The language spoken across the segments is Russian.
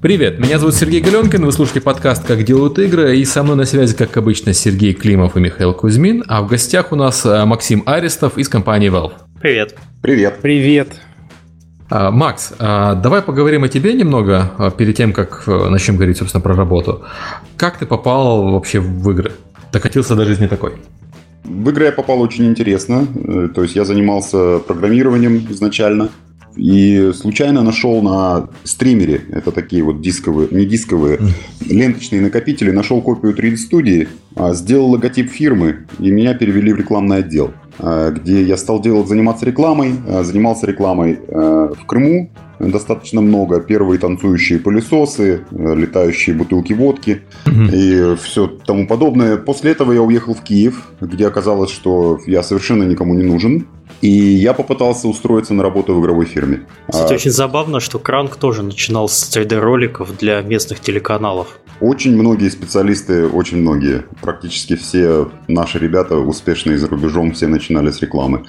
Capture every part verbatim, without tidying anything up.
Привет, меня зовут Сергей Галенкин, вы слушаете подкаст «Как делают игры», и со мной на связи, как обычно, Сергей Климов и Михаил Кузьмин, а в гостях у нас Максим Арестов из компании Valve. Привет. Привет. Привет. А, Макс, а, давай поговорим о тебе немного, а, перед тем, как начнем говорить, собственно, про работу. Как ты попал вообще в игры? Докатился до жизни такой. В игры я попал очень интересно, то есть я занимался программированием изначально. И случайно нашел на стримере, это такие вот дисковые, не дисковые, ленточные накопители, нашел копию три дэ-студии, сделал логотип фирмы, и меня перевели в рекламный отдел, где я стал делать, заниматься рекламой. Занимался рекламой в Крыму достаточно много. Первые танцующие пылесосы, летающие бутылки водки и все тому подобное. После этого я уехал в Киев, где оказалось, что я совершенно никому не нужен. И я попытался устроиться на работу в игровой фирме. Кстати, а... очень забавно, что Кранк тоже начинал с три дэ-роликов для местных телеканалов. Очень многие специалисты, очень многие, практически все наши ребята, успешные за рубежом, все начинали с рекламы.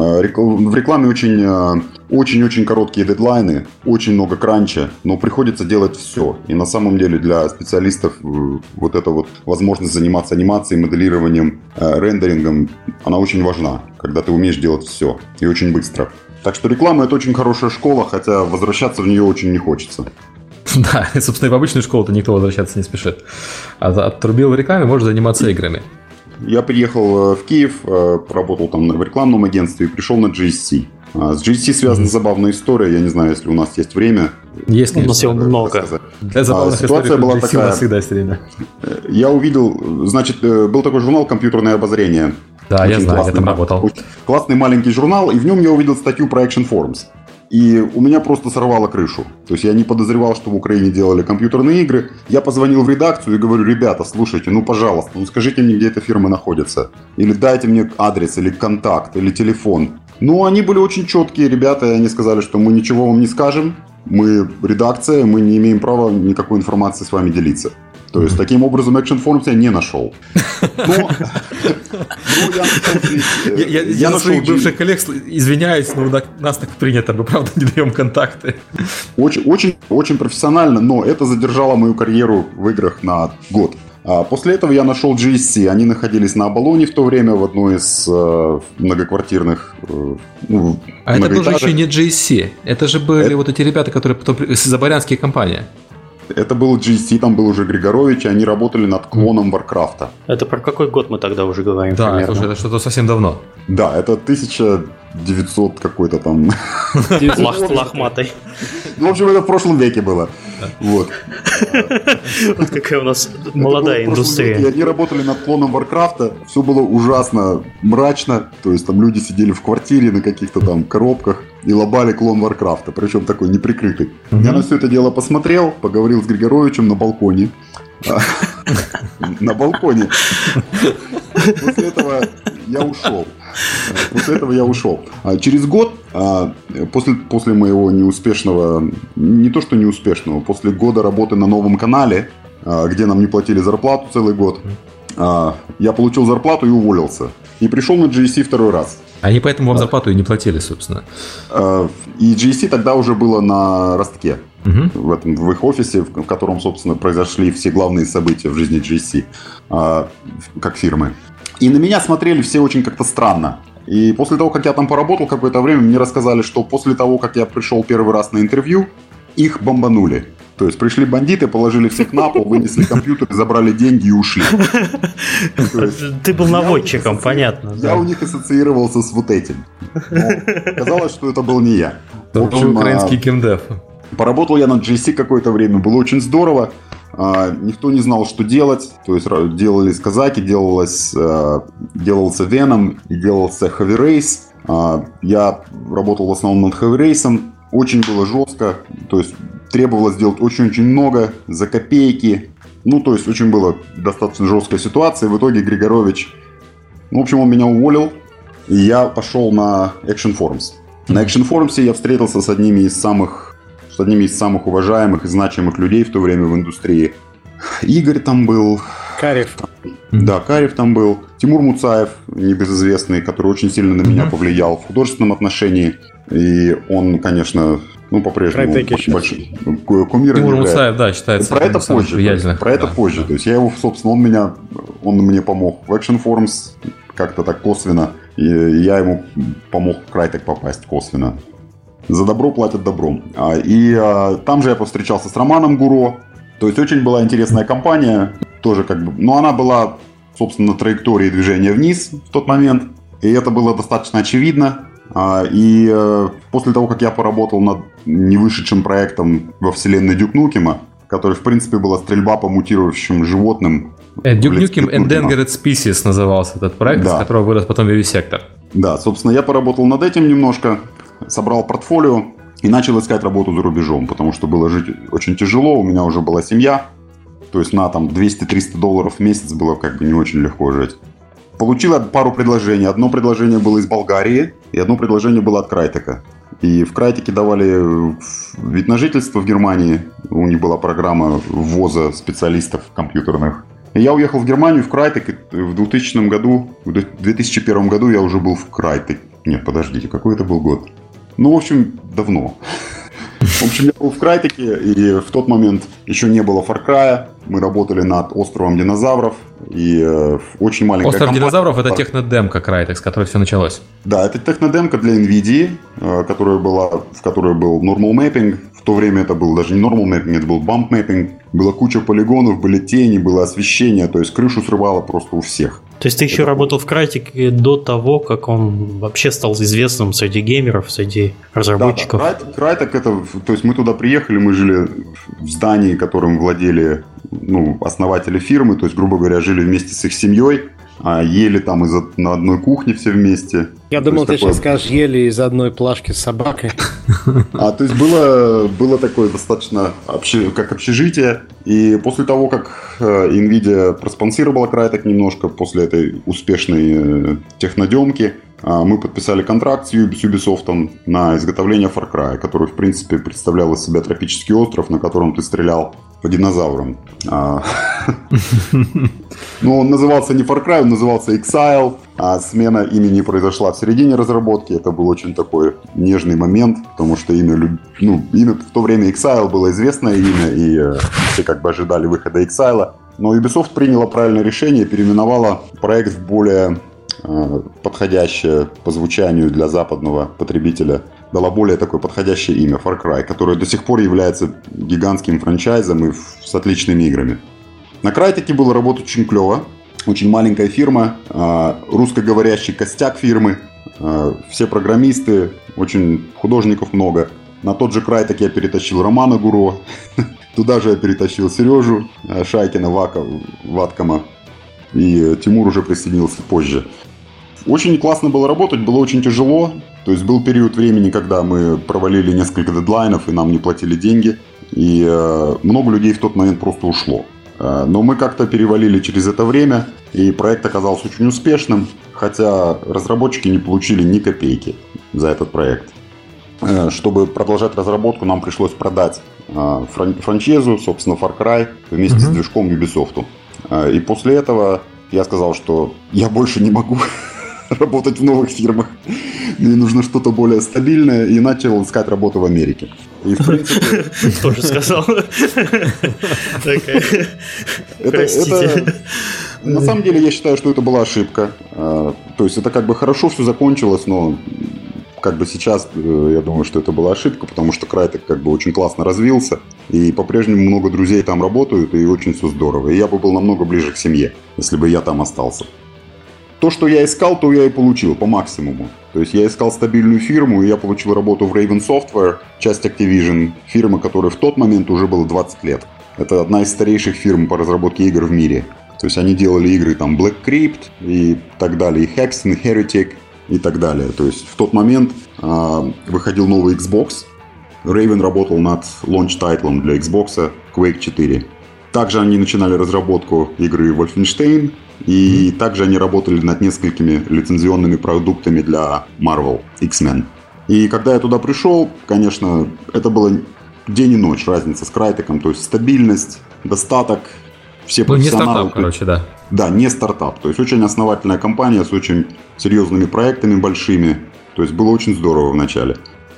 В рекламе очень, очень-очень короткие дедлайны, очень много кранча, но приходится делать все. И на самом деле для специалистов вот эта вот возможность заниматься анимацией, моделированием, рендерингом, она очень важна, когда ты умеешь делать все и очень быстро. Так что реклама — это очень хорошая школа, хотя возвращаться в нее очень не хочется. Да, собственно, и в обычную школу-то никто возвращаться не спешит. А отрубил в рекламе, можешь заниматься играми. Я приехал в Киев, работал там в рекламном агентстве и пришел на джи эс си. С джи эс си связана mm-hmm. забавная история. Я не знаю, если у нас есть время. Есть, у нас его много. Для забавных Ситуация историй была такая. Всегда есть время. Я увидел, значит, был такой журнал «Компьютерное обозрение». Да, очень я знаю, я там работал. Классный маленький журнал, и в нем я увидел статью про Action Forums. И у меня просто сорвало крышу. То есть я не подозревал, что в Украине делали компьютерные игры. Я позвонил в редакцию и говорю: ребята, слушайте, ну пожалуйста, ну скажите мне, где эта фирма находится. Или дайте мне адрес, или контакт, или телефон. Ну, они были очень четкие ребята, и они сказали, что мы ничего вам не скажем. Мы редакция, мы не имеем права никакой информации с вами делиться. То есть, таким образом, Action Forums я не нашел. Но, я я, я на своих бывших коллег извиняюсь, но у нас так принято, мы правда не даем контакты. Очень, очень, очень профессионально, но это задержало мою карьеру в играх на год. А после этого я нашел джи эс си. Они находились на Оболоне в то время, в одной из э, многоквартирных э, ну, А это был же еще не джи эс си. Это же были это... вот эти ребята, которые потом... Забарянские компании. Это был джи эс си, там был уже Григорович, и они работали над клоном Варкрафта. Это про какой год мы тогда уже говорим? Да, примерно? Это, уже, это что-то совсем давно. Да, это тысяча девятьсот какой-то там... Лохматой. Ну, в общем, это в прошлом веке было. Вот. Вот какая у нас молодая индустрия. Они работали над клоном Варкрафта, все было ужасно мрачно, то есть там люди сидели в квартире на каких-то там коробках и лобали клон Варкрафта, причем такой неприкрытый. Я на все это дело посмотрел, поговорил с Григоровичем на балконе. На балконе. После этого я ушел. После этого я ушел. Через год, после, после моего неуспешного, не то что неуспешного, после года работы на новом канале, где нам не платили зарплату целый год, я получил зарплату и уволился. И пришел на джи эс си второй раз. Они поэтому вам зарплату и не платили, собственно. И джи эс си тогда уже было на ростке. Угу. В, этом, в их офисе, в котором, собственно, произошли все главные события в жизни джи эс си, как фирмы. И на меня смотрели все очень как-то странно. И после того, как я там поработал какое-то время, мне рассказали, что после того, как я пришел первый раз на интервью, их бомбанули. То есть пришли бандиты, положили всех на пол, вынесли компьютер, забрали деньги и ушли. Ты был наводчиком, понятно. Я у них ассоциировался с вот этим. Но казалось, что это был не я. В общем, украинский геймдев. Поработал я на джи эс си какое-то время, было очень здорово. А, никто не знал, что делать. То есть делались казаки, делалось, а, делался Venom и делался Heavy Race. А, я работал в основном над Heavy Race. Очень было жестко. То есть требовалось сделать очень-очень много за копейки. Ну, то есть очень была достаточно жесткая ситуация. В итоге Григорович, ну, в общем, он меня уволил. И я пошел на Action Forums. На Action Forums я встретился с одними из самых с одними из самых уважаемых и значимых людей в то время в индустрии. Игорь там был. Карев. Да, Карев там был. Тимур Муцаев, небезызвестный, который очень сильно на меня повлиял в художественном отношении. И он, конечно, Ну, по-прежнему большой. Кумир Тимур Муцаев, да, считается. Про это позже. Про это да, позже. Да. То есть я его, собственно, он меня, он мне помог в Action Forums как-то так косвенно, и я ему помог в Crytek попасть косвенно. За добро платят добром. И а, там же я повстречался с Романом Гуро. То есть очень была интересная компания, тоже как бы, но она была, собственно, на траектории движения вниз в тот момент, и это было достаточно очевидно. И после того, как я поработал над невышедшим проектом во вселенной Дюк Нукема, который, в принципе, была стрельба по мутирующим животным. Дюк Нукем Endangered Species назывался этот проект, да. Из которого вырос потом Vivisector. Да, собственно, я поработал над этим немножко, собрал портфолио и начал искать работу за рубежом, потому что было жить очень тяжело, у меня уже была семья, то есть на там двести-триста долларов в месяц было как бы не очень легко жить. Получил пару предложений. Одно предложение было из Болгарии, и одно предложение было от Crytek. И в Crytek давали вид на жительство в Германии. У них была программа ввоза специалистов компьютерных. И я уехал в Германию, в Crytek. В двухтысячном году, в две тысячи первом году я уже был в Crytek. Нет, подождите, какой это был год? Ну, в общем, давно. В общем, я был в Crytek, и в тот момент еще не было Far Cry. Мы работали над островом динозавров. И э, очень маленькая Остров компания. динозавров — это технодемка Crytek, с которой все началось. Да, это технодемка для NVIDIA, э, которая была, в которой был normal mapping. В то время это был даже не normal mapping, это был bump mapping. Была куча полигонов, были тени, было освещение. То есть крышу срывало просто у всех. То есть ты еще это работал в Crytek до того, как он вообще стал известным среди геймеров, среди разработчиков? Да, да. Crytek это... То есть мы туда приехали, мы жили в здании, которым владели ну, основатели фирмы. То есть, грубо говоря, жили вместе с их семьей, а ели там из на одной кухне все вместе. Я думал, ты такое... сейчас скажешь, ели из одной плашки с собакой. А, то есть было, было такое достаточно обще, как общежитие. И после того, как NVIDIA проспонсировала Crytek немножко, после этой успешной технодемки, мы подписали контракт с Ubisoft на изготовление Far Cry, который, в принципе, представлял из себя тропический остров, на котором ты стрелял по динозаврам. Но он назывался не Far Cry, он назывался Exile, а смена имени произошла в середине разработки. Это был очень такой нежный момент, потому что имя, ну, имя в то время Exile было известное имя, и все как бы ожидали выхода Exile. Но Ubisoft приняла правильное решение и переименовала проект в более подходящее по звучанию для западного потребителя, дала более такое подходящее имя Far Cry, которое до сих пор является гигантским франчайзом и с отличными играми. На Crytek было работать очень клево, очень маленькая фирма, русскоговорящий костяк фирмы, все программисты, очень художников много. На тот же Crytek я перетащил Романа Гуро, туда же я перетащил Сережу Шайкина, Ваткома, и Тимур уже присоединился позже. Очень классно было работать, было очень тяжело. То есть был период времени, когда мы провалили несколько дедлайнов и нам не платили деньги. И э, много людей в тот момент просто ушло. Э, но мы как-то перевалили через это время, и проект оказался очень успешным, хотя разработчики не получили ни копейки за этот проект. Э, чтобы продолжать разработку, нам пришлось продать э, фран- франчайзу, собственно, Far Cry вместе mm-hmm. с движком Ubisoft. Э, и после этого я сказал, что я больше не могу работать в новых фирмах. Мне нужно что-то более стабильное, и начал искать работу в Америке. И, в принципе... Тоже сказал. Простите. На самом деле, я считаю, что это была ошибка. То есть, это как бы хорошо все закончилось, но как бы сейчас я думаю, что это была ошибка, потому что Crytek как бы очень классно развился, и по-прежнему много друзей там работают, и очень все здорово. И я бы был намного ближе к семье, если бы я там остался. То, что я искал, то я и получил по максимуму. То есть я искал стабильную фирму, и я получил работу в Raven Software, часть Activision, фирма, которой в тот момент уже было двадцать лет. Это одна из старейших фирм по разработке игр в мире. То есть они делали игры там Black Crypt и так далее, и Hexen, и Heretic и так далее. То есть в тот момент э, выходил новый Xbox. Raven работал над лонч-тайтлом для Xbox Quake четыре. Также они начинали разработку игры Wolfenstein. И mm-hmm. также они работали над несколькими лицензионными продуктами для Marvel, X-Men. И когда я туда пришел, конечно, это было день и ночь, разница с Crytek. То есть стабильность, достаток, все профессионалы. Ну, не стартап, короче, да. Да, не стартап. То есть очень основательная компания с очень серьезными проектами большими. То есть было очень здорово в начале.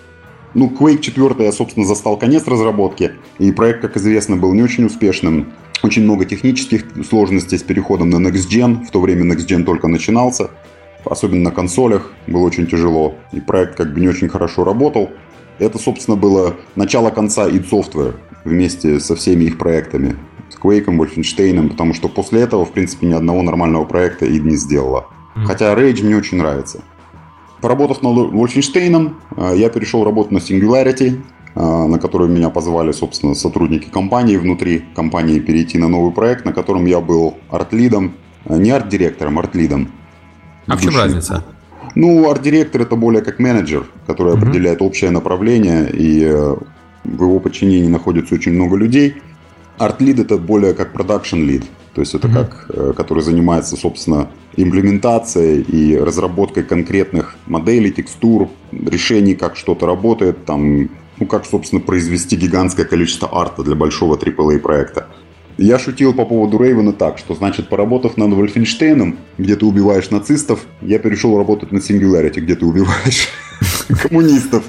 Ну, Quake четыре я, собственно, застал конец разработки, и проект, как известно, был не очень успешным. Очень много технических сложностей с переходом на Next Gen. В то время Next Gen только начинался. Особенно на консолях было очень тяжело. И проект как бы не очень хорошо работал. Это, собственно, было начало конца id Software вместе со всеми их проектами. С Quake, Wolfenstein, потому что после этого, в принципе, ни одного нормального проекта id не сделала. Mm. Хотя Rage мне очень нравится. Поработав над Wolfenstein, я перешел работать на Singularity, на которую меня позвали, собственно, сотрудники компании внутри компании перейти на новый проект, на котором я был арт-лидом, не арт-директором, арт-лидом. А в чем разница? Ну, арт-директор — это более как менеджер, который mm-hmm. определяет общее направление, и в его подчинении находится очень много людей. Арт-лид — это более как продакшн-лид. То есть это mm-hmm. как, который занимается, собственно, имплементацией и разработкой конкретных моделей, текстур, решений, как что-то работает, там, ну, как, собственно, произвести гигантское количество арта для большого три эй проекта. Я шутил по поводу Рейвена так, что, значит, поработав над Вольфенштейном, где ты убиваешь нацистов, я перешел работать на Singularity, где ты убиваешь коммунистов.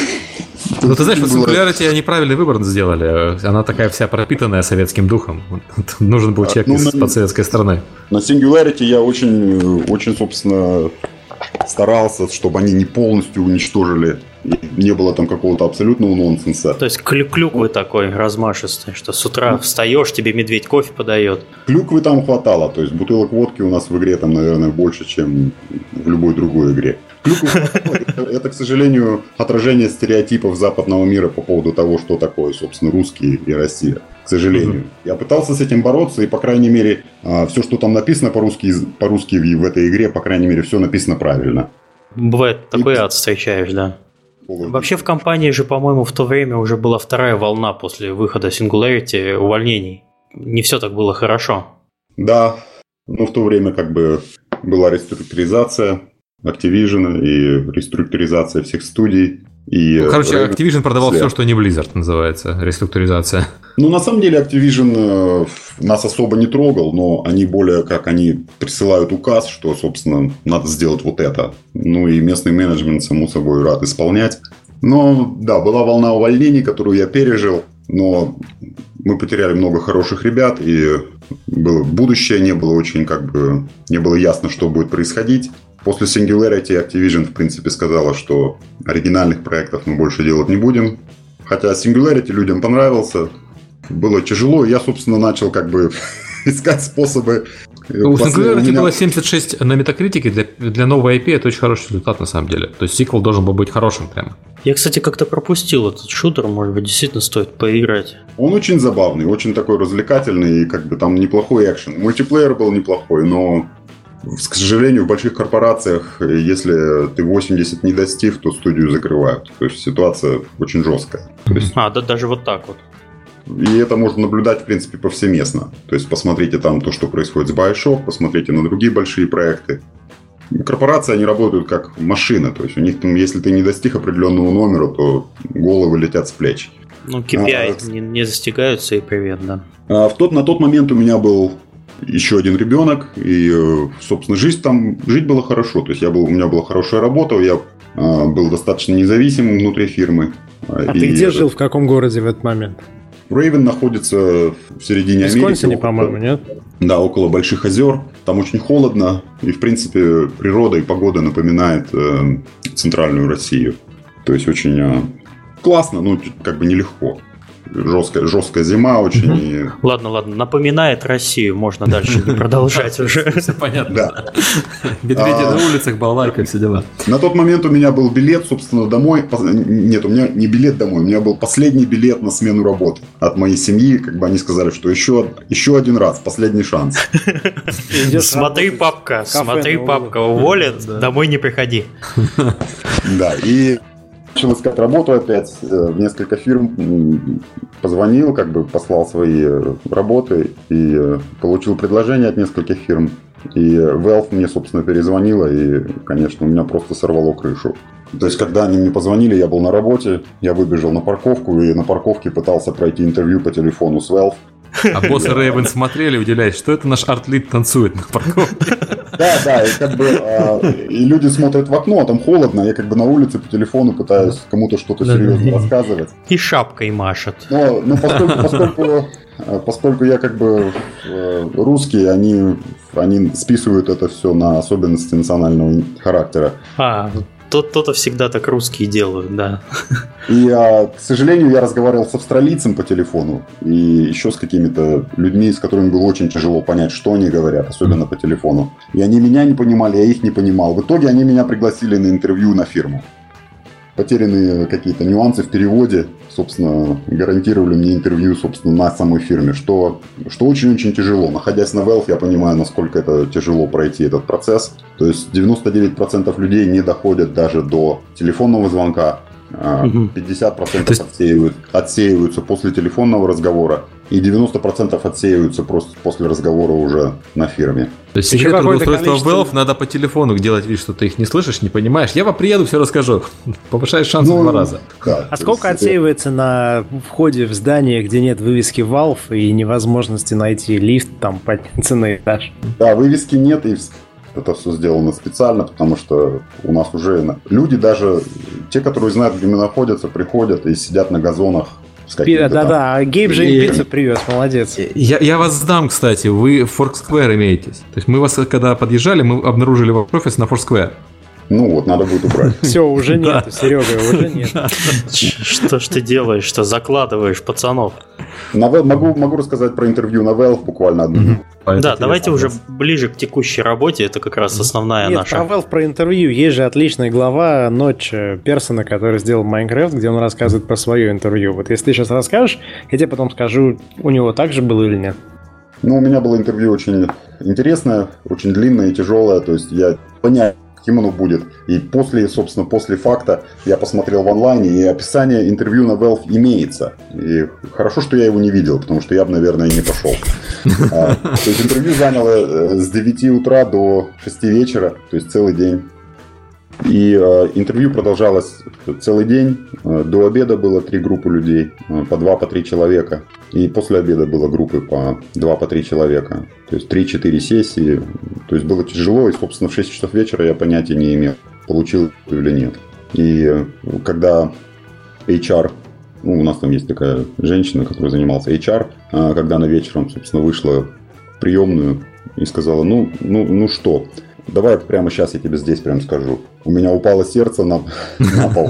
Ну, ты знаешь, вот Singularity они правильный выбор сделали. Она такая вся пропитанная советским духом. Нужен был человек ну, из-под советской страны. На Singularity я очень, очень, собственно, старался, чтобы они не полностью уничтожили. Не было там какого-то абсолютного нонсенса. То есть клю- клюквы такой размашистый, что с утра ну, встаешь, тебе медведь кофе подает. Клюквы там хватало. То есть бутылок водки у нас в игре там, наверное, больше, чем в любой другой игре. Клюквы это, это, к сожалению, отражение стереотипов западного мира по поводу того, что такое, собственно, русские и Россия. К сожалению. Mm-hmm. Я пытался с этим бороться, и, по крайней мере, все, что там написано по-русски, по-русски в этой игре, по крайней мере, все написано правильно. Бывает, такой и... ад встречаешь, да. Вообще в компании же, по-моему, в то время уже была вторая волна после выхода Singularity увольнений. Не все так было хорошо. Да, но в то время как бы была реструктуризация Activision и реструктуризация всех студий. И ну, короче, Activision продавал след. Все, что не Blizzard, называется, реструктуризация. Ну, на самом деле, Activision нас особо не трогал, но они более как они присылают указ, что, собственно, надо сделать вот это. Ну, и местный менеджмент, само собой, рад исполнять. Но, да, была волна увольнений, которую я пережил, но мы потеряли много хороших ребят, и было будущее не было очень, как бы, не было ясно, что будет происходить. После Singularity Activision, в принципе, сказала, что оригинальных проектов мы больше делать не будем. Хотя Singularity людям понравился. Было тяжело, и я, собственно, начал как бы искать способы. У Singularity меня... было семьдесят шесть на Метакритике. Для, для нового ай пи это очень хороший результат, на самом деле. То есть сиквел должен был быть хорошим прямо. Я, кстати, как-то пропустил этот шутер. Может быть, действительно стоит поиграть. Он очень забавный, очень такой развлекательный. И как бы там неплохой экшен. Мультиплеер был неплохой, но... К сожалению, в больших корпорациях, если ты восемьдесят не достиг, то студию закрывают. То есть ситуация очень жесткая. То есть... А, да, даже вот так вот. И это можно наблюдать, в принципе, повсеместно. То есть посмотрите там то, что происходит с BioShock, посмотрите на другие большие проекты. Корпорации, они работают как машины. То есть у них там, если ты не достиг определенного номера, то головы летят с плеч. Ну, кей пи ай а, не, не достигаются, и привет, да. А в тот, на тот момент у меня был... еще один ребенок, и, собственно, жизнь там, жить было хорошо. То есть я был, у меня была хорошая работа, я а, был достаточно независимым внутри фирмы. А и ты где это... жил, в каком городе в этот момент? Рейвен находится в середине Америки. В Висконсине, по-моему, нет? Да, около Больших озер. Там очень холодно, и, в принципе, природа и погода напоминает э, центральную Россию. То есть очень э, классно, ну, как бы нелегко. Жесткая, жесткая зима очень. Угу. И... Ладно, ладно, напоминает Россию, можно дальше не продолжать уже. Все понятно. Медведи на улицах, балалайка, все дела. На тот момент у меня был билет, собственно, домой. Нет, у меня не билет домой, у меня был последний билет на смену работы от моей семьи. Как бы они сказали, что еще, еще один раз, последний шанс. Смотри, папка, смотри, папка, уволят, домой не приходи. Да, и... Начал искать работу опять в несколько фирм, позвонил, как бы послал свои работы и получил предложение от нескольких фирм. И Valve мне, собственно, перезвонила, и, конечно, у меня просто сорвало крышу. То есть, когда они мне позвонили, я был на работе, я выбежал на парковку, и на парковке пытался пройти интервью по телефону с Valve. А босс и Рейвен смотрели, удивляясь, что это наш арт-лид танцует на парковке. Да, да, и как бы а, и люди смотрят в окно, а там холодно, я как бы на улице по телефону пытаюсь кому-то что-то серьезно рассказывать. И шапкой машет. Но, но поскольку, поскольку, поскольку я как бы русский, они, они списывают это все на особенности национального характера. А, то-то всегда так русские делают, да. И, а, к сожалению, я разговаривал с австралийцем по телефону и еще с какими-то людьми, с которыми было очень тяжело понять, что они говорят, особенно по телефону. И они меня не понимали, я их не понимал. В итоге они меня пригласили на интервью на фирму. Потерянные какие-то нюансы в переводе, собственно, гарантировали мне интервью, собственно, на самой фирме, что, что очень-очень тяжело. Находясь на Valve, я понимаю, насколько это тяжело пройти этот процесс. То есть девяносто девять процентов людей не доходят даже до телефонного звонка, пятьдесят процентов есть... отсеивают, отсеиваются после телефонного разговора, и девяносто процентов отсеиваются просто после разговора уже на фирме. То есть секрет трудоустройства количество... Valve надо по телефону делать вид, что ты их не слышишь, не понимаешь. Я вам приеду, все расскажу. Повышаешь шансы ну, в два раза. Да, а сколько есть... отсеивается на входе в здание, где нет вывески Valve и невозможности найти лифт, там подняться на этаж? Да, вывески нет, и это все сделано специально, потому что у нас уже люди, даже те, которые знают, где мы находятся, приходят и сидят на газонах. Да-да, а Гейб же и пиццу привез, молодец. Я, я вас сдам, кстати, вы в Foursquare имеетесь. То есть мы вас, когда подъезжали, мы обнаружили ваш офис на Foursquare. Ну вот, надо будет убрать. Все, уже нет, Серега, уже нет. Что ж ты делаешь, что закладываешь пацанов? Могу, могу рассказать про интервью на Valve буквально одну. Да, давайте уже ближе к текущей работе, это как раз основная Нет, наша. Про Valve, про интервью, есть же отличная глава Ночь Персона, который сделал Майнкрафт, где он рассказывает про свое интервью. Вот если ты сейчас расскажешь, я тебе потом скажу, у него так же было или нет. Ну, у меня было интервью очень интересное, очень длинное и тяжелое, то есть я понять, каким оно будет. И после, собственно, после факта я посмотрел в онлайне, и описание интервью на Valve имеется. И хорошо, что я его не видел, потому что я бы, наверное, и не пошел. То есть интервью заняло с девяти утра до шести вечера, то есть целый день. И интервью продолжалось целый день. До обеда было три группы людей, по два, по три человека. И после обеда было группы по два, по три человека. То есть три-четыре сессии. То есть было тяжело, и, собственно, в шесть часов вечера я понятия не имел, получил или нет. И когда эйч ар, ну, у нас там есть такая женщина, которая занималась эйч ар, когда она вечером, собственно, вышла в приемную и сказала, ну, ну, ну что, давай прямо сейчас я тебе здесь прям скажу. У меня упало сердце на, на пол.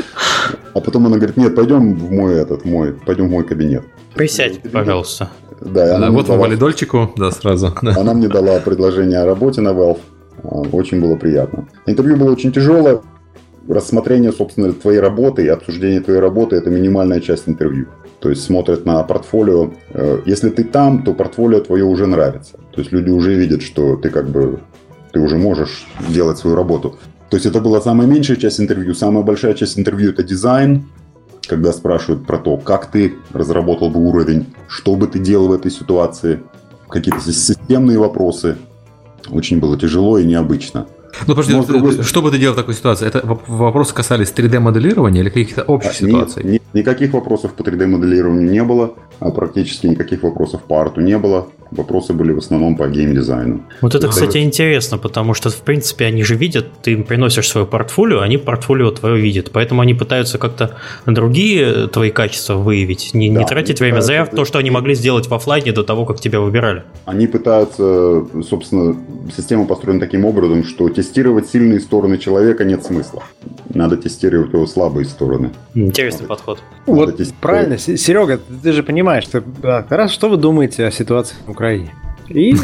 А потом она говорит, нет, пойдем в мой этот, мой, пойдем в мой кабинет. Присядь, пожалуйста. Да, она вот дала, по валидольчику, да, сразу. Она мне дала предложение о работе на Valve. Очень было приятно. Интервью было очень тяжелое. Рассмотрение, собственно, твоей работы и обсуждение твоей работы – это минимальная часть интервью. То есть смотрят на портфолио. Если ты там, то портфолио твое уже нравится. То есть люди уже видят, что ты как бы ты уже можешь делать свою работу. То есть это была самая меньшая часть интервью. Самая большая часть интервью – это дизайн. Когда спрашивают про то, как ты разработал бы уровень, что бы ты делал в этой ситуации, какие-то системные вопросы. Очень было тяжело и необычно. Ну, подожди, Но, другой... что бы ты делал в такой ситуации? Это вопросы касались три дэ-моделирования или каких-то общих а, ситуаций? Нет, никаких вопросов по три дэ-моделированию не было, а практически никаких вопросов по арту не было. Вопросы были в основном по геймдизайну. Вот это, кстати, интересно, потому что, в принципе, они же видят, ты им приносишь свое портфолио, они портфолио твое видят, поэтому они пытаются как-то другие твои качества выявить, не, да, не тратить время зря то, что они могли сделать в офлайне до того, как тебя выбирали. Они пытаются, собственно, система построена таким образом, что тестировать сильные стороны человека нет смысла. Надо тестировать его слабые стороны. Интересный Надо. подход. Вот правильно, Серега, ты же понимаешь, что, раз что вы думаете о ситуации в Украине? И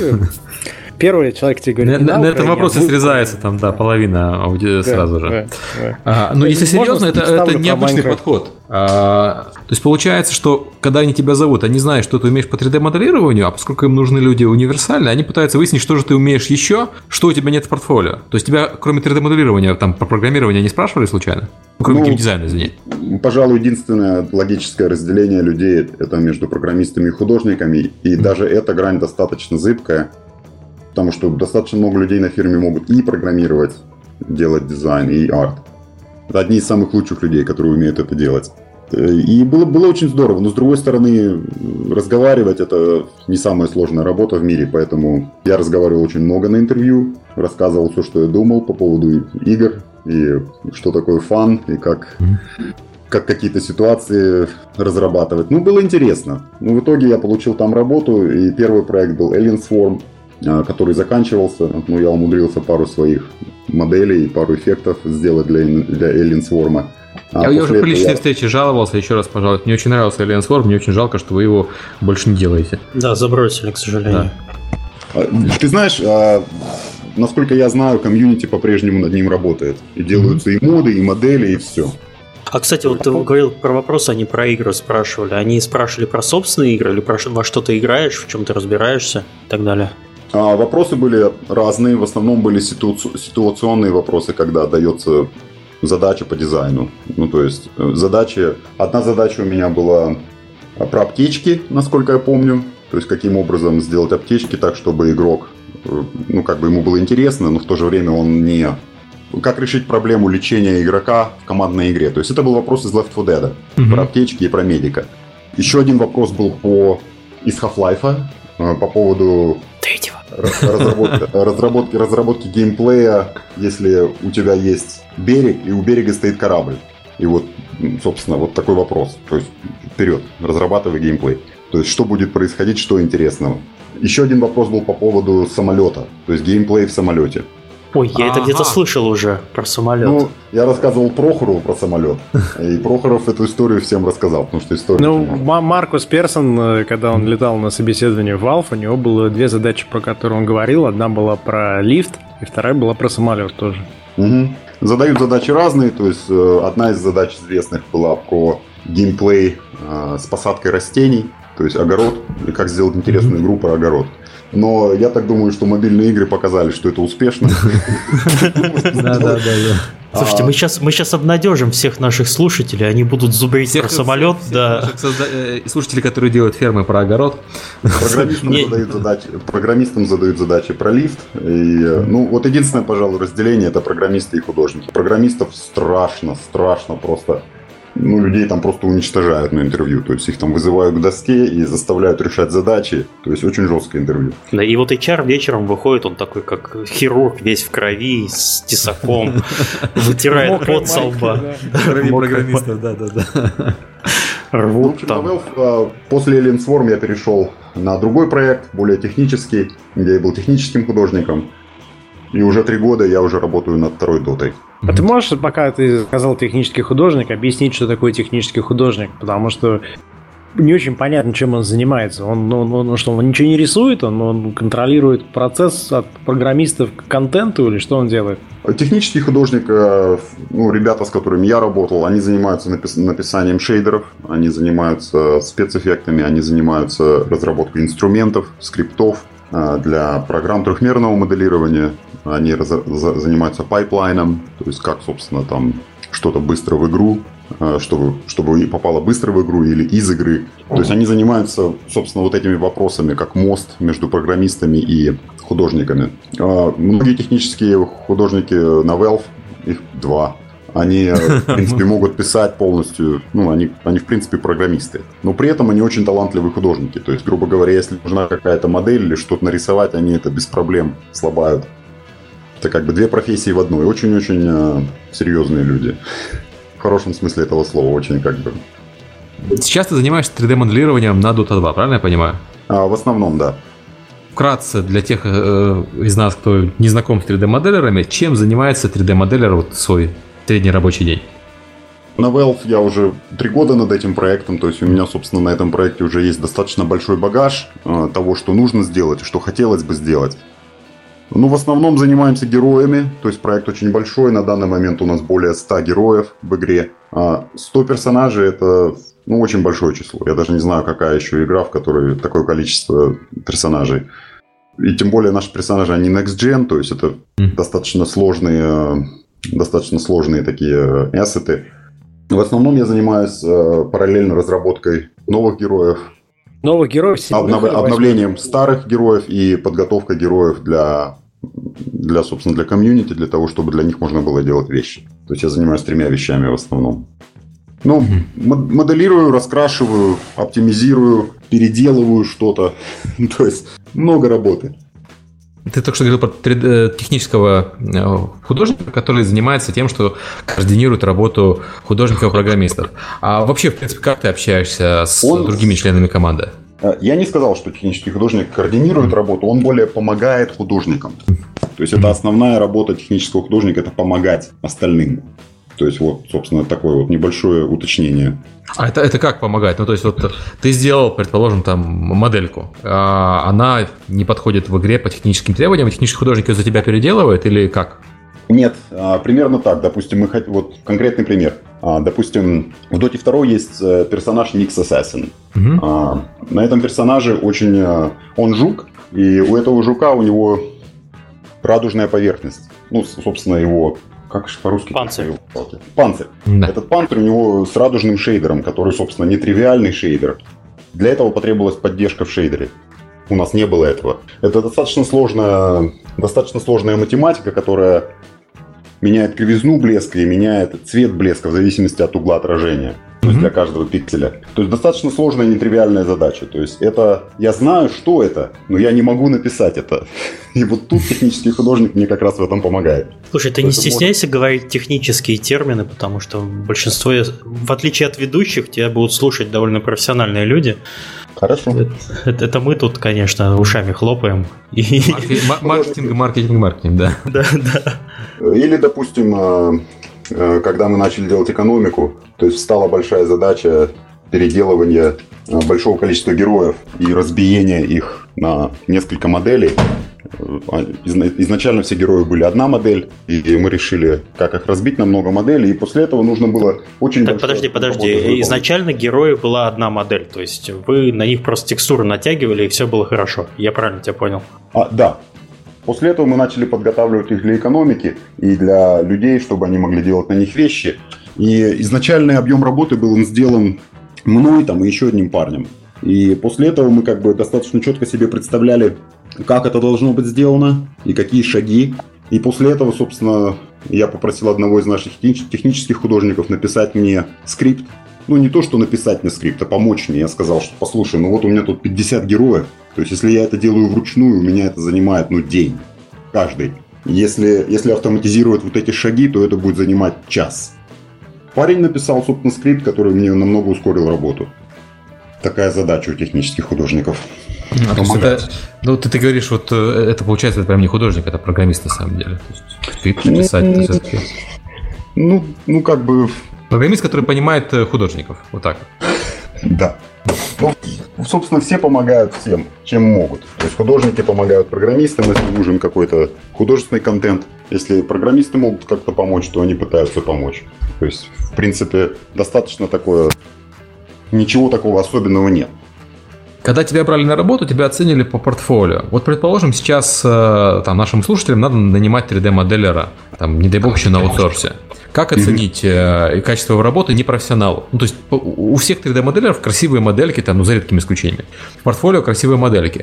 первый человек тебе говорит... На, на этом вопросе срезается там, да, половина аудио сразу же. Да, да. А, ну, если серьезно, это, это необычный подход. А, то есть получается, что когда они тебя зовут, они знают, что ты умеешь по три дэ-моделированию, а поскольку им нужны люди универсальные, они пытаются выяснить, что же ты умеешь еще, что у тебя нет в портфолио. То есть тебя, кроме три дэ-моделирования, там, про программирование не спрашивали случайно? Кроме ну, геймдизайна, извини. Пожалуй, единственное логическое разделение людей – это между программистами и художниками, и mm-hmm. даже эта грань достаточно зыбкая, потому что достаточно много людей на фирме могут и программировать, делать дизайн, и арт. Это одни из самых лучших людей, которые умеют это делать. И было, было очень здорово, но с другой стороны, разговаривать это не самая сложная работа в мире, поэтому я разговаривал очень много на интервью, рассказывал все, что я думал по поводу игр, и что такое фан, и как, как какие-то ситуации разрабатывать. Ну, было интересно. Ну, в итоге я получил там работу, и первый проект был Alien Swarm, который заканчивался, но я умудрился пару своих моделей, пару эффектов сделать для, для Alien Swarm. А я, я уже при личной я... встрече жаловался, еще раз, пожалуйста. Мне очень нравился Alien Swarm, мне очень жалко, что вы его больше не делаете. Да, забросили, к сожалению. Да. Ты знаешь, насколько я знаю, комьюнити по-прежнему над ним работает. И делаются mm-hmm. и моды, и модели, и все. А, кстати, вот ты говорил про вопросы, они про игры спрашивали. Они спрашивали про собственные игры или про во что ты играешь, в чем ты разбираешься и так далее? А, вопросы были разные. В основном были ситуаци- ситуационные вопросы, когда дается задача по дизайну. Ну, то есть, задачи... Одна задача у меня была про аптечки, насколько я помню. То есть, каким образом сделать аптечки так, чтобы игрок... Ну, как бы ему было интересно, но в то же время он не... Как решить проблему лечения игрока в командной игре. То есть, это был вопрос из Left фор Dead. Mm-hmm. Про аптечки и про медика. Еще один вопрос был по... из Half-Life. По поводу... Третьего. Разработки, разработки, разработки геймплея, если у тебя есть берег, и у берега стоит корабль. И вот, собственно, вот такой вопрос. То есть, вперед, разрабатывай геймплей. То есть, что будет происходить, что интересного. Еще один вопрос был по поводу самолета. То есть, геймплей в самолете. Ой, я ага. это где-то слышал уже про самолет. Ну, я рассказывал Прохорову про самолет. И Прохоров эту историю всем рассказал, потому что история... Ну, Маркус Персон, когда он летал на собеседование в Valve, у него было две задачи, про которые он говорил. Одна была про лифт, и вторая была про самолет тоже. Угу. Задают задачи разные. То есть, одна из задач известных была про геймплей э, с посадкой растений. То есть, огород, и как сделать интересную игру про огород. Но я так думаю, что мобильные игры показали, что это успешно. Да, да, да. Слушайте, мы сейчас мы сейчас обнадежим всех наших слушателей, они будут зубрить про самолет, да. Слушатели, которые делают фермы про огород. Программистам задают задачи про лифт. Ну, вот единственное, пожалуй, разделение — это программисты и художники. Программистов страшно, страшно просто. Ну, людей там просто уничтожают на интервью. То есть, их там вызывают к доске и заставляют решать задачи. То есть, очень жесткое интервью. Да, и вот эйч ар вечером выходит, он такой, как хирург, весь в крови, с тесаком, вытирает пот со лба. Крови программистов, да-да-да. Рвут там. После Alien Swarm я перешел на другой проект, более технический, где я был техническим художником. И уже три года я уже работаю над второй дотой. А ты можешь, пока ты сказал технический художник, объяснить, что такое технический художник? Потому что не очень понятно, чем он занимается. Он, он, он что, он ничего не рисует? Он, он контролирует процесс от программистов к контенту или что он делает? Технический художник, ну, ребята, с которыми я работал, они занимаются напис- написанием шейдеров, они занимаются спецэффектами, они занимаются разработкой инструментов, скриптов для программ трехмерного моделирования. Они раз, за, занимаются пайплайном, то есть как, собственно, там что-то быстро в игру, чтобы, чтобы попало быстро в игру или из игры. То есть они занимаются, собственно, вот этими вопросами, как мост между программистами и художниками. Многие технические художники на Valve, их два, они, в принципе, могут писать полностью, ну, они, они, в принципе, программисты. Но при этом они очень талантливые художники. То есть, грубо говоря, если нужна какая-то модель или что-то нарисовать, они это без проблем слабают. Это как бы две профессии в одной. Очень-очень э, серьезные люди. В хорошем смысле этого слова. Очень как бы... Сейчас ты занимаешься три дэ-моделированием на Dota два, правильно я понимаю? А, в основном, да. Вкратце, для тех э, из нас, кто не знаком с три дэ-моделерами, чем занимается три дэ-моделер вот свой средний рабочий день? На Valve я уже три года над этим проектом. То есть у меня, собственно, на этом проекте уже есть достаточно большой багаж э, того, что нужно сделать, что хотелось бы сделать. Ну, в основном занимаемся героями, то есть проект очень большой, на данный момент у нас более ста героев в игре. А сто персонажей — это, ну, очень большое число. Я даже не знаю, какая еще игра, в которой такое количество персонажей. И тем более наши персонажи, они next gen, то есть это mm. достаточно сложные, достаточно сложные такие эссеты. В основном я занимаюсь параллельно разработкой новых героев. Новых героев? Обнов... Обновлением старых героев и подготовкой героев для, для, собственно, для комьюнити, для того, чтобы для них можно было делать вещи. То есть я занимаюсь тремя вещами в основном. Ну, mm-hmm. моделирую, раскрашиваю, оптимизирую, переделываю что-то. То есть много работы. Ты только что говорил про три дэ технического художника, который занимается тем, что координирует работу художников и программистов. А вообще, в принципе, как ты общаешься с он... другими членами команды? Я не сказал, что технический художник координирует mm-hmm. работу, он более помогает художникам. То есть mm-hmm. это основная работа технического художника, это помогать остальным. То есть, вот, собственно, такое вот небольшое уточнение. А это, это как помогает? Ну, то есть, вот ты сделал, предположим, там, модельку, а она не подходит в игре по техническим требованиям, технический художник ее за тебя переделывает или как? Нет, примерно так. Допустим, мы хотим... Вот конкретный пример. Допустим, в Доте два есть персонаж Nyx Assassin. Угу. На этом персонаже очень... Он жук, и у этого жука у него радужная поверхность. Ну, собственно, его... Как же по-русски? Панцирь. Панцирь. Да. Этот панцирь у него с радужным шейдером, который, собственно, нетривиальный шейдер. Для этого потребовалась поддержка в шейдере. У нас не было этого. Это достаточно сложная, достаточно сложная математика, которая меняет кривизну блеска и меняет цвет блеска в зависимости от угла отражения. То есть для каждого пикселя. То есть достаточно сложная нетривиальная задача. То есть это... Я знаю, что это, но я не могу написать это. И вот тут технический художник мне как раз в этом помогает. Слушай, ты не стесняйся может... говорить технические термины, потому что большинство, в отличие от ведущих, тебя будут слушать довольно профессиональные люди. Хорошо. Это, это, это мы тут, конечно, ушами хлопаем. Маркетинг, маркетинг, маркетинг, да. Да, да. Или, допустим... Когда мы начали делать экономику, то есть встала большая задача переделывания большого количества героев и разбиения их на несколько моделей. Изначально все герои были одна модель, и мы решили, как их разбить на много моделей, и после этого нужно было очень... Так, подожди, подожди, изначально герои была одна модель, то есть вы на них просто текстуры натягивали, и все было хорошо, я правильно тебя понял? А, да. После этого мы начали подготавливать их для экономики и для людей, чтобы они могли делать на них вещи. И изначальный объем работы был сделан мной там, и еще одним парнем. И после этого мы как бы достаточно четко себе представляли, как это должно быть сделано и какие шаги. И после этого, собственно, я попросил одного из наших технических художников написать мне скрипт. Ну, не то, что написать мне скрипт, а помочь мне. Я сказал, что, послушай, ну вот у меня тут пятьдесят героев. То есть, если я это делаю вручную, у меня это занимает, ну, день. Каждый. Если, если автоматизировать вот эти шаги, то это будет занимать час. Парень написал, собственно, скрипт, который мне намного ускорил работу. Такая задача у технических художников. А, это, ну, ты, ты говоришь, вот это получается, это прям не художник, это программист на самом деле. То есть, скрипт писать, это все-таки... Ну, ну, как бы... Программист, который понимает художников. Вот так. Да. Ну, собственно, все помогают всем, чем могут. То есть художники помогают программистам, если нужен какой-то художественный контент. Если программисты могут как-то помочь, то они пытаются помочь. То есть, в принципе, достаточно такое... Ничего такого особенного нет. Когда тебя брали на работу, тебя оценили по портфолио. Вот, предположим, сейчас там, нашим слушателям надо нанимать три дэ-моделера, там, не дай бог, еще на аутсорсе. Как оценить mm-hmm. качество его работы непрофессионалу? Ну, то есть у всех три дэ-моделеров красивые модельки, там, ну, за редкими исключениями. В портфолио красивые модельки.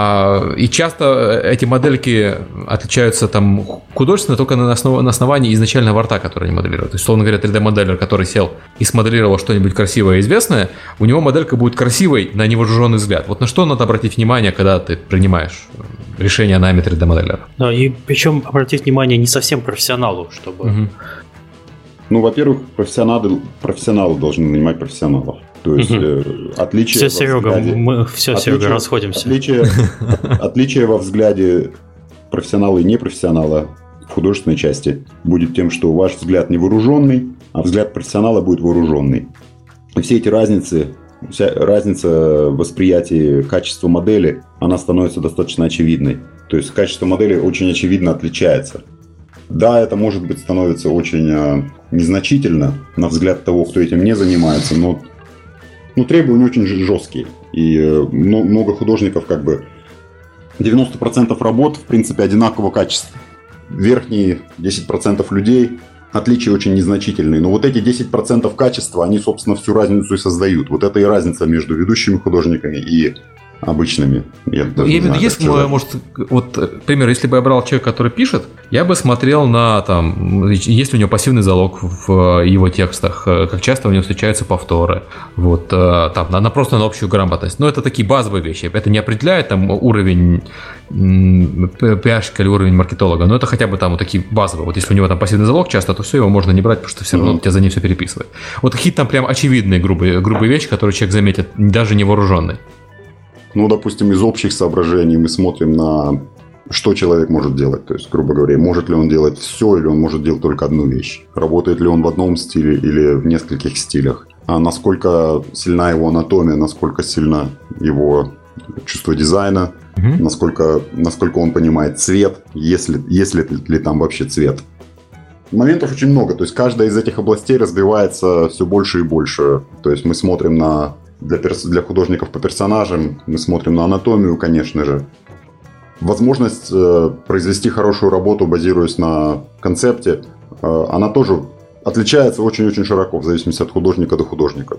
А, и часто эти модельки отличаются там художественно только на, основ... на основании изначального арта, который они моделируют. То есть, условно говоря, три дэ-моделер, который сел и смоделировал что-нибудь красивое и известное, у него моделька будет красивой на невооруженный взгляд. Вот на что надо обратить внимание, когда ты принимаешь решение о найме три дэ-моделера? Да, и причем обратить внимание не совсем профессионалу, чтобы... Угу. Ну, во-первых, профессионалы, профессионалы должны нанимать профессионалов. То есть угу. э, отличие... Все, Серега, взгляде, мы все, отличие, Серега, расходимся. Отличие, отличие во взгляде профессионала и непрофессионала в художественной части будет тем, что ваш взгляд невооруженный, а взгляд профессионала будет вооруженный. И все эти разницы, вся разница восприятия качества модели, она становится достаточно очевидной. То есть качество модели очень очевидно отличается. Да, это, может быть, становится очень э, незначительно на взгляд того, кто этим не занимается, но ну, требования очень жесткие. И э, много художников, как бы, девяносто процентов работ, в принципе, одинакового качества. Верхние десять процентов людей отличия очень незначительные. Но вот эти десять процентов качества, они, собственно, всю разницу и создают. Вот это и разница между ведущими художниками и обычными. Я ну, именно знаю, есть, может, вот, например, если бы я брал человека, который пишет, я бы смотрел на, там, есть ли у него пассивный залог в его текстах, как часто у него встречаются повторы, вот, там, на, на просто на общую грамотность. Но это такие базовые вещи. Это не определяет там уровень пиарщика или уровень маркетолога, но это хотя бы там вот такие базовые. Вот если у него там пассивный залог часто, то все, его можно не брать, потому что все равно mm-hmm. тебя за ним все переписывает. Вот какие-то там прям очевидные грубые, грубые вещи, которые человек заметит, даже невооруженный. Ну, допустим, из общих соображений мы смотрим на что человек может делать. То есть, грубо говоря, может ли он делать все, или он может делать только одну вещь. Работает ли он в одном стиле или в нескольких стилях. А насколько сильна его анатомия, насколько сильно его чувство дизайна, mm-hmm. насколько, насколько он понимает цвет, есть ли, есть ли, ли там вообще цвет. Моментов очень много. То есть, каждая из этих областей развивается все больше и больше. То есть, мы смотрим на... Для, перс... для художников по персонажам мы смотрим на анатомию, конечно же. Возможность э, произвести хорошую работу, базируясь на концепте, э, она тоже отличается очень-очень широко, в зависимости от художника до художника.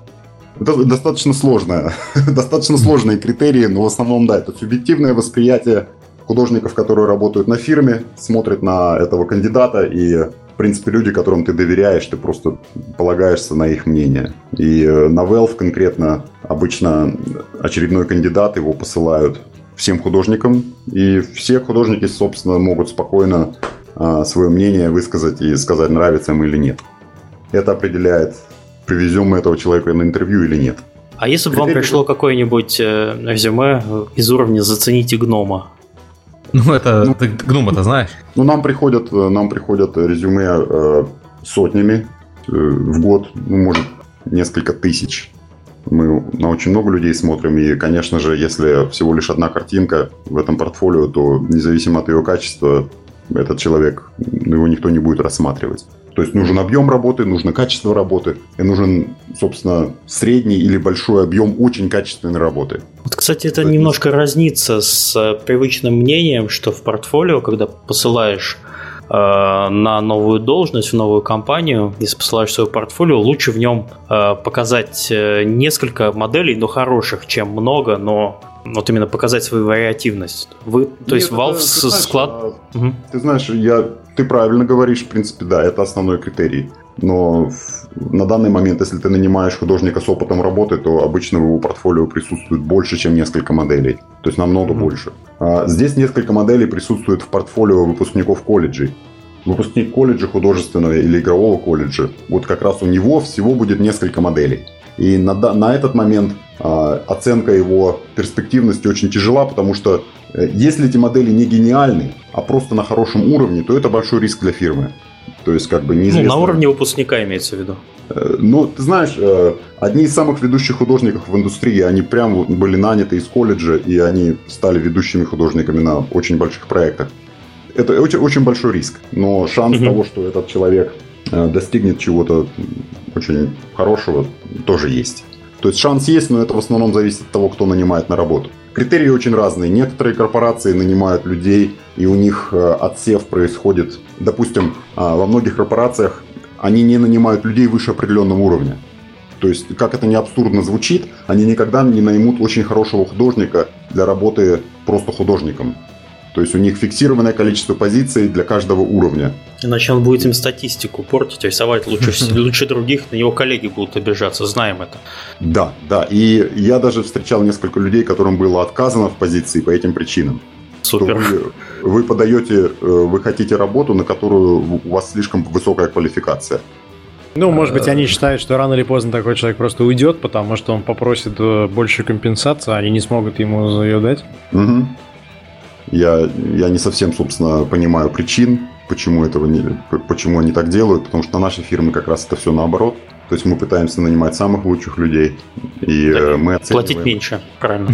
Это достаточно сложное, достаточно сложные критерии, но в основном, да, это субъективное восприятие художников, которые работают на фирме, смотрят на этого кандидата и... В принципе, люди, которым ты доверяешь, ты просто полагаешься на их мнение. И на Valve конкретно обычно очередной кандидат, его посылают всем художникам. И все художники, собственно, могут спокойно а, свое мнение высказать и сказать, нравится им или нет. Это определяет, привезем мы этого человека на интервью или нет. А если бы вам пришло какое-нибудь э, резюме из уровня «Зацените гнома»? Ну, это ну, ты гном-то знаешь? Ну, нам приходят, нам приходят резюме э, сотнями э, в год, ну, может, несколько тысяч. Мы на очень много людей смотрим, и, конечно же, если всего лишь одна картинка в этом портфолио, то независимо от ее качества, этот человек, его никто не будет рассматривать. То есть нужен объем работы, нужно качество работы, и нужен, собственно, средний или большой объем очень качественной работы. Вот, кстати, это немножко разнится с привычным мнением, что в портфолио, когда посылаешь э, на новую должность, в новую компанию, если посылаешь свое портфолио, лучше в нем э, показать несколько моделей, но хороших, чем много, но вот именно показать свою вариативность. Вы, то Нет, есть Valve это, склад... Ты знаешь, угу. ты знаешь я, ты правильно говоришь, в принципе, да, это основной критерий. Но на данный момент, если ты нанимаешь художника с опытом работы, то обычно в его портфолио присутствует больше, чем несколько моделей. То есть намного mm-hmm. больше. А здесь несколько моделей присутствует в портфолио выпускников колледжей. Выпускник колледжа художественного или игрового колледжа, вот как раз у него всего будет несколько моделей. И на, на этот момент а, оценка его перспективности очень тяжела, потому что э, если эти модели не гениальны, а просто на хорошем уровне, то это большой риск для фирмы. То есть, как бы неизвестно. Ну, на уровне выпускника имеется в виду. Э, ну, ты знаешь, э, одни из самых ведущих художников в индустрии, они прям были наняты из колледжа, и они стали ведущими художниками на очень больших проектах. Это очень, очень большой риск, но шанс mm-hmm. того, что этот человек э, достигнет чего-то очень хорошего, тоже есть. То есть шанс есть, но это в основном зависит от того, кто нанимает на работу. Критерии очень разные. Некоторые корпорации нанимают людей, и у них отсев происходит. Допустим, во многих корпорациях они не нанимают людей выше определенного уровня. То есть, как это не абсурдно звучит, они никогда не наймут очень хорошего художника для работы просто художником. То есть у них фиксированное количество позиций для каждого уровня. Иначе он будет им статистику портить, рисовать лучше, лучше других, на него коллеги будут обижаться, знаем это. Да, да. И я даже встречал несколько людей, которым было отказано в позиции по этим причинам. Супер. Вы, вы подаете, вы хотите работу, на которую у вас слишком высокая квалификация. Ну, может быть, они считают, что рано или поздно такой человек просто уйдет, потому что он попросит больше компенсации, а они не смогут ему ее дать. Угу. Я, я не совсем, собственно, понимаю причин, почему, этого не, почему они так делают, потому что на нашей фирме как раз это все наоборот. То есть мы пытаемся нанимать самых лучших людей, и так, мы оцениваем... Платить меньше, правильно.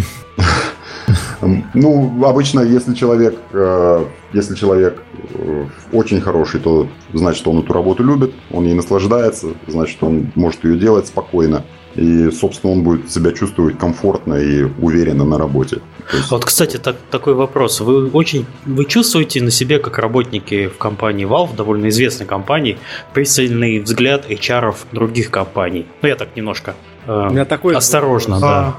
Ну, обычно, если человек, если человек очень хороший, то значит, он эту работу любит, он ей наслаждается, значит, он может ее делать спокойно. И, собственно, он будет себя чувствовать комфортно и уверенно на работе. Есть... Вот, кстати, так, такой вопрос. Вы очень вы чувствуете на себе, как работники в компании Valve, довольно известной компании, пристальный взгляд эйч ар-ов других компаний? Ну, я так немножко У меня такой осторожно, да.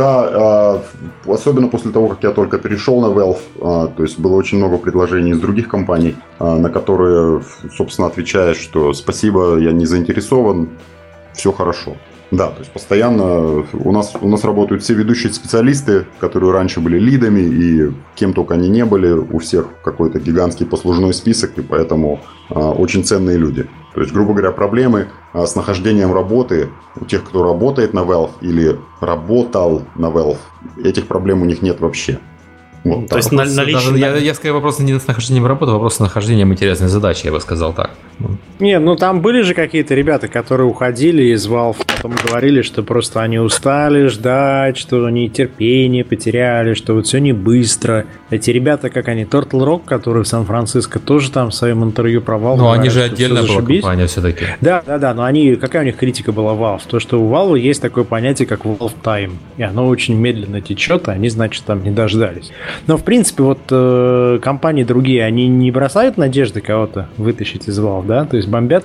Да, особенно после того, как я только перешел на Valve, то есть было очень много предложений из других компаний, на которые, собственно, отвечаешь, что спасибо, я не заинтересован, все хорошо. Да, то есть постоянно у нас, у нас работают все ведущие специалисты, которые раньше были лидами, и кем только они не были, у всех какой-то гигантский послужной список, и поэтому а, очень ценные люди. То есть, грубо говоря, проблемы а, с нахождением работы у тех, кто работает на Valve или работал на Valve, этих проблем у них нет вообще. Вот, то есть на, наличие... я, я скорее вопрос не с нахождением работы, а вопрос с нахождением интересной задачи, я бы сказал так. Не, ну там были же какие-то ребята, которые уходили из Valve, потом говорили, что просто они устали ждать, что они терпение потеряли, что вот все не быстро. Эти ребята, как они, Turtle Rock, который в Сан-Франциско, тоже там в своем интервью про Valve. Ну, они же отдельная была компания все-таки. Да, да, да, но они, какая у них критика была Valve? То, что у Valve есть такое понятие, как Valve Time, и оно очень медленно течет, и они, значит, там не дождались. Но, в принципе, вот э, компании другие, они не бросают надежды кого-то вытащить из Valve, да? То есть бомбят?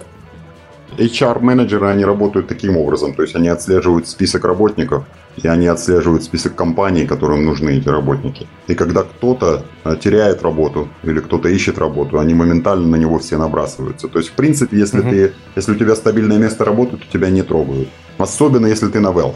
эйч ар-менеджеры, они работают таким образом. То есть они отслеживают список работников, и они отслеживают список компаний, которым нужны эти работники. И когда кто-то теряет работу или кто-то ищет работу, они моментально на него все набрасываются. То есть, в принципе, если, uh-huh. ты, если у тебя стабильное место работы, то тебя не трогают. Особенно, если ты на Valve.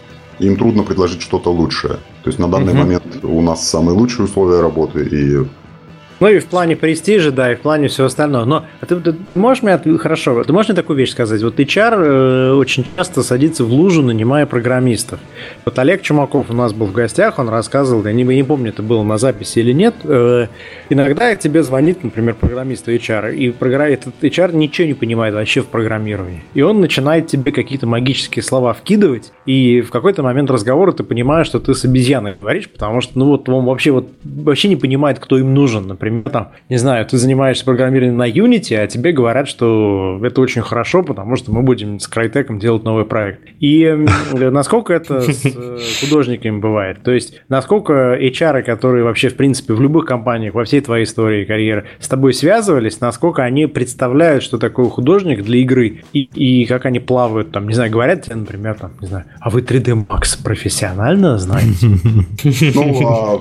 Им трудно предложить что-то лучшее. То есть на данный uh-huh. момент у нас самые лучшие условия работы. И... Ну и в плане престижа, да, и в плане всего остального. Но а ты, ты можешь мне... Хорошо, ты можешь мне такую вещь сказать? Вот эйч ар э, очень часто садится в лужу, нанимая программистов. Вот Олег Чумаков у нас был в гостях, он рассказывал, я не, не помню, это было на записи или нет, э, иногда к тебе звонит, например, программист эйч ар, и этот эйч ар ничего не понимает вообще в программировании. И он начинает тебе какие-то магические слова вкидывать, и в какой-то момент разговора ты понимаешь, что ты с обезьяной говоришь, потому что, ну вот, он вообще, вот, вообще не понимает, кто им нужен, например. Там, не знаю, ты занимаешься программированием на Unity, а тебе говорят, что это очень хорошо, потому что мы будем с Crytek делать новый проект. И насколько это с художниками бывает? То есть, насколько эйч ар, которые вообще, в принципе, в любых компаниях, во всей твоей истории карьеры с тобой связывались, насколько они представляют, что такое художник для игры, и, и как они плавают, там, не знаю, говорят тебе, например, там, не знаю, а вы три дэ Max профессионально знаете? Ну,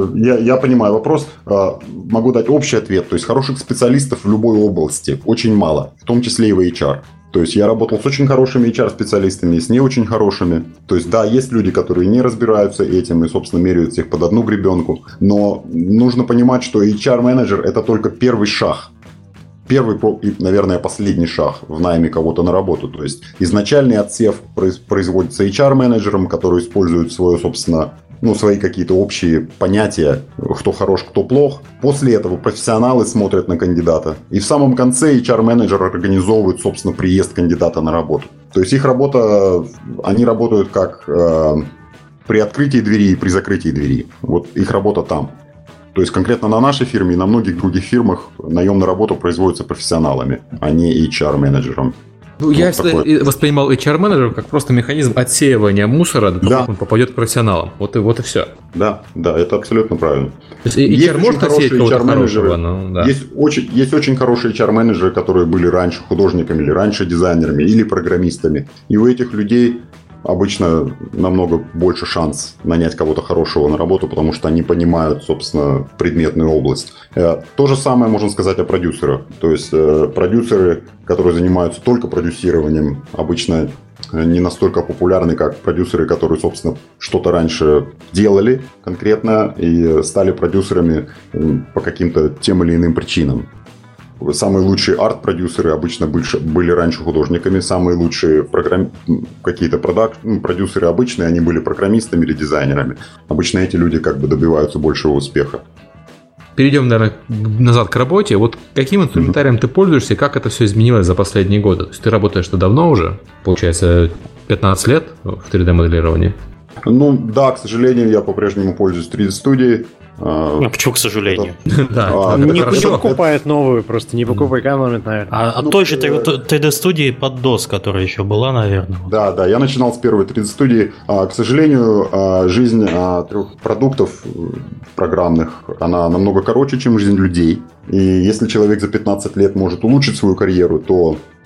я понимаю вопрос. Могу дать общий ответ. То есть хороших специалистов в любой области очень мало, в том числе и в эйч ар. То есть я работал с очень хорошими эйч ар-специалистами и с не очень хорошими. То есть да, есть люди, которые не разбираются этим и, собственно, меряют всех под одну гребенку. Но нужно понимать, что эйч ар-менеджер – это только первый шаг. Первый и, наверное, последний шаг в найме кого-то на работу. То есть изначальный отсев производится эйч ар-менеджером, который использует свое, собственно, ну, свои какие-то общие понятия, кто хорош, кто плох. После этого профессионалы смотрят на кандидата. И в самом конце эйч ар-менеджер организовывает, собственно, приезд кандидата на работу. То есть их работа, они работают как э, при открытии двери и при закрытии двери. Вот их работа там. То есть конкретно на нашей фирме и на многих других фирмах наем на работу производится профессионалами, а не эйч ар-менеджером. Ну, вот я такой. воспринимал эйч ар-менеджер как просто механизм отсеивания мусора до того, да. как он попадет к профессионалам. Вот и, вот и все. Да, да, это абсолютно правильно. То есть эйч ар может отсеять кого-то хорошего? Ну, да. есть, очень, есть очень хорошие эйч ар-менеджеры, которые были раньше художниками, или раньше дизайнерами, или программистами. И у этих людей обычно намного больше шанс нанять кого-то хорошего на работу, потому что они понимают, собственно, предметную область. То же самое можно сказать о продюсерах. То есть продюсеры, которые занимаются только продюсированием, обычно не настолько популярны, как продюсеры, которые, собственно, что-то раньше делали конкретно и стали продюсерами по каким-то тем или иным причинам. Самые лучшие арт-продюсеры обычно были раньше художниками, самые лучшие программ... какие-то продак... продюсеры обычные, они были программистами или дизайнерами. Обычно эти люди как бы добиваются большего успеха. Перейдем, наверное, назад к работе. Вот каким инструментарием mm-hmm. ты пользуешься и как это все изменилось за последние годы? То есть ты работаешь-то давно уже, получается, пятнадцать лет в три дэ-моделировании? Ну да, к сожалению, я по-прежнему пользуюсь три дэ-студией. А почему, к сожалению? Да, не покупает новую, просто не покупай, экономит, наверное. А той же три дэ-студии под дос, которая еще была, наверное. Да, да, я начинал с первой три дэ-студии. К сожалению, жизнь трех продуктов программных, она намного короче, чем жизнь людей. И если человек за пятнадцать лет может улучшить свою карьеру, то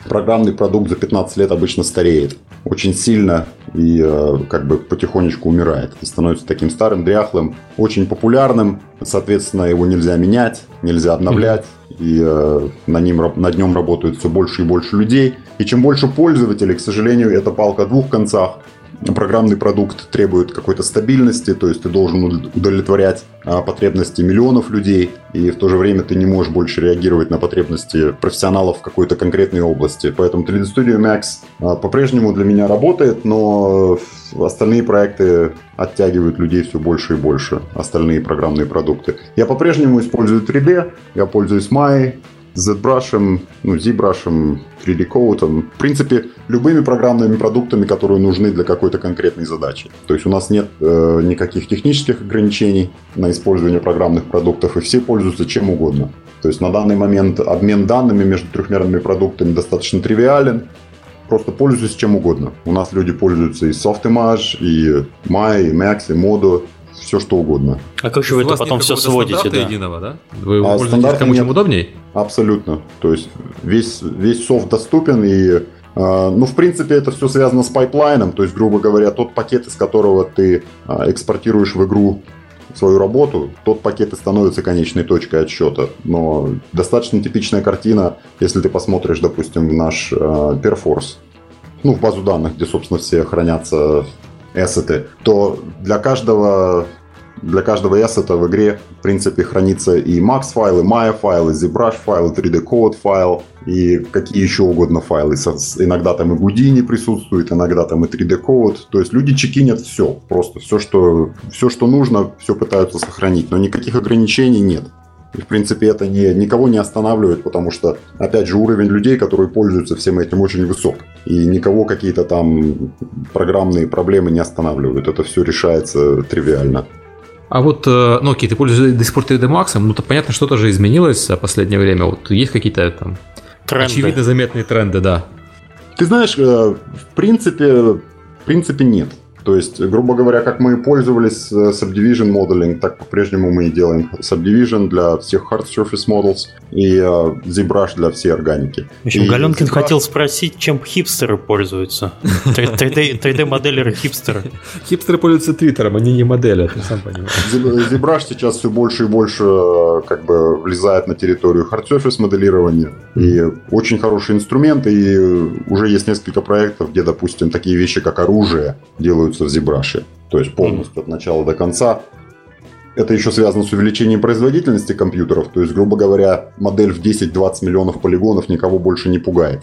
программный продукт за пятнадцать лет обычно стареет очень сильно и э, как бы потихонечку умирает. И становится таким старым, дряхлым, очень популярным. Соответственно, его нельзя менять, нельзя обновлять. Mm-hmm. И э, на, ним, на нем работают все больше и больше людей. И чем больше пользователей, к сожалению, это палка о двух концах. Программный продукт требует какой-то стабильности, то есть ты должен удовлетворять потребности миллионов людей, и в то же время ты не можешь больше реагировать на потребности профессионалов в какой-то конкретной области. Поэтому три дэ Studio Max по-прежнему для меня работает, но остальные проекты оттягивают людей все больше и больше, остальные программные продукты. Я по-прежнему использую три дэ, я пользуюсь Maya, ZBrush, ну, ZBrush, три дэ Code, в принципе, любыми программными продуктами, которые нужны для какой-то конкретной задачи. То есть у нас нет э, никаких технических ограничений на использование программных продуктов, и все пользуются чем угодно. То есть на данный момент обмен данными между трехмерными продуктами достаточно тривиален. Просто пользуйтесь чем угодно. У нас люди пользуются и Softimage, и Maya, и Max, и Modo. Все что угодно. А как же вы это потом все сводите? Да? Единого, да? Вы а пользуетесь кому чем удобней? Абсолютно. То есть весь, весь софт доступен и, э, ну, в принципе, это все связано с пайплайном. То есть, грубо говоря, тот пакет, из которого ты э, экспортируешь в игру свою работу, тот пакет и становится конечной точкой отсчета. Но достаточно типичная картина, если ты посмотришь, допустим, в наш э, Perforce, ну, в базу данных, где, собственно, все хранятся эссеты, то для каждого, для каждого эссета в игре, в принципе, хранится и Max файл, и Maya файл, и ZBrush файл, и три дэ Code файл, и какие еще угодно файлы. Иногда там и Houdini присутствует, иногда там и три дэ Code. То есть люди чекинят все, просто все, что, все, что нужно, все пытаются сохранить, но никаких ограничений нет. И, в принципе, это не, никого не останавливает, потому что, опять же, уровень людей, которые пользуются всем этим, очень высок. И никого какие-то там программные проблемы не останавливают. Это все решается тривиально. А вот, ну окей, ты пользуешься до сих пор три дэ Max, ну то понятно, что-то же изменилось за последнее время. Вот есть какие-то там тренды. Очевидно заметные тренды, да? Ты знаешь, в принципе, в принципе нет. То есть, грубо говоря, как мы пользовались Subdivision Modeling, так по-прежнему мы и делаем Subdivision для всех Hard Surface Models и uh, ZBrush для всей органики. В общем, и Галенкин ZBrush... хотел спросить, чем хипстеры пользуются. три дэ-моделеры хипстеры. Хипстеры пользуются Твиттером, они не модели, ты сам понимаешь. ZBrush сейчас все больше и больше как бы влезает на территорию Hard Surface моделирования. И очень хороший инструмент, и уже есть несколько проектов, где, допустим, такие вещи, как оружие, делают в ZBrush, то есть полностью от начала до конца. Это еще связано с увеличением производительности компьютеров, то есть, грубо говоря, модель в десять-двадцать миллионов полигонов никого больше не пугает.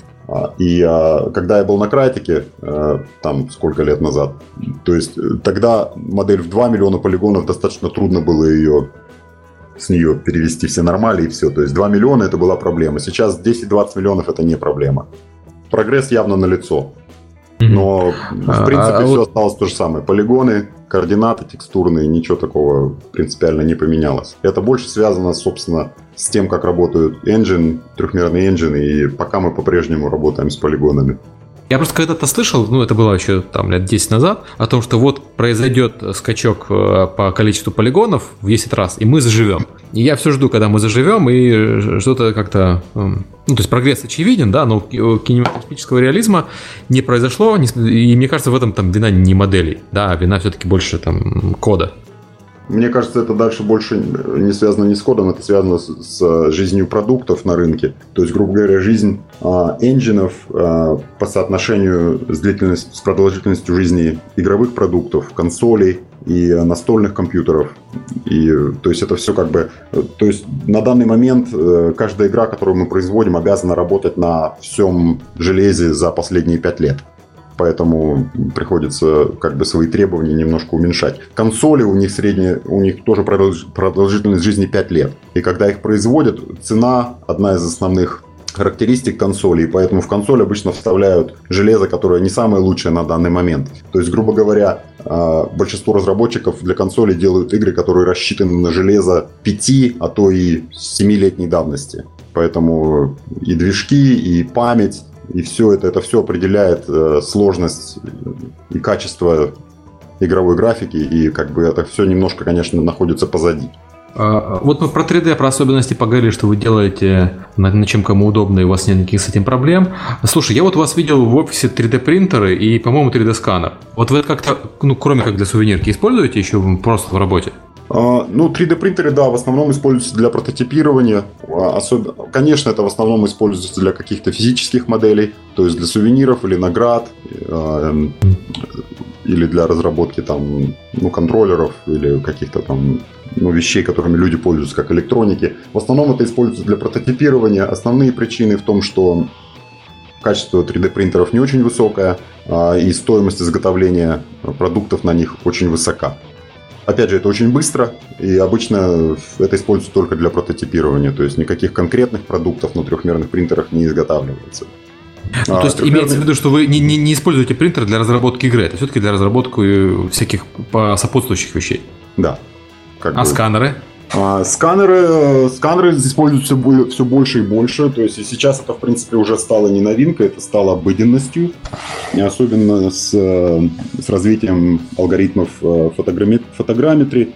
И когда я был на Крайтике, там сколько лет назад, то есть тогда модель в два миллиона полигонов достаточно трудно было ее с нее перевести все нормали и все, то есть два миллиона это была проблема. Сейчас десять-двадцать миллионов это не проблема. Прогресс явно налицо. Но, в принципе, а, все вот... осталось то же самое. Полигоны, координаты текстурные, ничего такого принципиально не поменялось. Это больше связано, собственно, с тем, как работают engine, трехмерные engine, и пока мы по-прежнему работаем с полигонами. Я просто когда-то слышал, ну это было еще там лет десять назад, о том, что вот произойдет скачок по количеству полигонов в десять раз, и мы заживем. И я все жду, когда мы заживем, и что-то как-то... Ну, то есть прогресс очевиден, да, но кинематографического реализма не произошло, и мне кажется, в этом там вина не моделей, да, а вина все-таки больше там кода. Мне кажется, это дальше больше не связано не с кодом, это связано с, с жизнью продуктов на рынке. То есть, грубо говоря, жизнь а, энджинов а, по соотношению с, длительностью, с продолжительностью жизни игровых продуктов, консолей и настольных компьютеров. И, то есть, это все как бы... То есть, на данный момент каждая игра, которую мы производим, обязана работать на всем железе за последние пять лет. Поэтому приходится как бы свои требования немножко уменьшать. Консоли у них средняя, у них тоже продолжительность жизни пять лет. И когда их производят, цена одна из основных характеристик консолей. Поэтому в консоль обычно вставляют железо, которое не самое лучшее на данный момент. То есть, грубо говоря, большинство разработчиков для консолей делают игры, которые рассчитаны на железо пяти, а то и семилетней давности. Поэтому и движки, и память, и все это, это все определяет э, сложность и качество игровой графики, и как бы это все немножко, конечно, находится позади. Вот мы про три дэ, про особенности поговорили, что вы делаете на, на чем кому удобно, и у вас нет никаких с этим проблем. Слушай, я вот у вас видел в офисе три дэ принтеры и, по-моему, три дэ сканер. Вот вы это как-то, ну, кроме как для сувенирки, используете еще просто в работе? Uh, ну, три дэ принтеры, да, в основном используются для прототипирования. Особенно, конечно, это в основном используется для каких-то физических моделей, то есть для сувениров или наград, uh, или для разработки там, ну, контроллеров или каких-то там, ну, вещей, которыми люди пользуются, как электроники. В основном это используется для прототипирования. Основные причины в том, что качество три дэ принтеров не очень высокое, uh, и стоимость изготовления продуктов на них очень высока. Опять же, это очень быстро, и обычно это используется только для прототипирования, то есть никаких конкретных продуктов на трехмерных принтерах не изготавливается. Ну, а, то есть трехмерный... имеется в виду, что вы не, не, не используете принтер для разработки игры, это все-таки для разработки всяких сопутствующих вещей? Да. Как а бы... сканеры? А, сканеры, сканеры используются все больше и больше. То есть и сейчас это, в принципе, уже стало не новинкой, это стало обыденностью. И особенно с, с развитием алгоритмов фотограмметрии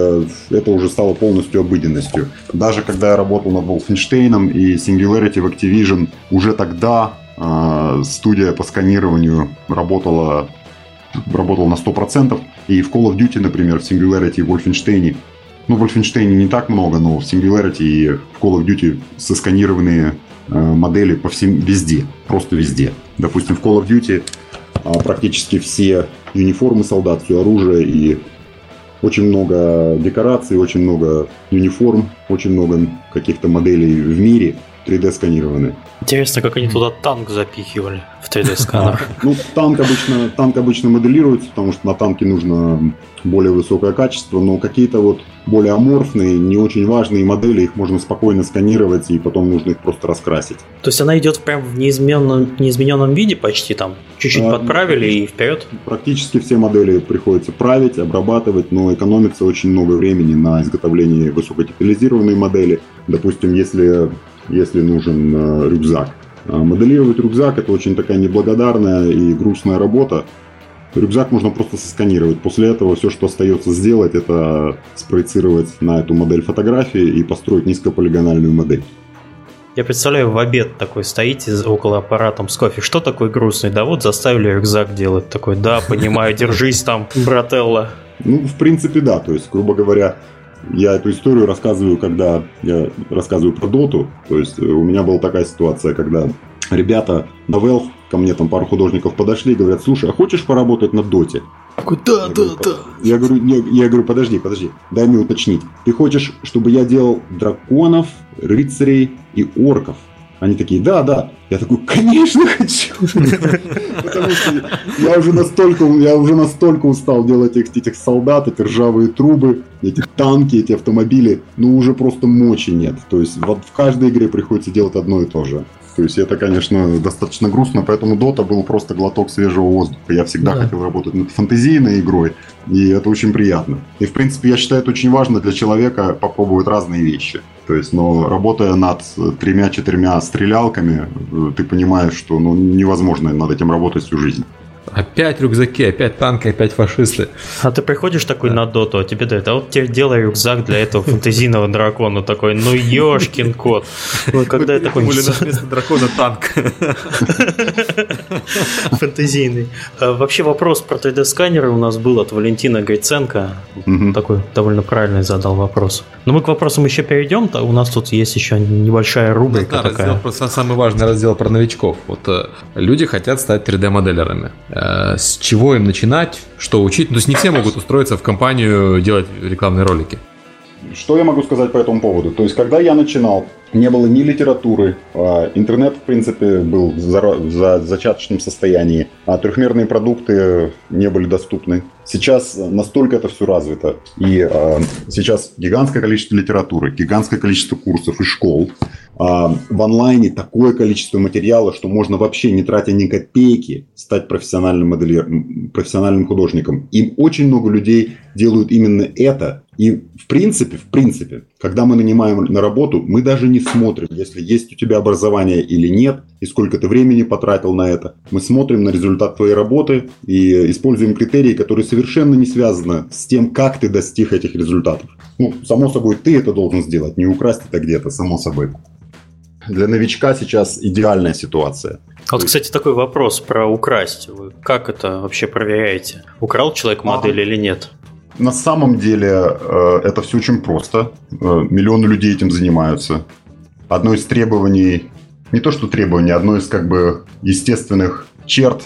это уже стало полностью обыденностью. Даже когда я работал над Wolfenstein и Singularity в Activision, уже тогда э, студия по сканированию работала, работала на сто процентов. И в Call of Duty, например, в Singularity и Wolfenstein, ну, в Wolfenstein не так много, но в Singularity и в Call of Duty сосканированные э, модели по всем, везде, просто везде. Допустим, в Call of Duty э, практически все униформы солдат, все оружие и очень много декораций, очень много униформ, очень много каких-то моделей в мире три дэ сканированы. Интересно, как они туда танк запихивали в три дэ сканер. Ну, танк обычно, танк обычно моделируется, потому что на танке нужно более высокое качество, но какие-то вот более аморфные, не очень важные модели, их можно спокойно сканировать, и потом нужно их просто раскрасить. То есть она идет прям в неизменном, неизмененном виде почти там? Чуть-чуть а, подправили и вперед? Практически все модели приходится править, обрабатывать, но экономится очень много времени на изготовление высокотипизированной модели. Допустим, если... если нужен э, рюкзак. А моделировать рюкзак – это очень такая неблагодарная и грустная работа. Рюкзак можно просто сосканировать. После этого все, что остается сделать, это спроецировать на эту модель фотографии и построить низкополигональную модель. Я представляю, в обед такой стоите около аппарата с кофе. Что такое грустный? Да вот заставили рюкзак делать. Такой, да, понимаю, держись там, брателло. Ну, в принципе, да. То есть, грубо говоря, я эту историю рассказываю, когда я рассказываю про доту. То есть у меня была такая ситуация, когда ребята на Valve, ко мне там пару художников подошли и говорят: слушай, а хочешь поработать на доте? Да, да, да. Я говорю, я, я говорю, подожди, подожди, дай мне уточнить. Ты хочешь, чтобы я делал драконов, рыцарей и орков? Они такие: да, да. Я такой: конечно, хочу. Потому что я уже настолько, я уже настолько устал делать этих, этих солдат, эти ржавые трубы, эти танки, эти автомобили. Ну, уже просто мочи нет. То есть вот в каждой игре приходится делать одно и то же. То есть это, конечно, достаточно грустно, поэтому Dota был просто глоток свежего воздуха. Я всегда да. хотел работать над фэнтезийной игрой, и это очень приятно. И, в принципе, я считаю, это очень важно для человека попробовать разные вещи. То есть, но работая над тремя-четырьмя стрелялками, ты понимаешь, что ну, невозможно над этим работать всю жизнь. Опять рюкзаки, опять танки, опять фашисты. А ты приходишь такой да. на доту, а тебе дают: а вот тебе делай рюкзак для этого фэнтезийного дракона. Такой: ну ёшкин кот. Когда я такой... вместо дракона танк. Фэнтезийный. Вообще вопрос про три дэ сканеры у нас был от Валентина Гриценко. Такой довольно правильный задал вопрос. Но мы к вопросам еще перейдем. У нас тут есть еще небольшая рубрика такая. Самый важный раздел про новичков. Вот люди хотят стать три дэ моделерами. С чего им начинать, что учить? То есть не все могут устроиться в компанию делать рекламные ролики. Что я могу сказать по этому поводу? То есть, когда я начинал, не было ни литературы, интернет, в принципе, был в зачаточном состоянии, а трехмерные продукты не были доступны. Сейчас настолько это все развито, и сейчас гигантское количество литературы, гигантское количество курсов и школ, в онлайне такое количество материала, что можно вообще, не тратя ни копейки, стать профессиональным модельером, профессиональным художником. И очень много людей делают именно это, И в принципе, в принципе, когда мы нанимаем на работу, мы даже не смотрим, если есть у тебя образование или нет, и сколько ты времени потратил на это. Мы смотрим на результат твоей работы и используем критерии, которые совершенно не связаны с тем, как ты достиг этих результатов. Ну, само собой, ты это должен сделать, не украсть это где-то, само собой. Для новичка сейчас идеальная ситуация. Вот, кстати, такой вопрос про украсть. Вы как это вообще проверяете? Украл человек модель а, или нет? На самом деле это все очень просто. Миллионы людей этим занимаются. Одно из требований, не то что требование, одно из как бы естественных черт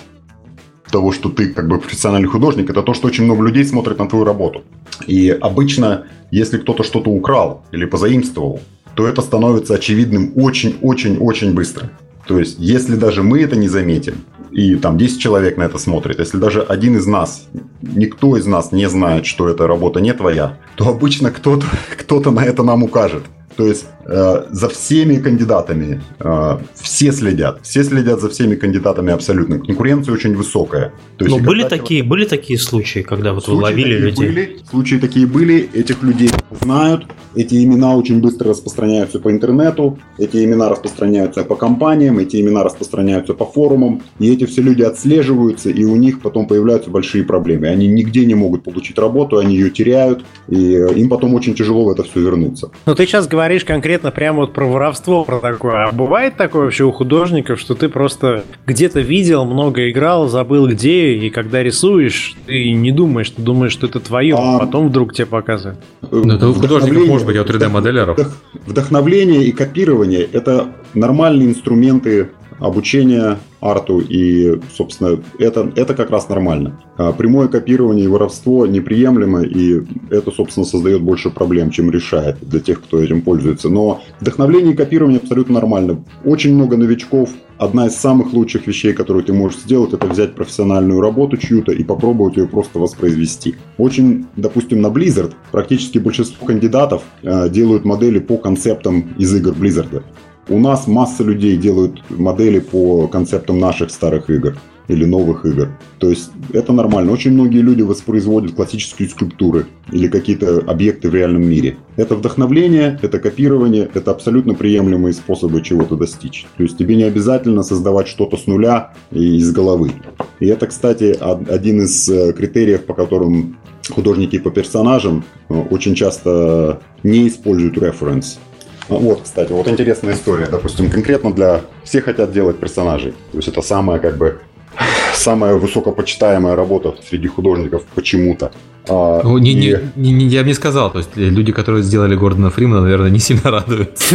того, что ты как бы профессиональный художник, это то, что очень много людей смотрят на твою работу. И обычно, если кто-то что-то украл или позаимствовал, то это становится очевидным очень-очень-очень быстро. То есть, если даже мы это не заметим, и там десять человек на это смотрит, если даже один из нас, никто из нас не знает, что эта работа не твоя, то обычно кто-то, кто-то на это нам укажет. То есть э, за всеми кандидатами э, все следят. Все следят за всеми кандидатами абсолютно. Конкуренция очень высокая. То есть, Но были такие, человек... были такие случаи, когда вот вы ловили людей? Были, случаи такие были. Этих людей знают. Эти имена очень быстро распространяются по интернету. Эти имена распространяются по компаниям. Эти имена распространяются по форумам. И эти все люди отслеживаются. И у них потом появляются большие проблемы. Они нигде не могут получить работу. Они ее теряют. И им потом очень тяжело в это все вернуться. Но ты сейчас говоришь говоришь конкретно прямо вот про воровство, про такое. А бывает такое вообще у художников, что ты просто где-то видел, много играл, забыл где, и когда рисуешь, ты не думаешь, ты думаешь, что это твое, а потом вдруг тебе показывают. Ну, это у художников может быть, а у три дэ-моделеров. Вдохновление и копирование – это нормальные инструменты обучения арту, и, собственно, это, это как раз нормально. А прямое копирование и воровство неприемлемо, и это, собственно, создает больше проблем, чем решает для тех, кто этим пользуется. Но вдохновление и копирование абсолютно нормально. Очень много новичков. Одна из самых лучших вещей, которую ты можешь сделать, это взять профессиональную работу чью-то и попробовать ее просто воспроизвести. Очень, допустим, на Blizzard практически большинство кандидатов э, делают модели по концептам из игр Blizzard. У нас масса людей делают модели по концептам наших старых игр или новых игр. То есть это нормально. Очень многие люди воспроизводят классические скульптуры или какие-то объекты в реальном мире. Это вдохновление, это копирование, это абсолютно приемлемые способы чего-то достичь. То есть тебе не обязательно создавать что-то с нуля и из головы. И это, кстати, один из критериев, по которым художники по персонажам очень часто не используют референс. Вот, кстати, вот интересная история. Допустим, конкретно для... Все хотят делать персонажей. То есть это самая, как бы, самая высокопочитаемая работа среди художников почему-то. А, ну, не, и... не, не, я бы не сказал. То есть люди, которые сделали Гордона Фримена, наверное, не сильно радуются.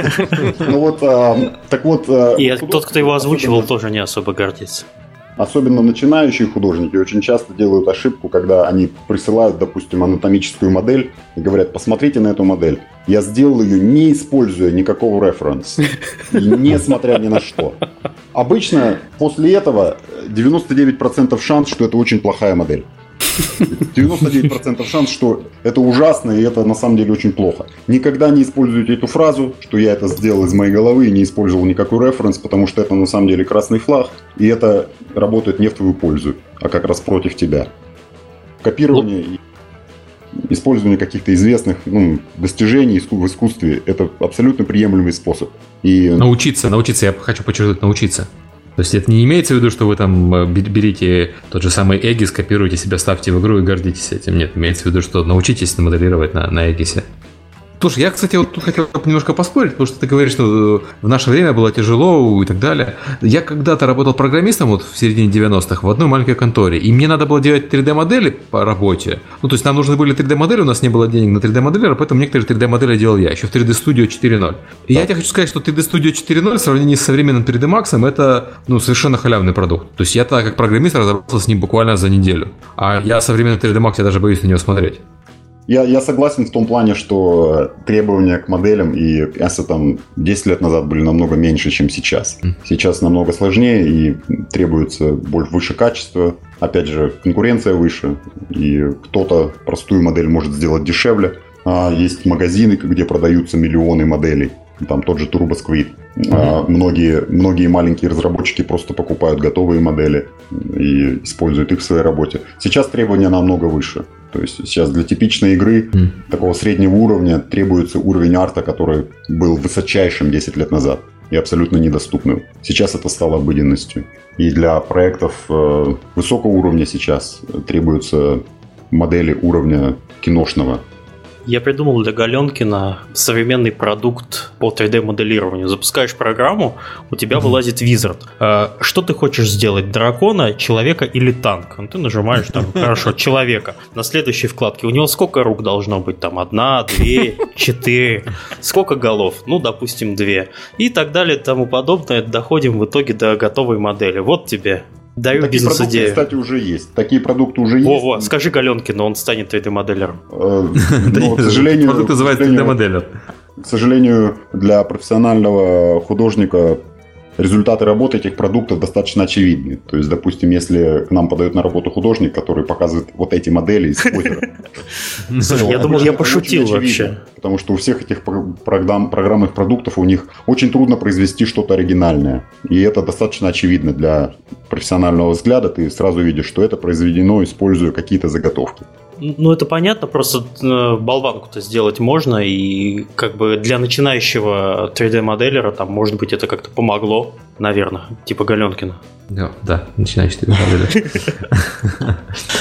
Ну вот, так вот... И тот, кто его озвучивал, тоже не особо гордится. Особенно начинающие художники очень часто делают ошибку, когда они присылают, допустим, анатомическую модель и говорят: посмотрите на эту модель. Я сделал ее, не используя никакого референса, и несмотря ни на что. Обычно после этого девяносто девять процентов шанс, что это очень плохая модель. девяносто девять процентов шанс, что это ужасно, и это на самом деле очень плохо. Никогда не используйте эту фразу, что я это сделал из моей головы и не использовал никакой референс, потому что это на самом деле красный флаг, и это работает не в твою пользу, а как раз против тебя. Копирование и использование каких-то известных ну, достижений в искусстве – это абсолютно приемлемый способ. И... Научиться, научиться, я хочу подчеркнуть, научиться. То есть это не имеется в виду, что вы там берите тот же самый Эгис, копируете себя, ставьте в игру и гордитесь этим. Нет, имеется в виду, что научитесь моделировать на, на Эгисе. Слушай, я, кстати, вот тут хотел немножко поспорить, потому что ты говоришь, что в наше время было тяжело и так далее. Я когда-то работал программистом вот в середине девяностых в одной маленькой конторе, и мне надо было делать три дэ-модели по работе. Ну, то есть нам нужны были три дэ-модели, у нас не было денег на три дэ-моделера, поэтому некоторые три дэ-модели делал я, еще в три дэ Studio четыре ноль. И да. Я тебе хочу сказать, что три дэ Studio четыре ноль в сравнении с современным три дэ Max это ну, совершенно халявный продукт. То есть я-то как программист разобрался с ним буквально за неделю. А я современный три дэ Max, я даже боюсь на него смотреть. Я, я согласен в том плане, что требования к моделям и ассетам десять лет назад были намного меньше, чем сейчас. Сейчас намного сложнее и требуется больше, выше качества. Опять же, конкуренция выше, и кто-то простую модель может сделать дешевле. А есть магазины, где продаются миллионы моделей. Там тот же TurboSquid. Mm-hmm. Многие, многие маленькие разработчики просто покупают готовые модели и используют их в своей работе. Сейчас требования намного выше. То есть сейчас для типичной игры mm. такого среднего уровня требуется уровень арта, который был высочайшим десять лет назад и абсолютно недоступным. Сейчас это стало обыденностью. И для проектов э, высокого уровня сейчас требуются модели уровня киношного. Я придумал для Галенкина современный продукт по три дэ-моделированию. Запускаешь программу, у тебя mm-hmm. вылазит визард. Что ты хочешь сделать? Дракона, человека или танк? Ну, ты нажимаешь там, хорошо, человека. На следующей вкладке у него сколько рук должно быть? Там одна, две, четыре. Сколько голов? Ну, допустим, две. И так далее, и тому подобное. Доходим в итоге до готовой модели. Вот тебе. Даю Такие бизнес-идею. продукты, кстати, уже есть. Такие продукты уже Во, есть. Во, скажи Галенкину, он станет три дэ-моделером. Но, к сожалению... Продукт называется три дэ-моделер. К сожалению, для профессионального художника результаты работы этих продуктов достаточно очевидны. То есть, допустим, если к нам подают на работу художник, который показывает вот эти модели из озера. Я думал, я пошутил вообще. Потому что у всех этих программных продуктов у них очень трудно произвести что-то оригинальное. И это достаточно очевидно для профессионального взгляда. Ты сразу видишь, что это произведено, используя какие-то заготовки. Ну, это понятно, просто болванку-то сделать можно, и как бы для начинающего три дэ-моделера, там, может быть, это как-то помогло, наверное, типа Галенкина. Да, да, начинающий три дэ-моделер.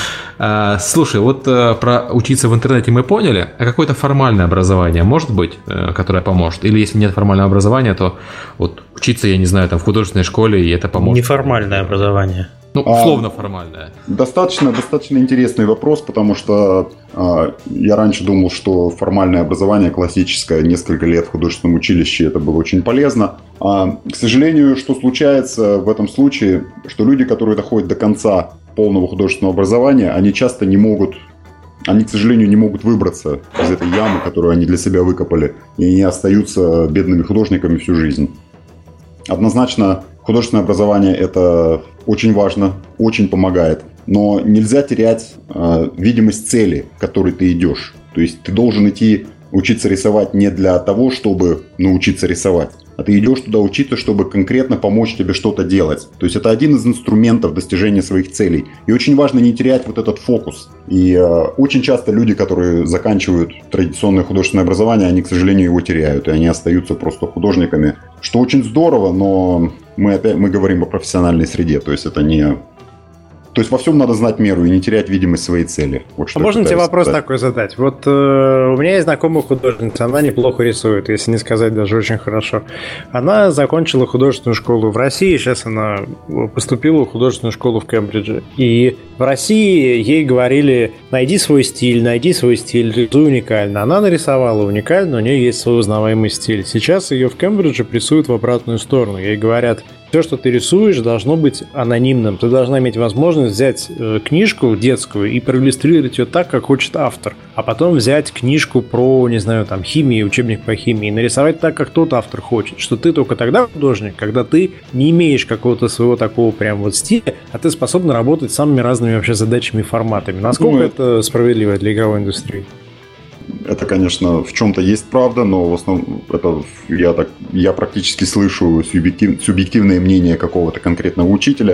Слушай, вот про учиться в интернете мы поняли, а какое-то формальное образование может быть, которое поможет? Или если нет формального образования, то вот учиться, я не знаю, там в художественной школе, и это поможет? Неформальное образование. Ну, условно формальное. А, достаточно, достаточно интересный вопрос, потому что а, я раньше думал, что формальное образование классическое, несколько лет в художественном училище, это было очень полезно. А, к сожалению, что случается в этом случае, что люди, которые доходят до конца полного художественного образования, они часто не могут, они, к сожалению, не могут выбраться из этой ямы, которую они для себя выкопали, и они остаются бедными художниками всю жизнь. Однозначно, художественное образование – это очень важно, очень помогает, но нельзя терять э, видимость цели, к которой ты идешь. То есть ты должен идти учиться рисовать не для того, чтобы научиться рисовать, а ты идешь туда учиться, чтобы конкретно помочь тебе что-то делать. То есть это один из инструментов достижения своих целей. И очень важно не терять вот этот фокус. И э, очень часто люди, которые заканчивают традиционное художественное образование, они, к сожалению, его теряют, и они остаются просто художниками. Что очень здорово, но мы опять мы говорим о профессиональной среде, то есть это не... То есть во всем надо знать меру и не терять видимость своей цели. Вот а можно тебе вопрос сказать. такой задать? Вот э, у меня есть знакомая художница, она неплохо рисует, если не сказать даже очень хорошо. Она закончила художественную школу в России, сейчас она поступила в художественную школу в Кембридже. И в России ей говорили: найди свой стиль, найди свой стиль, рисуй уникально. Она нарисовала уникально, у нее есть свой узнаваемый стиль. Сейчас ее в Кембридже прессуют в обратную сторону. Ей говорят: все, что ты рисуешь, должно быть анонимным. Ты должна иметь возможность взять э, книжку детскую и проиллюстрировать ее так, как хочет автор. А потом взять книжку про, не знаю, там, химию, учебник по химии, и нарисовать так, как тот автор хочет. Что ты только тогда художник, когда ты не имеешь какого-то своего такого прям вот стиля, а ты способен работать с самыми разными вообще задачами и форматами. Насколько ну, это справедливо для игровой индустрии? Это, конечно, в чем-то есть правда, но в основном это я, так, я практически слышу субъектив, субъективное мнение какого-то конкретного учителя.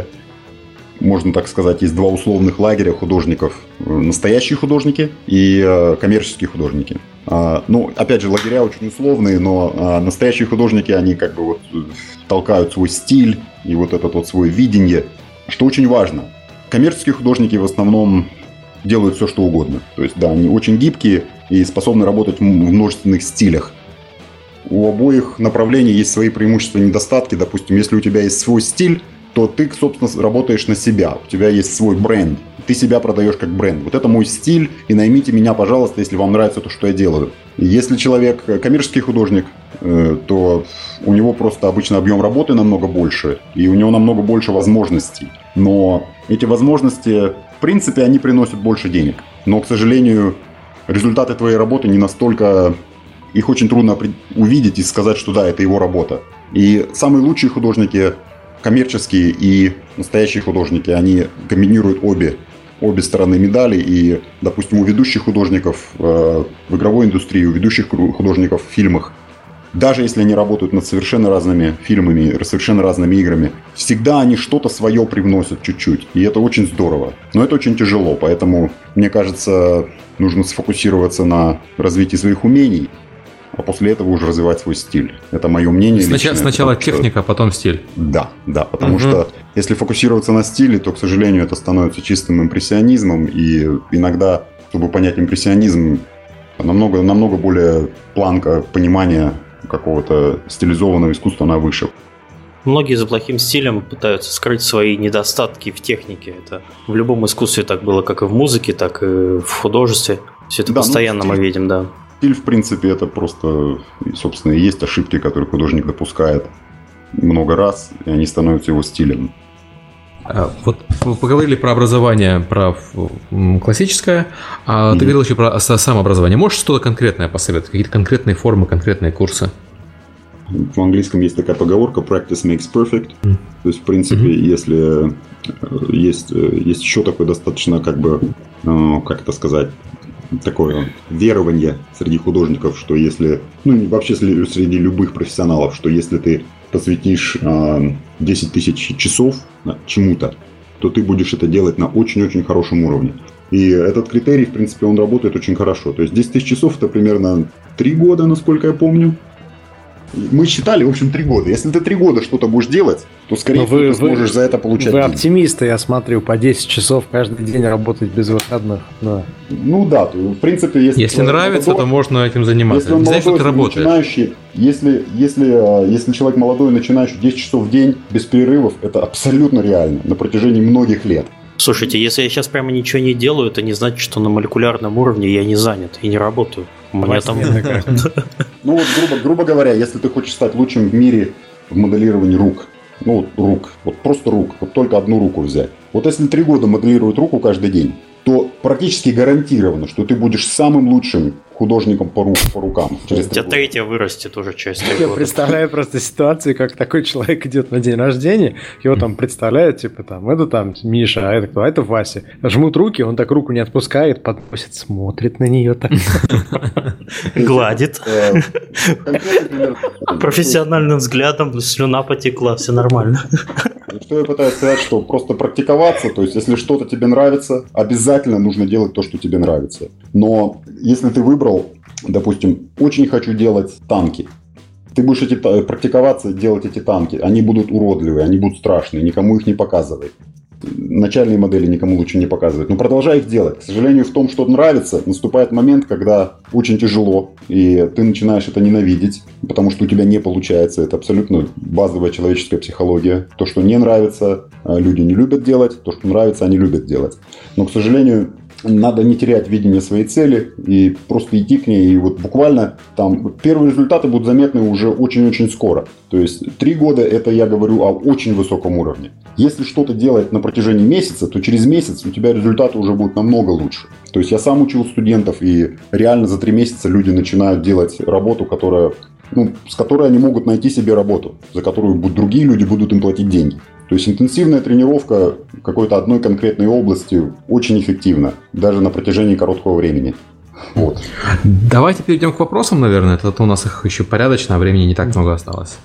Можно так сказать, есть два условных лагеря художников. Настоящие художники и э, коммерческие художники. А, ну, опять же, лагеря очень условные, но а, настоящие художники, они как бы вот толкают свой стиль и вот этот вот свое видение, что очень важно. Коммерческие художники в основном делают все, что угодно. То есть, да, они очень гибкие и способны работать в множественных стилях. У обоих направлений есть свои преимущества и недостатки. Допустим, если у тебя есть свой стиль, то ты, собственно, работаешь на себя. У тебя есть свой бренд. Ты себя продаешь как бренд. Вот это мой стиль, и наймите меня, пожалуйста, если вам нравится то, что я делаю. И если человек коммерческий художник, то у него просто обычно объем работы намного больше, и у него намного больше возможностей. Но эти возможности, в принципе, они приносят больше денег. Но, к сожалению, результаты твоей работы не настолько... Их очень трудно увидеть и сказать, что да, это его работа. И самые лучшие художники, коммерческие и настоящие художники, они комбинируют обе, обе стороны медали. И, допустим, у ведущих художников э, в игровой индустрии, у ведущих художников в фильмах даже если они работают над совершенно разными фильмами, совершенно разными играми, всегда они что-то свое привносят чуть-чуть. И это очень здорово. Но это очень тяжело. Поэтому, мне кажется, нужно сфокусироваться на развитии своих умений, а после этого уже развивать свой стиль. Это мое мнение. Сначала, личное, сначала техника, что... потом стиль. Да, да. Потому угу. что если фокусироваться на стиле, то, к сожалению, это становится чистым импрессионизмом. И иногда, чтобы понять импрессионизм, намного, намного более планка понимания какого-то стилизованного искусства, она выше. Многие за плохим стилем пытаются скрыть свои недостатки в технике. Это в любом искусстве так было, как и в музыке, так и в художестве. Все это да, постоянно ну, стиль, мы видим, да. Стиль, в принципе, это просто, собственно, и есть ошибки, которые художник допускает много раз, и они становятся его стилем. Вот вы поговорили про образование, про классическое, а mm-hmm. ты говорил еще про самообразование. Можешь что-то конкретное посоветовать? Какие-то конкретные формы, конкретные курсы? В английском есть такая поговорка «practice makes perfect». Mm-hmm. То есть, в принципе, mm-hmm. если есть, есть еще такое достаточно, как бы, как это сказать, такое верование среди художников, что если, ну, вообще среди любых профессионалов, что если ты посвятишь э, десять тысяч часов чему-то, то ты будешь это делать на очень-очень хорошем уровне. И этот критерий, в принципе, он работает очень хорошо. То есть десять тысяч часов это примерно три года, насколько я помню. Мы считали, в общем, три года. Если ты три года что-то будешь делать, то, скорее всего, ты сможешь за это получать Вы деньги. Оптимисты, я смотрю, по десять часов каждый день работать без выходных. Да. Ну да, то, в принципе, если... Если нравится, молодой, то можно этим заниматься. Если он молодой, что ты начинающий, если, если, если человек молодой, начинающий десять часов в день без перерывов, это абсолютно реально на протяжении многих лет. Слушайте, если я сейчас прямо ничего не делаю, это не значит, что на молекулярном уровне я не занят и не работаю. У меня там... Ну вот, грубо, грубо говоря, если ты хочешь стать лучшим в мире в моделировании рук, ну вот рук, вот просто рук, вот только одну руку взять. Вот если три года моделируют руку каждый день, то практически гарантированно, что ты будешь самым лучшим художником по, рук, по рукам. У тебя третья вырастет уже часть. Я представляю просто ситуацию, как такой человек идет на день рождения, его там представляют, типа там, это там Миша, а это кто? А это Вася. Жмут руки, он так руку не отпускает, подносит, смотрит на нее так. Гладит. Профессиональным взглядом, слюна потекла, все нормально. Что я пытаюсь сказать, что просто практиковаться, то есть если что-то тебе нравится, обязательно нужно делать то, что тебе нравится. Но если ты выбрал, допустим, очень хочу делать танки, ты будешь эти, практиковаться, делать эти танки, они будут уродливые, они будут страшные, никому их не показывай. Начальные модели никому лучше не показывать. Но продолжай их делать. К сожалению, в том, что нравится, наступает момент, когда очень тяжело, и ты начинаешь это ненавидеть, потому что у тебя не получается. Это абсолютно базовая человеческая психология. То, что не нравится, люди не любят делать. То, что нравится, они любят делать. Но, к сожалению, надо не терять видение своей цели и просто идти к ней. И вот буквально там первые результаты будут заметны уже очень-очень скоро. То есть три года это я говорю о очень высоком уровне. Если что-то делать на протяжении месяца, то через месяц у тебя результаты уже будут намного лучше. То есть я сам учил студентов, и реально за три месяца люди начинают делать работу, которая, ну, с которой они могут найти себе работу, за которую другие люди будут им платить деньги. То есть интенсивная тренировка какой-то одной конкретной области очень эффективна, даже на протяжении короткого времени. Вот. Давайте перейдем к вопросам, наверное. Это у нас их еще порядочно, а времени не так много осталось.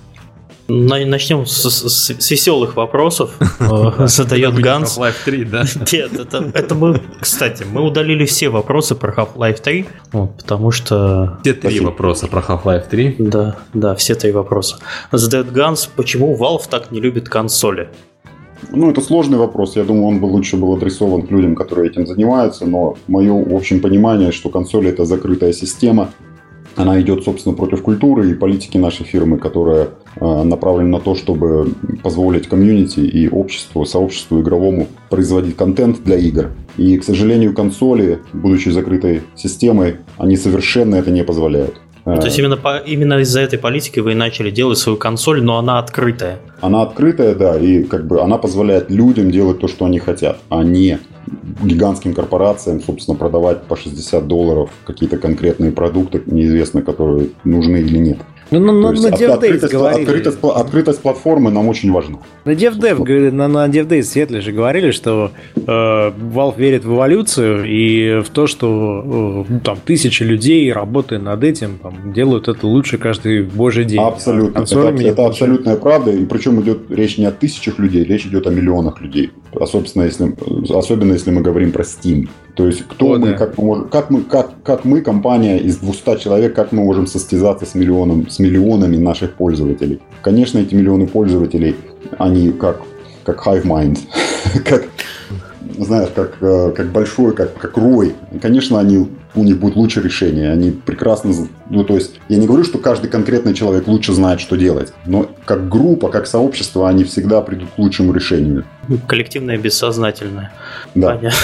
Начнем с, с, с веселых вопросов. Задает Ганс. Half-Life три, да? Нет, это, это мы, кстати, мы удалили все вопросы про Half-Life три, вот, потому что... Все три вопроса про Half-Life три. Да, да, все три вопроса. Задает Ганс, почему Valve так не любит консоли? Ну, это сложный вопрос. Я думаю, он бы лучше был адресован к людям, которые этим занимаются, но мое, в общем, понимание, что консоли — это закрытая система. Она идет, собственно, против культуры и политики нашей фирмы, которая э, направлена на то, чтобы позволить комьюнити и обществу, сообществу игровому производить контент для игр. И, к сожалению, консоли, будучи закрытой системой, они совершенно это не позволяют. То есть именно, по, именно из-за этой политики вы и начали делать свою консоль, но она открытая. Она открытая, да, и как бы она позволяет людям делать то, что они хотят, а не гигантским корпорациям, собственно, продавать по шестьдесят долларов какие-то конкретные продукты, неизвестно, которые нужны или нет. Ну, ну, на открытость, открытость, открытость платформы нам очень важна. На DevDev, на, на DevDay Сиэтле же говорили, что э, Valve верит в эволюцию и в то, что э, там тысячи людей, работая над этим, там, делают это лучше каждый божий день. Абсолютно. А это, это абсолютная правда. И причем идет речь не о тысячах людей, речь идет о миллионах людей. Особенно если, особенно если мы говорим про Steam. То есть, кто о, мы, да. как, мы можем, как, мы, как, как мы, компания из двухсот человек, как мы можем состязаться с, миллионом, с миллионами наших пользователей? Конечно, эти миллионы пользователей, они как, как hive mind, как, знаешь, как, как большой, как, как рой. Конечно, они, у них будет лучше решение. Они прекрасно... Ну, то есть, я не говорю, что каждый конкретный человек лучше знает, что делать. Но как группа, как сообщество, они всегда придут к лучшему решению. Коллективное, бессознательное. Да. Понятно.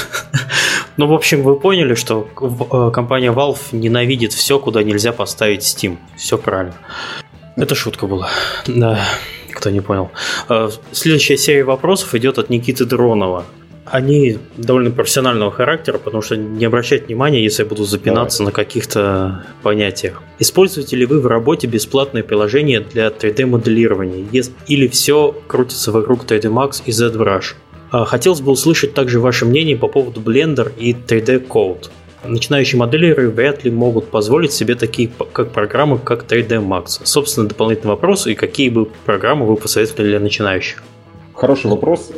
Ну, в общем, вы поняли, что компания Valve ненавидит все, куда нельзя поставить Steam. Все правильно. Это шутка была. Да, кто не понял. Следующая серия вопросов идет от Никиты Дронова. Они довольно профессионального характера, потому что не обращать внимания, если я буду запинаться Давай. на каких-то понятиях. Используете ли вы в работе бесплатное приложение для три дэ-моделирования? Или все крутится вокруг три дэ Max и ZBrush? Хотелось бы услышать также ваше мнение по поводу Blender и три дэ Code. Начинающие моделеры вряд ли могут позволить себе такие как программы, как три дэ Max. Собственно, дополнительный вопрос, и какие бы программы вы посоветовали для начинающих? Хороший вопрос.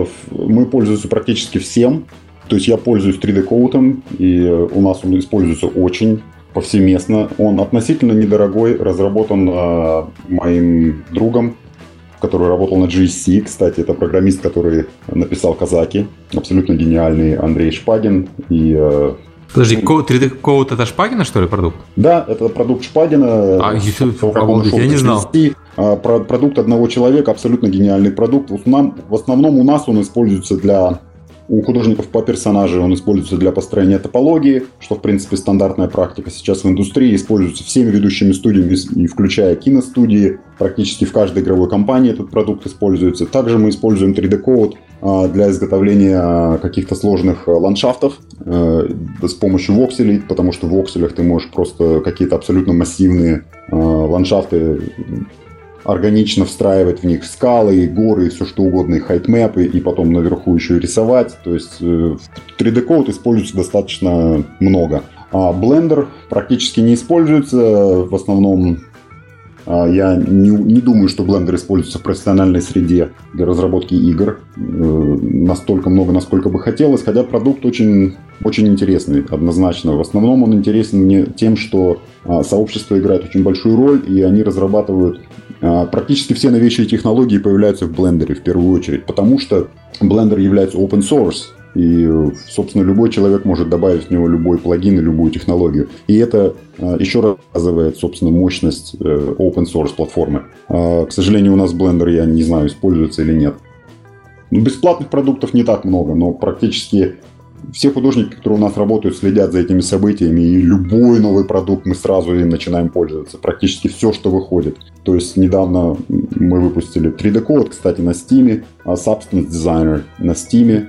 Мы пользуемся практически всем. То есть я пользуюсь три дэ Code, и у нас он используется очень повсеместно. Он относительно недорогой, разработан моим другом, который работал на джи эс си. Кстати, это программист, который написал Казаки. Абсолютно гениальный Андрей Шпагин. И, Подожди, три дэ Code это Шпагина, что ли, продукт? Да, это продукт Шпагина. А, обалдеть, я не знал. Продукт одного человека, абсолютно гениальный продукт. В основном у нас он используется для... У художников по персонажу он используется для построения топологии, что, в принципе, стандартная практика сейчас в индустрии. Используется всеми ведущими студиями, и включая киностудии. Практически в каждой игровой компании этот продукт используется. Также мы используем три дэ Code для изготовления каких-то сложных ландшафтов с помощью вокселей, потому что в вокселях ты можешь просто какие-то абсолютно массивные ландшафты органично встраивать в них скалы, горы, и все что угодно, и хайтмэпы, и потом наверху еще и рисовать. То есть три дэ Code используется достаточно много. А Blender практически не используется. В основном я не, не думаю, что Blender используется в профессиональной среде для разработки игр настолько много, насколько бы хотелось. Хотя продукт очень, очень интересный, однозначно. В основном он интересен мне тем, что сообщество играет очень большую роль, и они разрабатывают практически все новейшие технологии появляются в Blender в первую очередь, потому что Blender является open source, и, собственно, любой человек может добавить в него любой плагин и любую технологию. И это еще раз показывает, собственно, мощность open source платформы. К сожалению, у нас Blender, я не знаю, используется или нет. Бесплатных продуктов не так много, но практически все художники, которые у нас работают, следят за этими событиями, и любой новый продукт мы сразу им начинаем пользоваться. Практически все, что выходит. То есть недавно мы выпустили три дэ Code, кстати, на Steam, Substance Designer на Steam,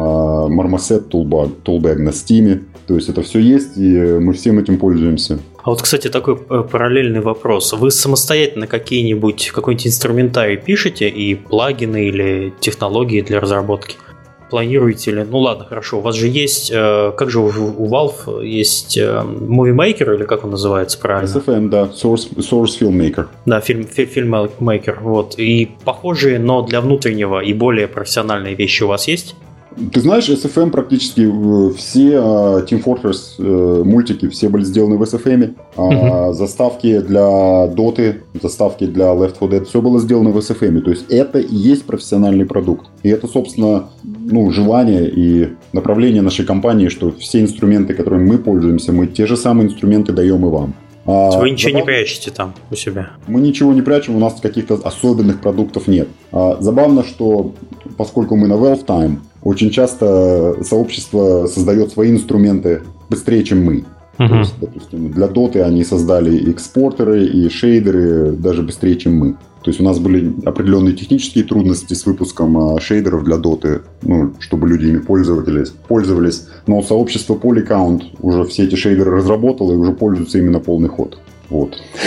Marmoset Toolbag, Toolbag на Steam. То есть это все есть, и мы всем этим пользуемся. А вот, кстати, такой параллельный вопрос. Вы самостоятельно какие-нибудь, какой-нибудь инструментарий пишете и плагины или технологии для разработки? Планируете ли? Ну ладно, хорошо. У вас же есть, э, как же у, у Valve есть э, Movie Maker, или как он называется правильно? эс эф эм, да, Source, Source Filmmaker. Да, фильм, фи, Filmmaker. Вот. И похожие, но для внутреннего и более профессиональные вещи у вас есть? Ты знаешь, эс эф эм практически все Team Fortress мультики, все были сделаны в эс эф эм. Uh-huh. Заставки для Dota, заставки для Left фор Dead, все было сделано в эс эф эм. То есть это и есть профессиональный продукт. И это, собственно, ну, желание и направление нашей компании, что все инструменты, которыми мы пользуемся, мы те же самые инструменты даем и вам. А, Вы ничего забавно, не прячете там у себя? Мы ничего не прячем, у нас каких-то особенных продуктов нет. А, забавно, что поскольку мы на Valve Time, очень часто сообщество создает свои инструменты быстрее, чем мы. Uh-huh. То есть, допустим, для Dota они создали экспортеры и шейдеры даже быстрее, чем мы. То есть у нас были определенные технические трудности с выпуском шейдеров для Dota, ну, чтобы люди ими пользовались, пользовались. Но сообщество Polycount уже все эти шейдеры разработало и уже пользуются ими на полный ход. Вот.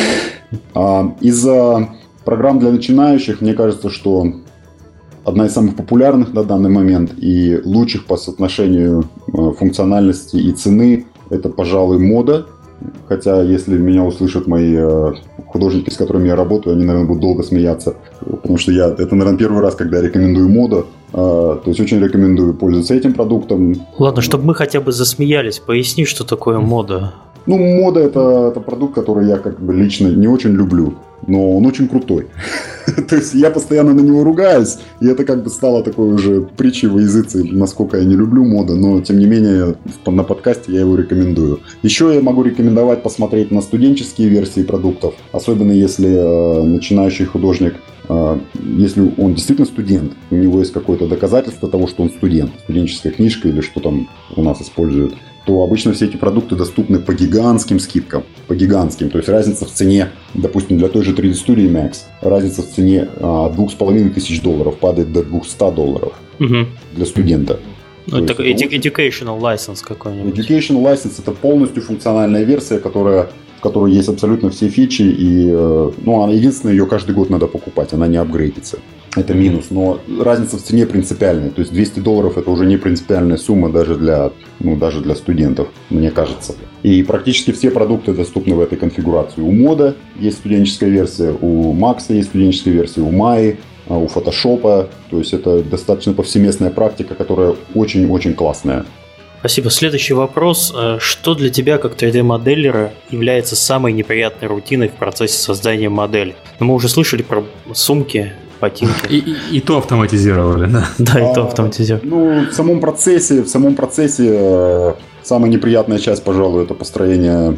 Из-за программ для начинающих, мне кажется, что одна из самых популярных на данный момент и лучших по соотношению функциональности и цены – это, пожалуй, мода. Хотя, если меня услышат мои художники, с которыми я работаю, они, наверное, будут долго смеяться. Потому что я, это, наверное, первый раз, когда я рекомендую мода. То есть очень рекомендую пользоваться этим продуктом. Ладно, чтобы мы хотя бы засмеялись, поясни, что такое мода. Ну, мода это, это продукт, который я как бы лично не очень люблю, но он очень крутой. То есть я постоянно на него ругаюсь, и это как бы стало такой уже притчей во языце, насколько я не люблю моду, но тем не менее на подкасте я его рекомендую. Еще я могу рекомендовать посмотреть на студенческие версии продуктов, особенно если э, начинающий художник, э, если он действительно студент, у него есть какое-то доказательство того, что он студент, студенческая книжка или что там у нас используют, то обычно все эти продукты доступны по гигантским скидкам, по гигантским. То есть разница в цене, допустим, для той же три дэ Studio Max, разница в цене от двух с половиной тысяч долларов падает до двухсот долларов угу. для студента. Ну, это edu- educational license какой-нибудь. Educational license – это полностью функциональная версия, которая, в которой есть абсолютно все фичи. И, ну, она, единственное, ее каждый год надо покупать, она не апгрейдится. Это минус, но разница в цене принципиальная. То есть двести долларов это уже не принципиальная сумма даже для, ну, даже для студентов, мне кажется. И практически все продукты доступны в этой конфигурации. У мода есть студенческая версия, у Макса есть студенческая версия, у Майи, у Фотошопа. То есть это достаточно повсеместная практика, которая очень-очень классная. Спасибо. Следующий вопрос. Что для тебя, как три дэ-моделлера, является самой неприятной рутиной в процессе создания модели? Ну, мы уже слышали про сумки, ботинки. И, и, и то автоматизировали, да? Да, и а, то автоматизировали. Ну, в самом процессе, в самом процессе э, самая неприятная часть, пожалуй, это построение.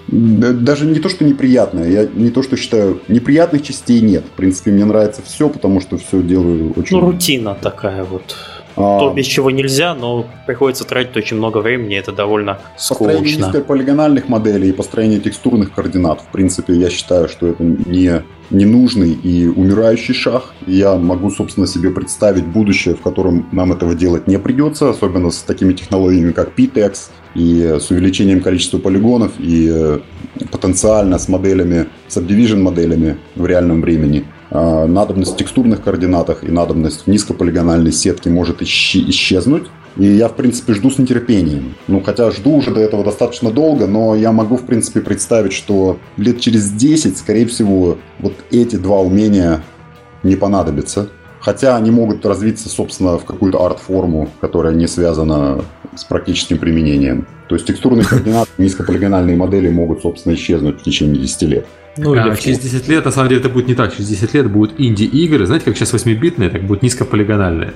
Даже не то, что неприятное, я не то, что считаю, неприятных частей нет. В принципе, мне нравится все, потому что все делаю очень... Ну, рутина такая вот. А... То, без чего нельзя, но приходится тратить очень много времени, это довольно скучно. Построение низкополигональных моделей и построение текстурных координат, в принципе, я считаю, что это не ненужный и умирающий шаг. Я могу, собственно, себе представить будущее, в котором нам этого делать не придется, особенно с такими технологиями, как пи текс, и с увеличением количества полигонов, и потенциально с моделями, subdivision моделями в реальном времени. Надобность в текстурных координатах и надобность в низкополигональной сетке может исчезнуть. И я, в принципе, жду с нетерпением. Ну, хотя жду уже до этого достаточно долго, но я могу, в принципе, представить, что лет через десять, скорее всего, вот эти два умения не понадобятся. Хотя они могут развиться, собственно, в какую-то арт-форму, которая не связана с практическим применением. То есть текстурные координаты, низкополигональные модели могут, собственно, исчезнуть в течение десяти лет. Ну, а через десять лет, на самом деле, это будет не так. Через десять лет будут инди-игры. Знаете, как сейчас восьмибитные, так будут низкополигональные.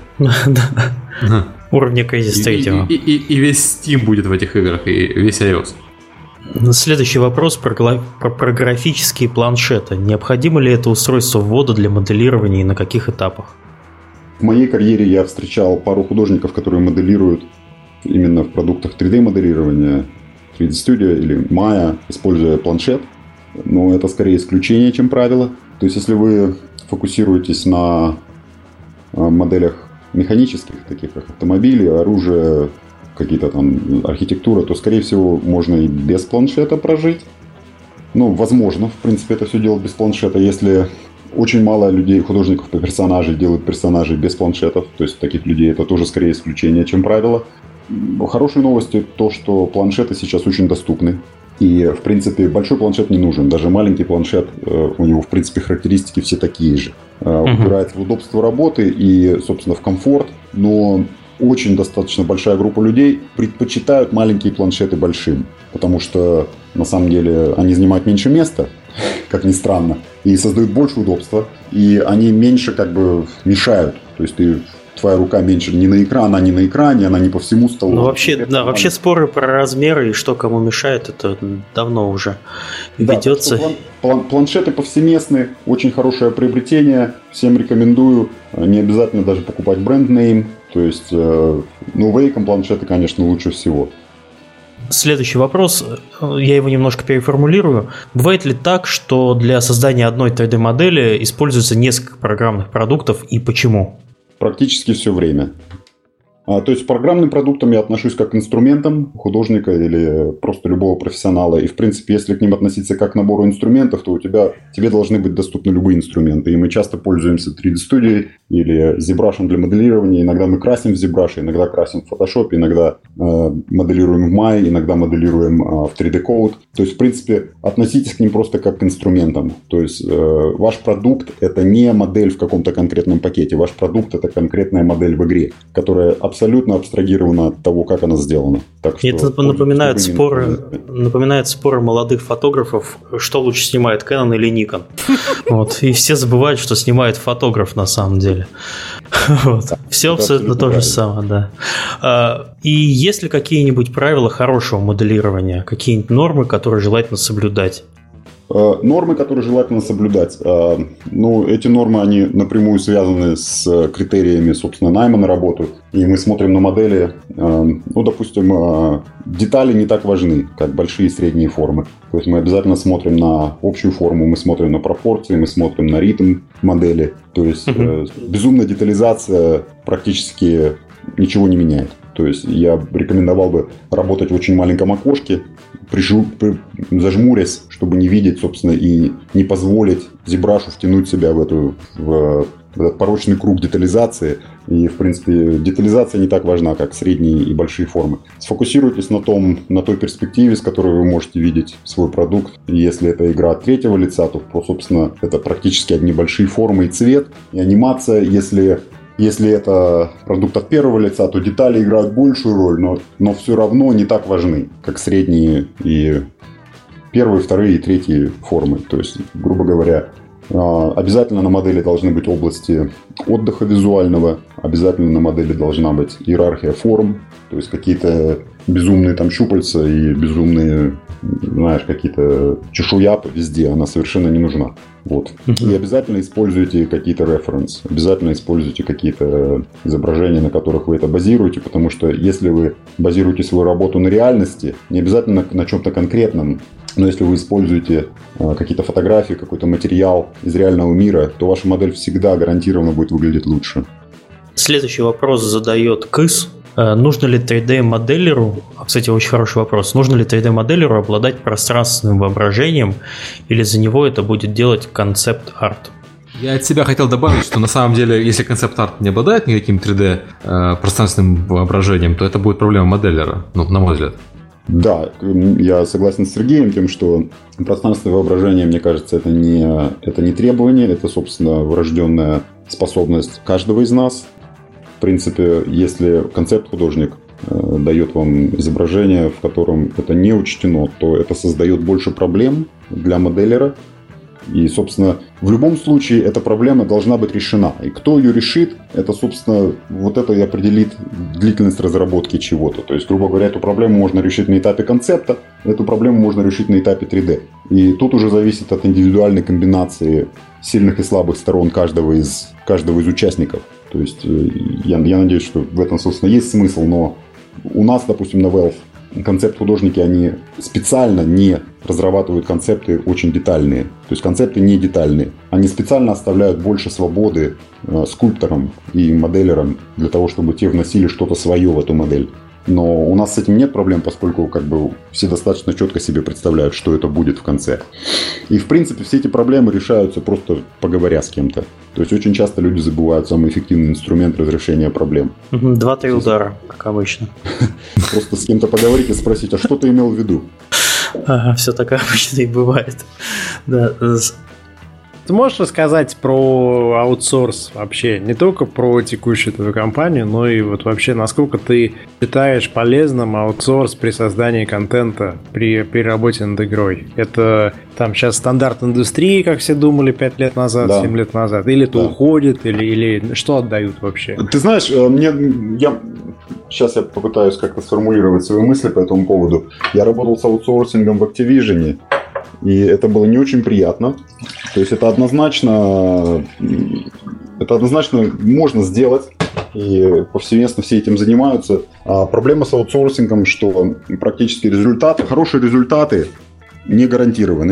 Да. Уровня Crazy State. И весь Steam будет в этих играх, и весь iOS. Следующий вопрос про, про, про графические планшеты. Необходимо ли это устройство ввода для моделирования и на каких этапах? В моей карьере я встречал пару художников, которые моделируют именно в продуктах три дэ-моделирования, три дэ Studio или Maya, используя планшет. Но это скорее исключение, чем правило. То есть, если вы фокусируетесь на моделях механических, таких как автомобили, оружие, какие-то там архитектура, то, скорее всего, можно и без планшета прожить. Ну, возможно, в принципе, это все делать без планшета, если очень мало людей, художников по персонажей делают персонажей без планшетов. То есть, таких людей это тоже скорее исключение, чем правило. Хорошие новости то, что планшеты сейчас очень доступны. И, в принципе, большой планшет не нужен. Даже маленький планшет, у него, в принципе, характеристики все такие же. Uh-huh. Упирается в удобство работы и, собственно, в комфорт. Но очень достаточно большая группа людей предпочитают маленькие планшеты большим. Потому что, на самом деле, они занимают меньше места, как ни странно, и создают больше удобства. И они меньше, как бы, мешают. То есть ты... Твоя рука меньше не на экран, а не на экране, она не по всему столу. Ну, вообще, да, вообще споры про размеры и что кому мешает, это давно уже да, ведется. План, план, планшеты повсеместны, очень хорошее приобретение, всем рекомендую. Не обязательно даже покупать бренд-нейм. То есть, ну, Wacom планшеты, конечно, лучше всего. Следующий вопрос, я его немножко переформулирую. Бывает ли так, что для создания одной три дэ-модели используется несколько программных продуктов и почему? Практически все время. А, то есть к программным продуктам я отношусь как к инструментам художника или просто любого профессионала. И, в принципе, если к ним относиться как к набору инструментов, то у тебя, тебе должны быть доступны любые инструменты. И мы часто пользуемся три дэ студией или ZBrush для моделирования. Иногда мы красим в ZBrush, иногда красим в Photoshop, иногда э, моделируем в Maya, иногда моделируем э, в три дэ Code. То есть, в принципе, относитесь к ним просто как к инструментам. То есть, э, ваш продукт – это не модель в каком-то конкретном пакете. Ваш продукт – это конкретная модель в игре, которая абсолютно абстрагирована от того, как она сделана. Так что, это напоминает споры, напоминает споры молодых фотографов, что лучше снимает, Canon или Nikon. Вот. И все забывают, что снимает фотограф на самом деле. Вот. Да, все абсолютно то же самое, да. И есть ли какие-нибудь правила хорошего моделирования, какие-нибудь нормы, которые желательно соблюдать? Нормы, которые желательно соблюдать. Ну, эти нормы, они напрямую связаны с критериями, собственно, найма на работу. И мы смотрим на модели. Ну, допустим, детали не так важны, как большие и средние формы. То есть мы обязательно смотрим на общую форму, мы смотрим на пропорции, мы смотрим на ритм модели. То есть uh-huh. безумная детализация практически ничего не меняет. То есть я рекомендовал бы работать в очень маленьком окошке, прижу, при, зажмурясь, чтобы не видеть, собственно, и не позволить ZBrush втянуть себя в, эту, в, в этот порочный круг детализации. И, в принципе, детализация не так важна, как средние и большие формы. Сфокусируйтесь на, том, на той перспективе, с которой вы можете видеть свой продукт. И если это игра от третьего лица, то, собственно, это практически одни большие формы и цвет, и анимация. Если... Если это продукт от первого лица, то детали играют большую роль, но, но все равно не так важны, как средние и первые, вторые и третьи формы. То есть, грубо говоря, обязательно на модели должны быть области отдыха визуального, обязательно на модели должна быть иерархия форм, то есть какие-то безумные там щупальца и безумные, знаешь, какие-то чешуя везде, она совершенно не нужна. Вот. Uh-huh. И обязательно используйте какие-то референсы, обязательно используйте какие-то изображения, на которых вы это базируете, потому что если вы базируете свою работу на реальности, не обязательно на чем-то конкретном, но если вы используете э, какие-то фотографии, какой-то материал из реального мира, то ваша модель всегда гарантированно будет выглядеть лучше. Следующий вопрос задает Кыс. Нужно ли три дэ-моделеру, кстати, очень хороший вопрос, нужно ли три дэ-моделеру обладать пространственным воображением, или за него это будет делать концепт-арт? Я от себя хотел добавить, что на самом деле, если концепт-арт не обладает никаким три дэ пространственным воображением, то это будет проблема моделера, ну, на мой взгляд. Да, я согласен с Сергеем тем, что пространственное воображение, мне кажется, это не, это не требование, это, собственно, врожденная способность каждого из нас. В принципе, если концепт-художник э, дает вам изображение, в котором это не учтено, то это создает больше проблем для моделера. И, собственно, в любом случае эта проблема должна быть решена. И кто ее решит, это, собственно, вот это и определит длительность разработки чего-то. То есть, грубо говоря, эту проблему можно решить на этапе концепта, эту проблему можно решить на этапе три дэ. И тут уже зависит от индивидуальной комбинации сильных и слабых сторон каждого из, каждого из участников. То есть я, я надеюсь, что в этом, собственно, есть смысл, но у нас, допустим, на Valve концепт-художники, они специально не разрабатывают концепты очень детальные. То есть концепты не детальные. Они специально оставляют больше свободы э, скульпторам и моделерам для того, чтобы те вносили что-то свое в эту модель. Но у нас с этим нет проблем, поскольку как бы все достаточно четко себе представляют, что это будет в конце. И, в принципе, все эти проблемы решаются просто поговоря с кем-то. То есть очень часто люди забывают самый эффективный инструмент разрешения проблем. Два-три удара, как обычно. Просто с кем-то поговорить и спросить, а что ты имел в виду? Ага, все так обычно и бывает. Да. Ты можешь рассказать про аутсорс вообще? Не только про текущую твою компанию, но и вот вообще, насколько ты считаешь полезным аутсорс при создании контента, при, при работе над игрой? Это там сейчас стандарт индустрии, как все думали пять лет назад, да. семь лет назад? Или это да. уходит, или, или что отдают вообще? Ты знаешь, мне... Я... Сейчас я попытаюсь как-то сформулировать свои мысли по этому поводу. Я работал с аутсорсингом в Activision, и это было не очень приятно. То есть это однозначно, это однозначно можно сделать, и повсеместно все этим занимаются. А проблема с аутсорсингом, что практически результаты, хорошие результаты не гарантированы.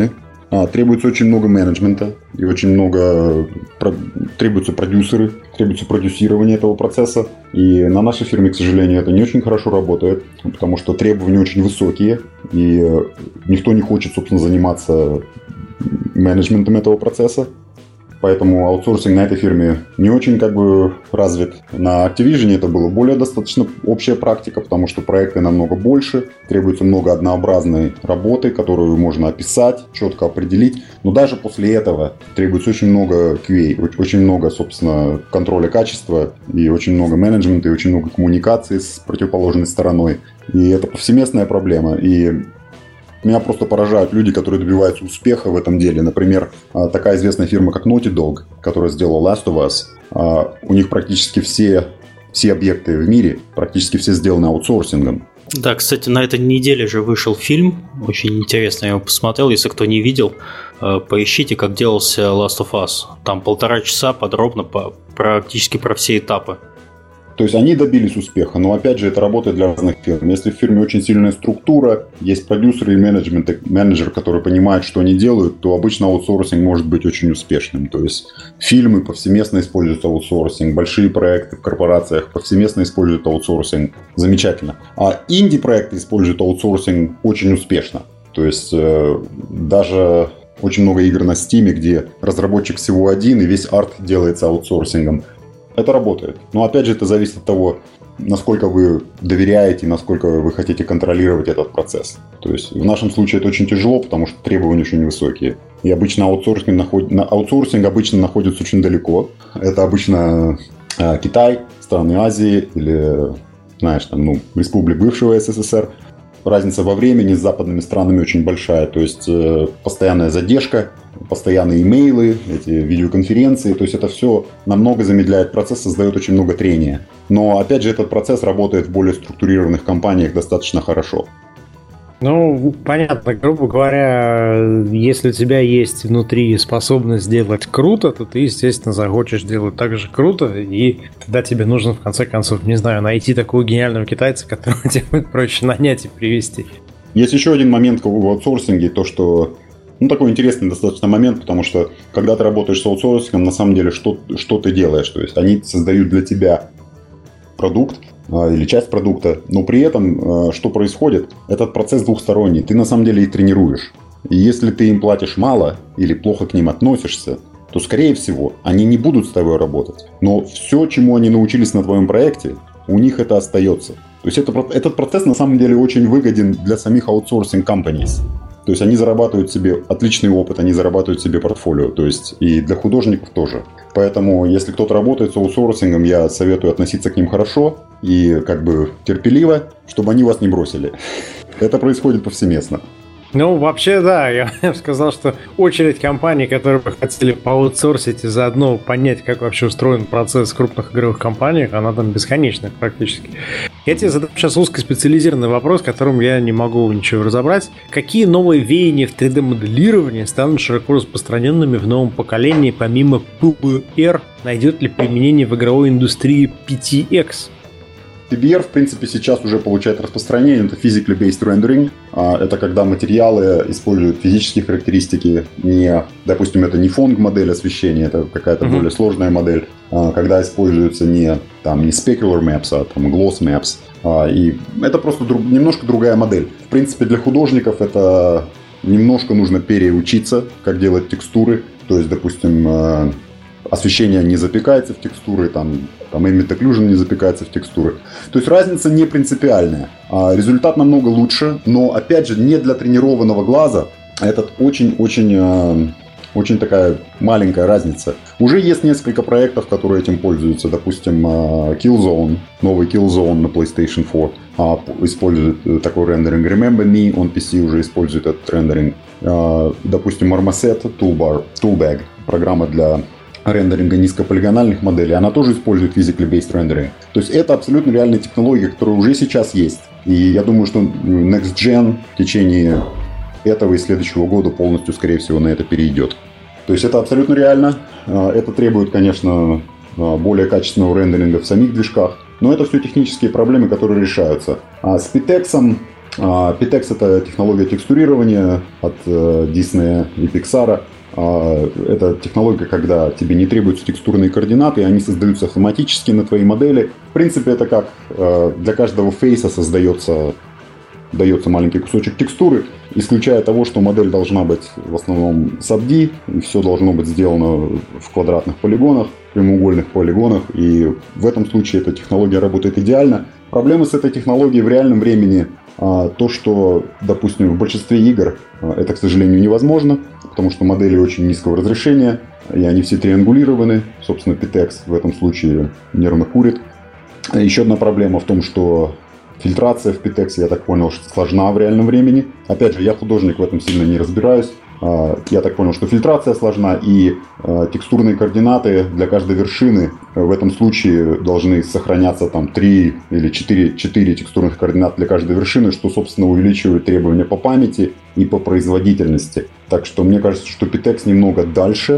а, требуется очень много менеджмента и очень много про, требуются продюсеры, требуется продюсирование этого процесса. И на нашей фирме, к сожалению, это не очень хорошо работает, потому что требования очень высокие, и никто не хочет, собственно, заниматься менеджментом этого процесса. Поэтому аутсорсинг на этой фирме не очень как бы развит. На Activision это было более достаточно общая практика, потому что проекты намного больше, требуется много однообразной работы, которую можно описать, четко определить. Но даже после этого требуется очень много кью эй, очень много, собственно, контроля качества, и очень много менеджмента, и очень много коммуникации с противоположной стороной. И это повсеместная проблема. И меня просто поражают люди, которые добиваются успеха в этом деле. Например, такая известная фирма, как Naughty Dog, которая сделала Last of Us. У них практически все, все объекты в мире, практически все сделаны аутсорсингом. Да, кстати, на этой неделе же вышел фильм. Очень интересно, я его посмотрел. Если кто не видел, поищите, как делался Last of Us. Там полтора часа подробно по, практически про все этапы. То есть они добились успеха, но опять же это работает для разных фирм. Если в фирме очень сильная структура, есть продюсеры и менеджмент, менеджер, который понимает, что они делают, то обычно аутсорсинг может быть очень успешным. То есть фильмы повсеместно используют аутсорсинг, большие проекты в корпорациях повсеместно используют аутсорсинг. Замечательно. А инди-проекты используют аутсорсинг очень успешно. То есть э, даже очень много игр на Steam, где разработчик всего один и весь арт делается аутсорсингом. Это работает. Но опять же, это зависит от того, насколько вы доверяете, насколько вы хотите контролировать этот процесс. То есть в нашем случае это очень тяжело, потому что требования очень высокие. И обычно аутсорсинг, наход... аутсорсинг обычно находится очень далеко. Это обычно э, Китай, страны Азии или, знаешь, там, ну, республик бывшего СССР. Разница во времени с западными странами очень большая. То есть э, постоянная задержка, постоянные имейлы, эти видеоконференции. То есть это все намного замедляет процесс, создает очень много трения. Но опять же этот процесс работает в более структурированных компаниях достаточно хорошо. Ну, понятно, грубо говоря, если у тебя есть внутри способность сделать круто, то ты, естественно, захочешь делать так же круто, и тогда тебе нужно, в конце концов, не знаю, найти такого гениального китайца, которого тебе будет проще нанять и привести. Есть еще один момент в аутсорсинге, то, что... Ну, такой интересный достаточно момент, потому что, когда ты работаешь с аутсорсингом, на самом деле, что, что ты делаешь? То есть, они создают для тебя продукт, или часть продукта, но при этом что происходит? Этот процесс двухсторонний, ты на самом деле их тренируешь. И если ты им платишь мало или плохо к ним относишься, то, скорее всего, они не будут с тобой работать. Но все, чему они научились на твоем проекте, у них это остается. То есть это, этот процесс на самом деле очень выгоден для самих аутсорсинг companies. То есть они зарабатывают себе отличный опыт, они зарабатывают себе портфолио, то есть и для художников тоже. Поэтому, если кто-то работает с аутсорсингом, я советую относиться к ним хорошо и как бы терпеливо, чтобы они вас не бросили. Это происходит повсеместно. Ну, вообще, да, я бы сказал, что очередь компаний, которые бы хотели поаутсорсить и заодно понять, как вообще устроен процесс в крупных игровых компаниях, она там бесконечная практически. Я тебе задам сейчас узкоспециализированный вопрос, которым я не могу ничего разобрать. Какие новые веяния в три дэ-моделировании станут широко распространенными в новом поколении, помимо пи би ар? Найдет ли применение в игровой индустрии пи ти экс? пи би ар, в принципе, сейчас уже получает распространение. Это Physically Based Rendering. Это когда материалы используют физические характеристики. Не, допустим, это не фонг-модель освещения, это какая-то uh-huh. более сложная модель. Когда используются не, там, не specular maps, а там, gloss maps. И это просто друг, немножко другая модель. В принципе, для художников это немножко нужно переучиться, как делать текстуры. То есть, допустим, освещение не запекается в текстуры, там, там ambient occlusion не запекается в текстуры. То есть разница не принципиальная. А результат намного лучше, но опять же не для тренированного глаза. Этот очень-очень очень такая маленькая разница. Уже есть несколько проектов, которые этим пользуются. Допустим, Killzone, новый Killzone на PlayStation четыре использует такой рендеринг. Remember Me, он пи си уже использует этот рендеринг. Допустим, Marmoset Toolbar, Toolbag, программа для рендеринга низкополигональных моделей, она тоже использует Physically Based Rendering. То есть это абсолютно реальные технологии, которые уже сейчас есть. И я думаю, что Next Gen в течение этого и следующего года полностью, скорее всего, на это перейдет. То есть это абсолютно реально. Это требует, конечно, более качественного рендеринга в самих движках. Но это все технические проблемы, которые решаются. А с Pitex Pitex – это технология текстурирования от Disney и Pixar. Это технология, когда тебе не требуются текстурные координаты, и они создаются автоматически на твоей модели. В принципе, это как для каждого фейса создается дается маленький кусочек текстуры, исключая того, что модель должна быть в основном эс эй ди, и все должно быть сделано в квадратных полигонах, прямоугольных полигонах, и в этом случае эта технология работает идеально. Проблема с этой технологией в реальном времени а, то, что, допустим, в большинстве игр а, это, к сожалению, невозможно, потому что модели очень низкого разрешения, и они все триангулированы. Собственно, Pitex в этом случае нервно курит. Еще одна проблема в том, что фильтрация в Pitex, я так понял, что сложна в реальном времени. Опять же, я художник, в этом сильно не разбираюсь. Я так понял, что фильтрация сложна, и текстурные координаты для каждой вершины в этом случае должны сохраняться там три или четыре, четыре текстурных координат для каждой вершины, что, собственно, увеличивает требования по памяти и по производительности. Так что мне кажется, что Pitex немного дальше,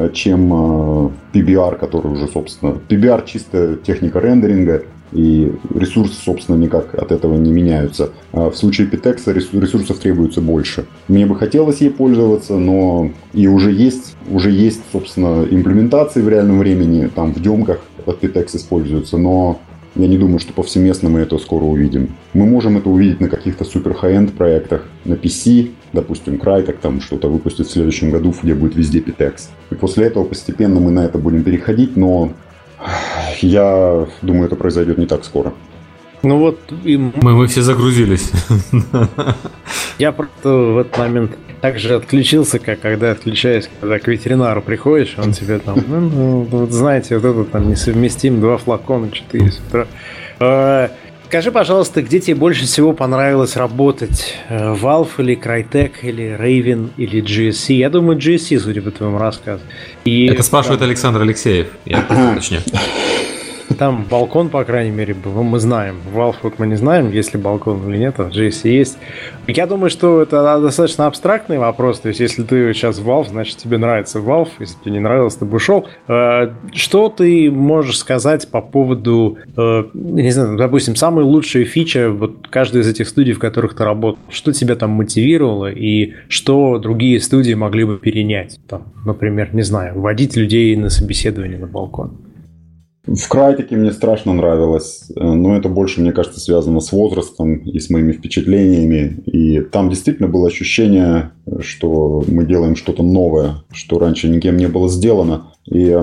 чем пи би ар, который уже, собственно, пи би ар чисто техника рендеринга, и ресурсы, собственно, никак от этого не меняются. А в случае Pitex ресурсов требуется больше. Мне бы хотелось ей пользоваться, но и уже есть, уже есть, собственно, имплементации в реальном времени, там в демках этот Pitex используется, но я не думаю, что повсеместно мы это скоро увидим. Мы можем это увидеть на каких-то супер хай-энд проектах, на пи си, допустим, Crytek там что-то выпустит в следующем году, где будет везде Pitex. И после этого постепенно мы на это будем переходить, но я думаю, это произойдет не так скоро. Ну вот... И... Мы, мы все загрузились. Я просто в этот момент так же отключился, как когда отключаюсь, когда к ветеринару приходишь, он тебе там, ну, ну знаете, вот это там несовместим, два флакона, четыре с утра. Скажи, пожалуйста, где тебе больше всего понравилось работать? Valve или Crytek, или Raven, или джи эс си? Я думаю, джи эс си, судя по твоему рассказу. И это спрашивает там... Александр Алексеев, я уточню. Там балкон, по крайней мере, был, мы знаем. Valve вот мы не знаем, есть ли балкон или нет, а в джи эс си есть. Я думаю, что это достаточно абстрактный вопрос. То есть, если ты сейчас в Valve, значит, тебе нравится Valve. Если тебе не нравилось, ты бы ушел. Что ты можешь сказать по поводу, не знаю, допустим, самая лучшая фича вот каждой из этих студий, в которых ты работал? Что тебя там мотивировало и что другие студии могли бы перенять? Там, например, не знаю, вводить людей на собеседование на балкон. В Crytek мне страшно нравилось, но это больше, мне кажется, связано с возрастом и с моими впечатлениями. И там действительно было ощущение, что мы делаем что-то новое, что раньше никем не было сделано. И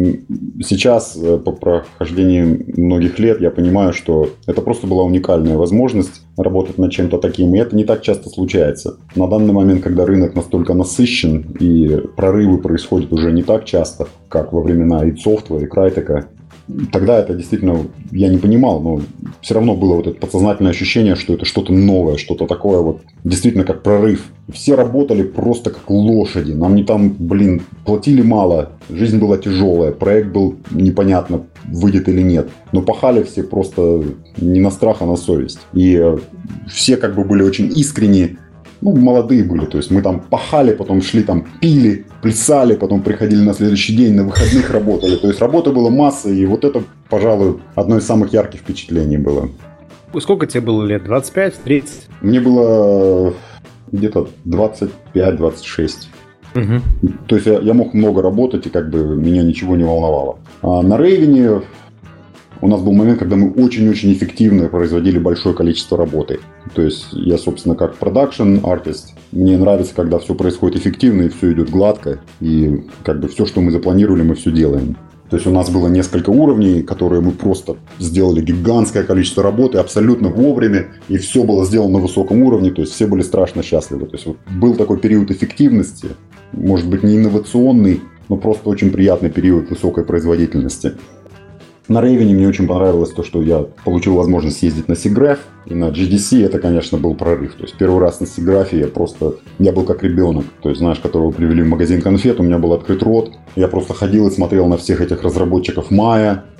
сейчас, по прохождении многих лет, я понимаю, что это просто была уникальная возможность работать над чем-то таким. И это не так часто случается. На данный момент, когда рынок настолько насыщен, и прорывы происходят уже не так часто, как во времена id Software и Crytek, тогда это действительно я не понимал, но все равно было вот это подсознательное ощущение, что это что-то новое, что-то такое вот действительно как прорыв. Все работали просто как лошади. Нам не там, блин, платили мало, жизнь была тяжелая, проект был непонятно, выйдет или нет. Но пахали все просто не на страх, а на совесть. И все как бы были очень искренни. Ну, молодые были, то есть мы там пахали, потом шли там пили, плясали, потом приходили на следующий день, на выходных работали. То есть работы было масса, и вот это, пожалуй, одно из самых ярких впечатлений было. Сколько тебе было лет? двадцать пять тридцать? Мне было где-то двадцать пять двадцать шесть. Угу. То есть я, я мог много работать, и как бы меня ничего не волновало. А на Raven у нас был момент, когда мы очень-очень эффективно производили большое количество работы. То есть я, собственно, как продакшн-артист, мне нравится, когда все происходит эффективно и все идет гладко. И как бы все, что мы запланировали, мы все делаем. То есть у нас было несколько уровней, которые мы просто сделали гигантское количество работы абсолютно вовремя. И все было сделано на высоком уровне. То есть все были страшно счастливы. То есть вот был такой период эффективности. Может быть, не инновационный, но просто очень приятный период высокой производительности. На Raven мне очень понравилось то, что я получил возможность ездить на SIGGRAPH, и на джи ди си это, конечно, был прорыв. То есть первый раз на SIGGRAPH я просто, я был как ребенок, то есть, знаешь, которого привели в магазин конфет, у меня был открыт рот, я просто ходил и смотрел на всех этих разработчиков Maya,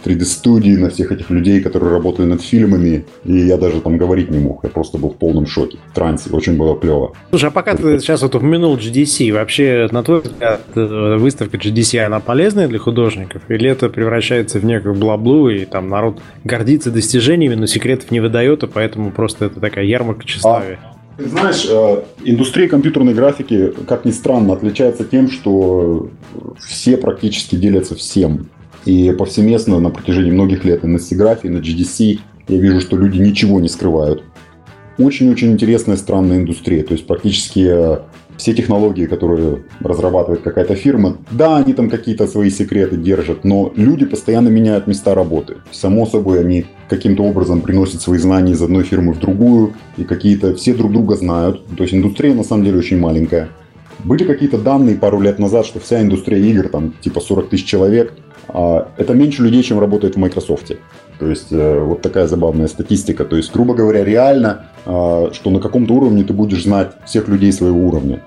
три дэ-студии, на всех этих людей, которые работали над фильмами. И я даже там говорить не мог. Я просто был в полном шоке, в трансе. Очень было клево. Слушай, а пока ты сейчас вот упомянул джи ди си, вообще, на твой взгляд, выставка джи ди си, она полезная для художников? Или это превращается в некую бла-блу, и там народ гордится достижениями, но секретов не выдает, и поэтому просто это такая ярмарка тщеславия? А, ты знаешь, индустрия компьютерной графики, как ни странно, отличается тем, что все практически делятся всем. И повсеместно на протяжении многих лет и на сиграфии, и на джи ди си я вижу, что люди ничего не скрывают. Очень-очень интересная, странная индустрия. То есть практически все технологии, которые разрабатывает какая-то фирма, да, они там какие-то свои секреты держат, но люди постоянно меняют места работы. Само собой, они каким-то образом приносят свои знания из одной фирмы в другую, и какие-то все друг друга знают. То есть индустрия на самом деле очень маленькая. Были какие-то данные пару лет назад, что вся индустрия игр, там типа сорок тысяч человек, это меньше людей, чем работает в Microsoft. То есть вот такая забавная статистика. То есть, грубо говоря, реально, что на каком-то уровне ты будешь знать всех людей своего уровня.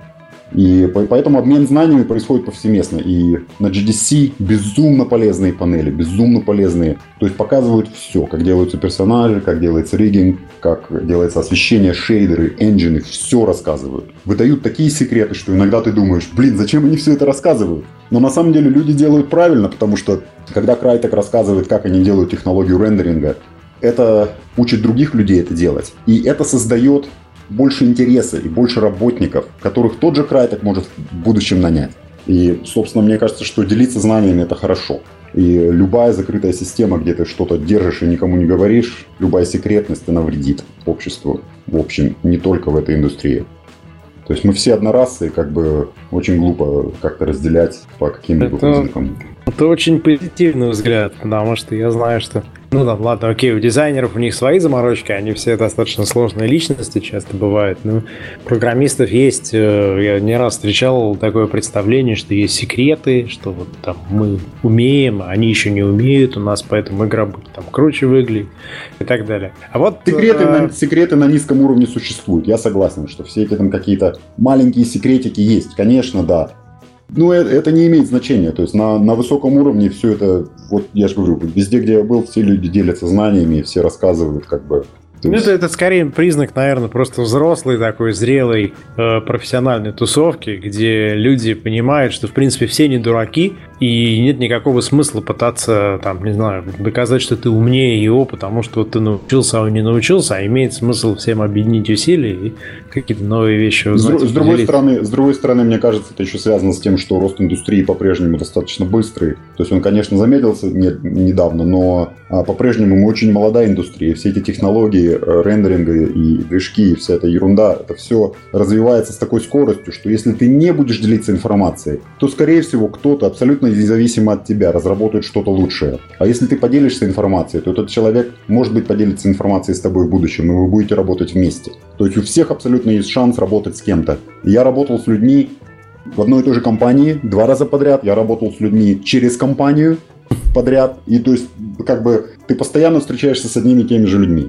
И поэтому обмен знаниями происходит повсеместно. И на джи ди си безумно полезные панели, безумно полезные. То есть показывают все, как делаются персонажи, как делается риггинг, как делается освещение, шейдеры, энджины, все рассказывают. Выдают такие секреты, что иногда ты думаешь, блин, зачем они все это рассказывают? Но на самом деле люди делают правильно, потому что когда Crytek рассказывает, как они делают технологию рендеринга, это учит других людей это делать. И это создает больше интереса и больше работников, которых тот же Crytek может в будущем нанять. И, собственно, мне кажется, что делиться знаниями – это хорошо. И любая закрытая система, где ты что-то держишь и никому не говоришь, любая секретность, она вредит обществу. В общем, не только в этой индустрии. То есть мы все однорассы, как бы очень глупо как-то разделять по каким-либо признакам. Это очень позитивный взгляд, потому что я знаю, что... Ну да, ладно, окей, у дизайнеров у них свои заморочки, они все достаточно сложные личности часто бывают. Но у программистов есть, я не раз встречал такое представление, что есть секреты, что вот там мы умеем, а они еще не умеют, у нас поэтому игра будет там круче выглядеть и так далее. А вот... Секреты, а... на, секреты на низком уровне существуют, я согласен, что все эти там какие-то маленькие секретики есть, конечно, да. Ну, это не имеет значения. То есть на, на высоком уровне все это, вот я же говорю, везде, где я был, все люди делятся знаниями, все рассказывают, как бы. Ну, есть... это, это скорее признак, наверное, просто взрослой такой зрелой э, профессиональной тусовки, где люди понимают, что, в принципе, все не дураки, и нет никакого смысла пытаться, там, не знаю, доказать, что ты умнее его, потому что ты научился, а он не научился, а имеет смысл всем объединить усилия и какие-то новые вещи узнать. С, с, другой стороны, с другой стороны, мне кажется, это еще связано с тем, что рост индустрии по-прежнему достаточно быстрый. То есть он, конечно, замедлился не, недавно, но а, по-прежнему мы очень молодая индустрия. Все эти технологии, рендеринга и движки, и вся эта ерунда, это все развивается с такой скоростью, что если ты не будешь делиться информацией, то, скорее всего, кто-то абсолютно независимо от тебя разработает что-то лучшее. А если ты поделишься информацией, то этот человек, может быть, поделится информацией с тобой в будущем, и вы будете работать вместе. То есть у всех абсолютно есть шанс работать с кем-то. И я работал с людьми в одной и той же компании два раза подряд, я работал с людьми через компанию подряд, и то есть как бы ты постоянно встречаешься с одними и теми же людьми.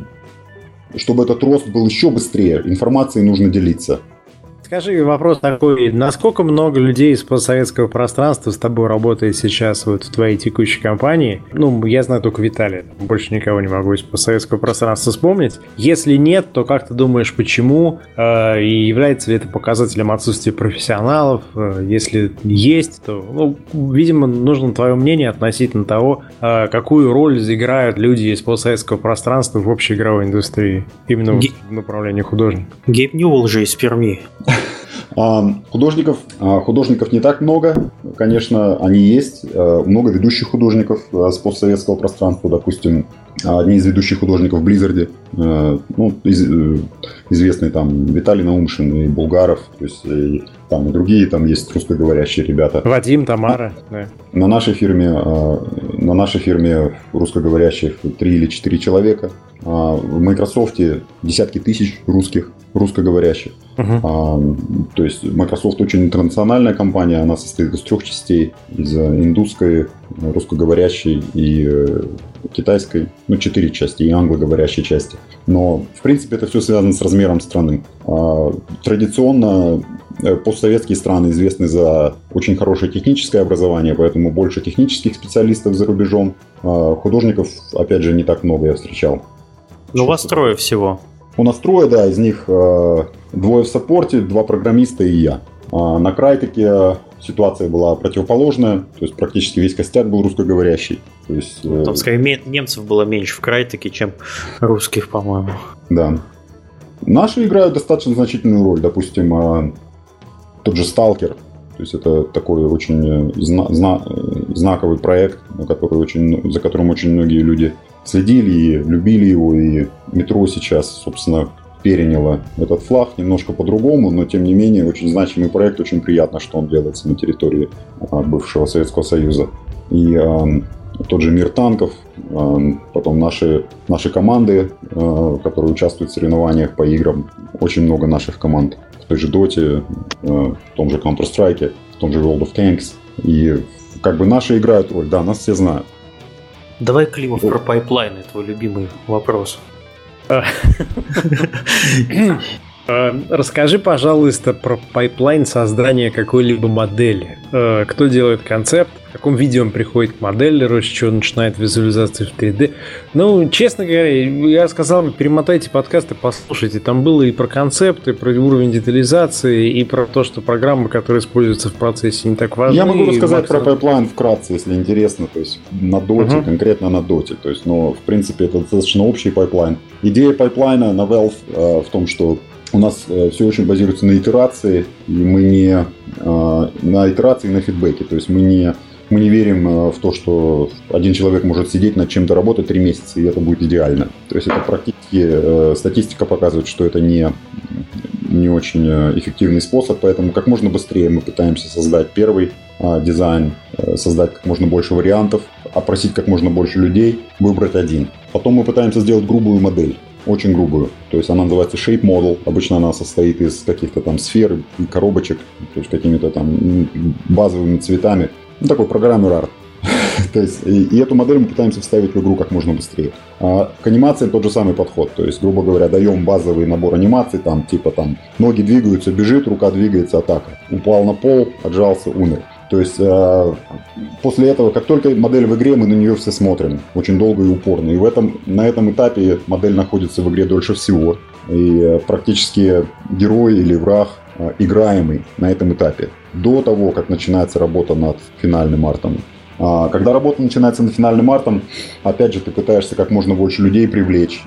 Чтобы этот рост был еще быстрее, информацией нужно делиться. Скажи, вопрос такой, насколько много людей из постсоветского пространства с тобой работает сейчас вот в твоей текущей компании? Ну, я знаю только Виталия, больше никого не могу из постсоветского пространства вспомнить. Если нет, то как ты думаешь, почему? И является ли это показателем отсутствия профессионалов? Если есть, то, ну, видимо, нужно твое мнение относительно того, какую роль играют люди из постсоветского пространства в общей игровой индустрии, именно Ге... в направлении художников. Гейб Ньюэлл же из Перми. Художников, художников не так много, конечно, они есть. Много ведущих художников с постсоветского пространства, допустим, одни из ведущих художников в Blizzard, ну, из, известный там Виталий Наумшин и Булгаров, то есть и, там и другие, там есть русскоговорящие ребята. Вадим, Тамара. Да. На нашей фирме, на нашей фирме русскоговорящих три или четыре человека. В Microsoft десятки тысяч русских, русскоговорящих. Uh-huh. А, то есть Microsoft очень интернациональная компания, она состоит из трех частей, из индусской, русскоговорящей и э, китайской, ну, четыре части и англоговорящей части. Но, в принципе, это все связано с размером страны. А, традиционно постсоветские страны известны за очень хорошее техническое образование, поэтому больше технических специалистов за рубежом. А, художников, опять же, не так много я встречал. Ну, у вас трое всего. У нас трое, да, из них э, двое в саппорте, два программиста и я. А на Crytek ситуация была противоположная, то есть практически весь костяк был русскоговорящий. То есть, э, Там, скорее, немцев было меньше в Crytek, чем русских, по-моему. Да. Наши играют достаточно значительную роль, допустим, э, тот же Stalker. То есть это такой очень зна- зна- знаковый проект, на который очень, за которым очень многие люди следили и любили его, и метро сейчас, собственно, переняло этот флаг немножко по-другому, но, тем не менее, очень значимый проект, очень приятно, что он делается на территории а, бывшего Советского Союза. И а, тот же «Мир танков», а, потом наши, наши команды, а, которые участвуют в соревнованиях по играм, очень много наших команд в той же Доте, а, в том же Counter-Strike, в том же World of Tanks, и как бы наши играют роль, да, нас все знают. Давай, Климов, про пайплайны, твой любимый вопрос. Расскажи, пожалуйста, про пайплайн создания какой-либо модели. Кто делает концепт, в каком виде он приходит к моделлеру, с чего начинает визуализацию в три дэ. Ну, честно говоря, я сказал, перемотайте подкасты, послушайте. Там было и про концепты, и про уровень детализации, и про то, что программы, которые используются в процессе, не так важны. Я могу рассказать про пайплайн вкратце, если интересно. То есть на доте, uh-huh. конкретно на доте. То есть, но, в принципе, это достаточно общий пайплайн. Идея пайплайна на Valve э, в том, что у нас э, все очень базируется на итерации, и мы не э, на итерации и на фидбэке. То есть мы не, мы не верим э, в то, что один человек может сидеть над чем-то работать три месяца, и это будет идеально. То есть это практически э, статистика показывает, что это не, не очень эффективный способ, поэтому как можно быстрее мы пытаемся создать первый э, дизайн, э, создать как можно больше вариантов, опросить как можно больше людей, выбрать один. Потом мы пытаемся сделать грубую модель. Очень грубую. То есть она называется shape model. Обычно она состоит из каких-то там сфер и коробочек, то есть какими-то там базовыми цветами. Ну, такой программер арт. То есть, и, и эту модель мы пытаемся вставить в игру как можно быстрее. А к анимациям тот же самый подход. То есть, грубо говоря, даем базовый набор анимаций, там, типа там ноги двигаются, бежит, рука двигается, атака. Упал на пол, отжался, умер. То есть э, после этого, как только модель в игре, мы на нее все смотрим очень долго и упорно. И в этом, на этом этапе модель находится в игре дольше всего. И э, практически герой или враг э, играемый на этом этапе. До того, как начинается работа над финальным артом. А, когда работа начинается над финальным артом, опять же, ты пытаешься как можно больше людей привлечь.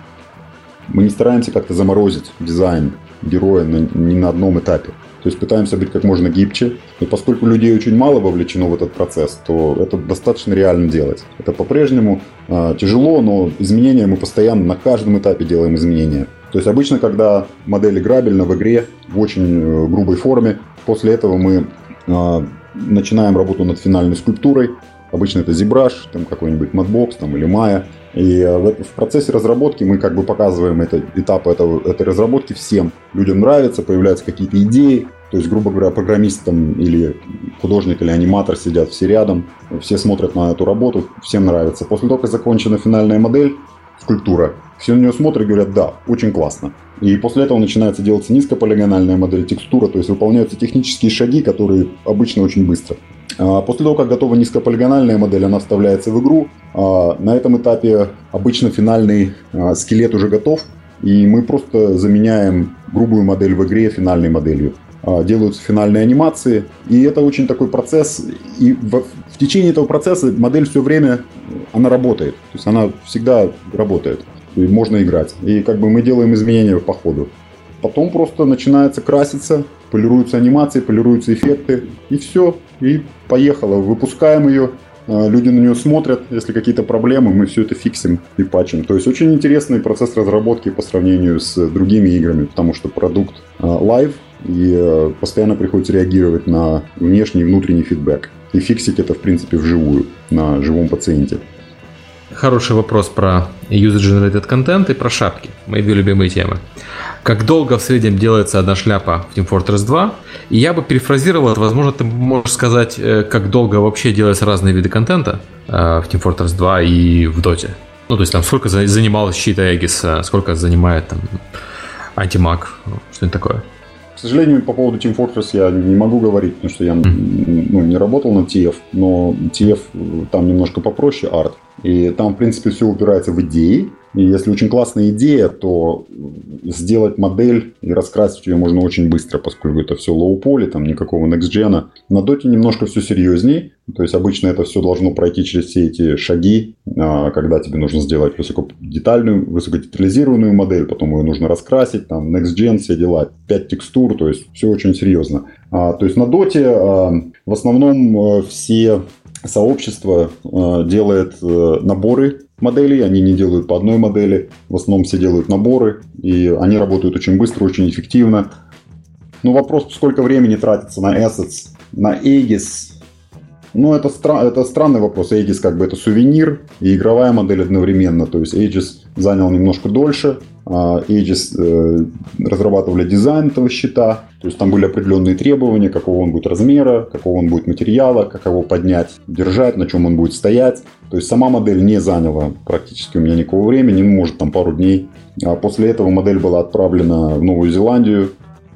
Мы не стараемся как-то заморозить дизайн героя на, ни на одном этапе. То есть пытаемся быть как можно гибче. И поскольку людей очень мало вовлечено в этот процесс, то это достаточно реально делать. Это по-прежнему э, тяжело, но изменения мы постоянно на каждом этапе делаем изменения. То есть обычно, когда модель играбельна в игре в очень э, грубой форме, после этого мы э, начинаем работу над финальной скульптурой. Обычно это ZBrush, там какой-нибудь Madbox там, или Maya. И в, в процессе разработки мы как бы показываем это, этапы этого, этой разработки всем. Людям нравится, появляются какие-то идеи. То есть, грубо говоря, программист там, или художник или аниматор сидят все рядом. Все смотрят на эту работу, всем нравится. После того, как закончена финальная модель, скульптура, все на нее смотрят и говорят: да, очень классно. И после этого начинается делаться низкополигональная модель, текстура. То есть выполняются технические шаги, которые обычно очень быстро. После того, как готова низкополигональная модель, она вставляется в игру. На этом этапе обычно финальный скелет уже готов, и мы просто заменяем грубую модель в игре финальной моделью. Делаются финальные анимации, и это очень такой процесс. И в, в течение этого процесса модель все время она работает, то есть она всегда работает, и можно играть. И как бы мы делаем изменения по ходу. Потом просто начинается краситься, полируются анимации, полируются эффекты, и все, и поехало. Выпускаем ее, люди на нее смотрят, если какие-то проблемы, мы все это фиксим и патчим. То есть очень интересный процесс разработки по сравнению с другими играми, потому что продукт лайв, и постоянно приходится реагировать на внешний и внутренний фидбэк. И фиксить это, в принципе, вживую, на живом пациенте. Хороший вопрос про user-generated content и про шапки. Мои две любимые темы. как долго в среднем делается одна шляпа в Team Fortress два. И я бы перефразировал, возможно, ты можешь сказать, как долго вообще делаются разные виды контента в Team Fortress два и в Dota. Ну, то есть там сколько занималось щит Aegis, сколько занимает там антимаг, что-нибудь такое. К сожалению, по поводу Team Fortress я не могу говорить, потому что я ну, не работал на ти эф, но ти эф там немножко попроще арт. И там, в принципе, все упирается в идеи. И если очень классная идея, то сделать модель и раскрасить ее можно очень быстро, поскольку это все лоу-поли, там никакого next-gen. На доте немножко все серьезней. То есть обычно это все должно пройти через все эти шаги, когда тебе нужно сделать высокодетальную, высокодетализированную модель, потом ее нужно раскрасить, там next-gen, все дела, пять текстур, то есть все очень серьезно. То есть на доте в основном все сообщество делает наборы моделей, они не делают по одной модели, в основном все делают наборы, и они работают очень быстро, очень эффективно. Но вопрос, сколько времени тратится на Assets, на Aegis, ну, это, стра- это странный вопрос. Aegis как бы это сувенир и игровая модель одновременно, то есть Aegis занял немножко дольше, Aegis э, разрабатывали дизайн этого щита, то есть там были определенные требования, какого он будет размера, какого он будет материала, как его поднять, держать, на чем он будет стоять. То есть сама модель не заняла практически у меня никакого времени, ну, может там пару дней. А после этого модель была отправлена в Новую Зеландию.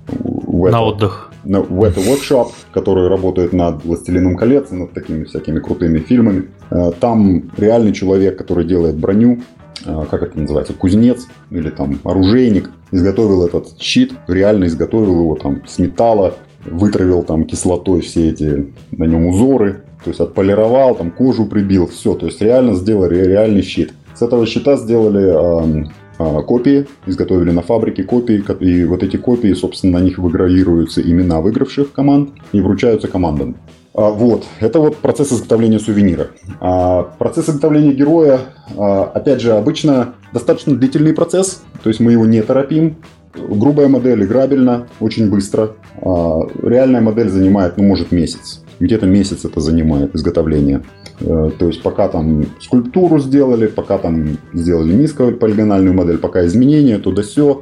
В на это, отдых. На, в это workshop, который работает над «Властелином колец», над такими всякими крутыми фильмами. Там реальный человек, который делает броню, как это называется, кузнец или там оружейник, изготовил этот щит, реально изготовил его там с металла, вытравил там кислотой все эти на нем узоры, то есть отполировал, там кожу прибил, все, то есть реально сделали реальный щит. С этого щита сделали э, э, копии, изготовили на фабрике копии, и вот эти копии, собственно, на них выгравируются имена выигравших команд и вручаются командам. А, вот, это вот процесс изготовления сувенира. А, процесс изготовления героя, а, опять же, обычно достаточно длительный процесс, то есть мы его не торопим. Грубая модель играбельна очень быстро. А, реальная модель занимает, ну, может, месяц. Где-то месяц это занимает изготовление. А, то есть пока там скульптуру сделали, пока там сделали низкополигональную модель, пока изменения, то да сё.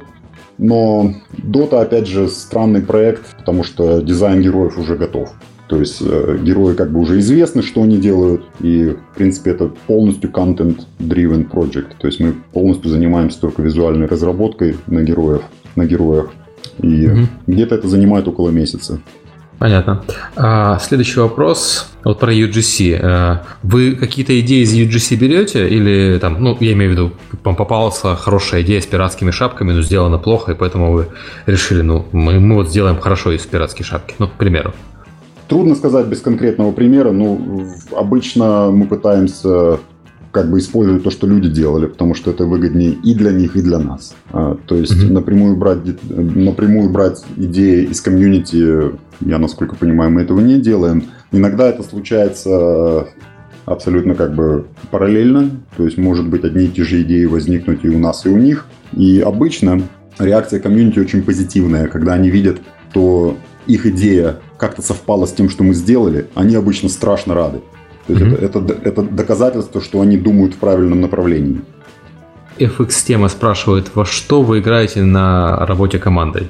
Но Dota, опять же, странный проект, потому что дизайн героев уже готов. То есть э, герои как бы уже известны, что они делают, и, в принципе, это полностью content-driven project. То есть мы полностью занимаемся только визуальной разработкой на героев, на героях, и mm-hmm. где-то это занимает около месяца. Понятно. А, следующий вопрос вот про ю джи си. А, вы какие-то идеи из ю джи си берете? Или там, ну, я имею в виду, вам попалась хорошая идея с пиратскими шапками, но сделана плохо, и поэтому вы решили, ну, мы, мы вот сделаем хорошо из пиратские шапки, ну, к примеру. Трудно сказать без конкретного примера, но обычно мы пытаемся как бы использовать то, что люди делали, потому что это выгоднее и для них, и для нас. А, то есть mm-hmm. напрямую, брать, напрямую брать идеи из комьюнити, я, насколько понимаю, мы этого не делаем. Иногда это случается абсолютно как бы параллельно, то есть может быть одни и те же идеи возникнуть и у нас, и у них. И обычно реакция комьюнити очень позитивная, когда они видят, что их идея как-то совпала с тем, что мы сделали, они обычно страшно рады. То есть mm-hmm. это, это, это доказательство, что они думают в правильном направлении. эф икс-тема спрашивает, во что вы играете на работе командой?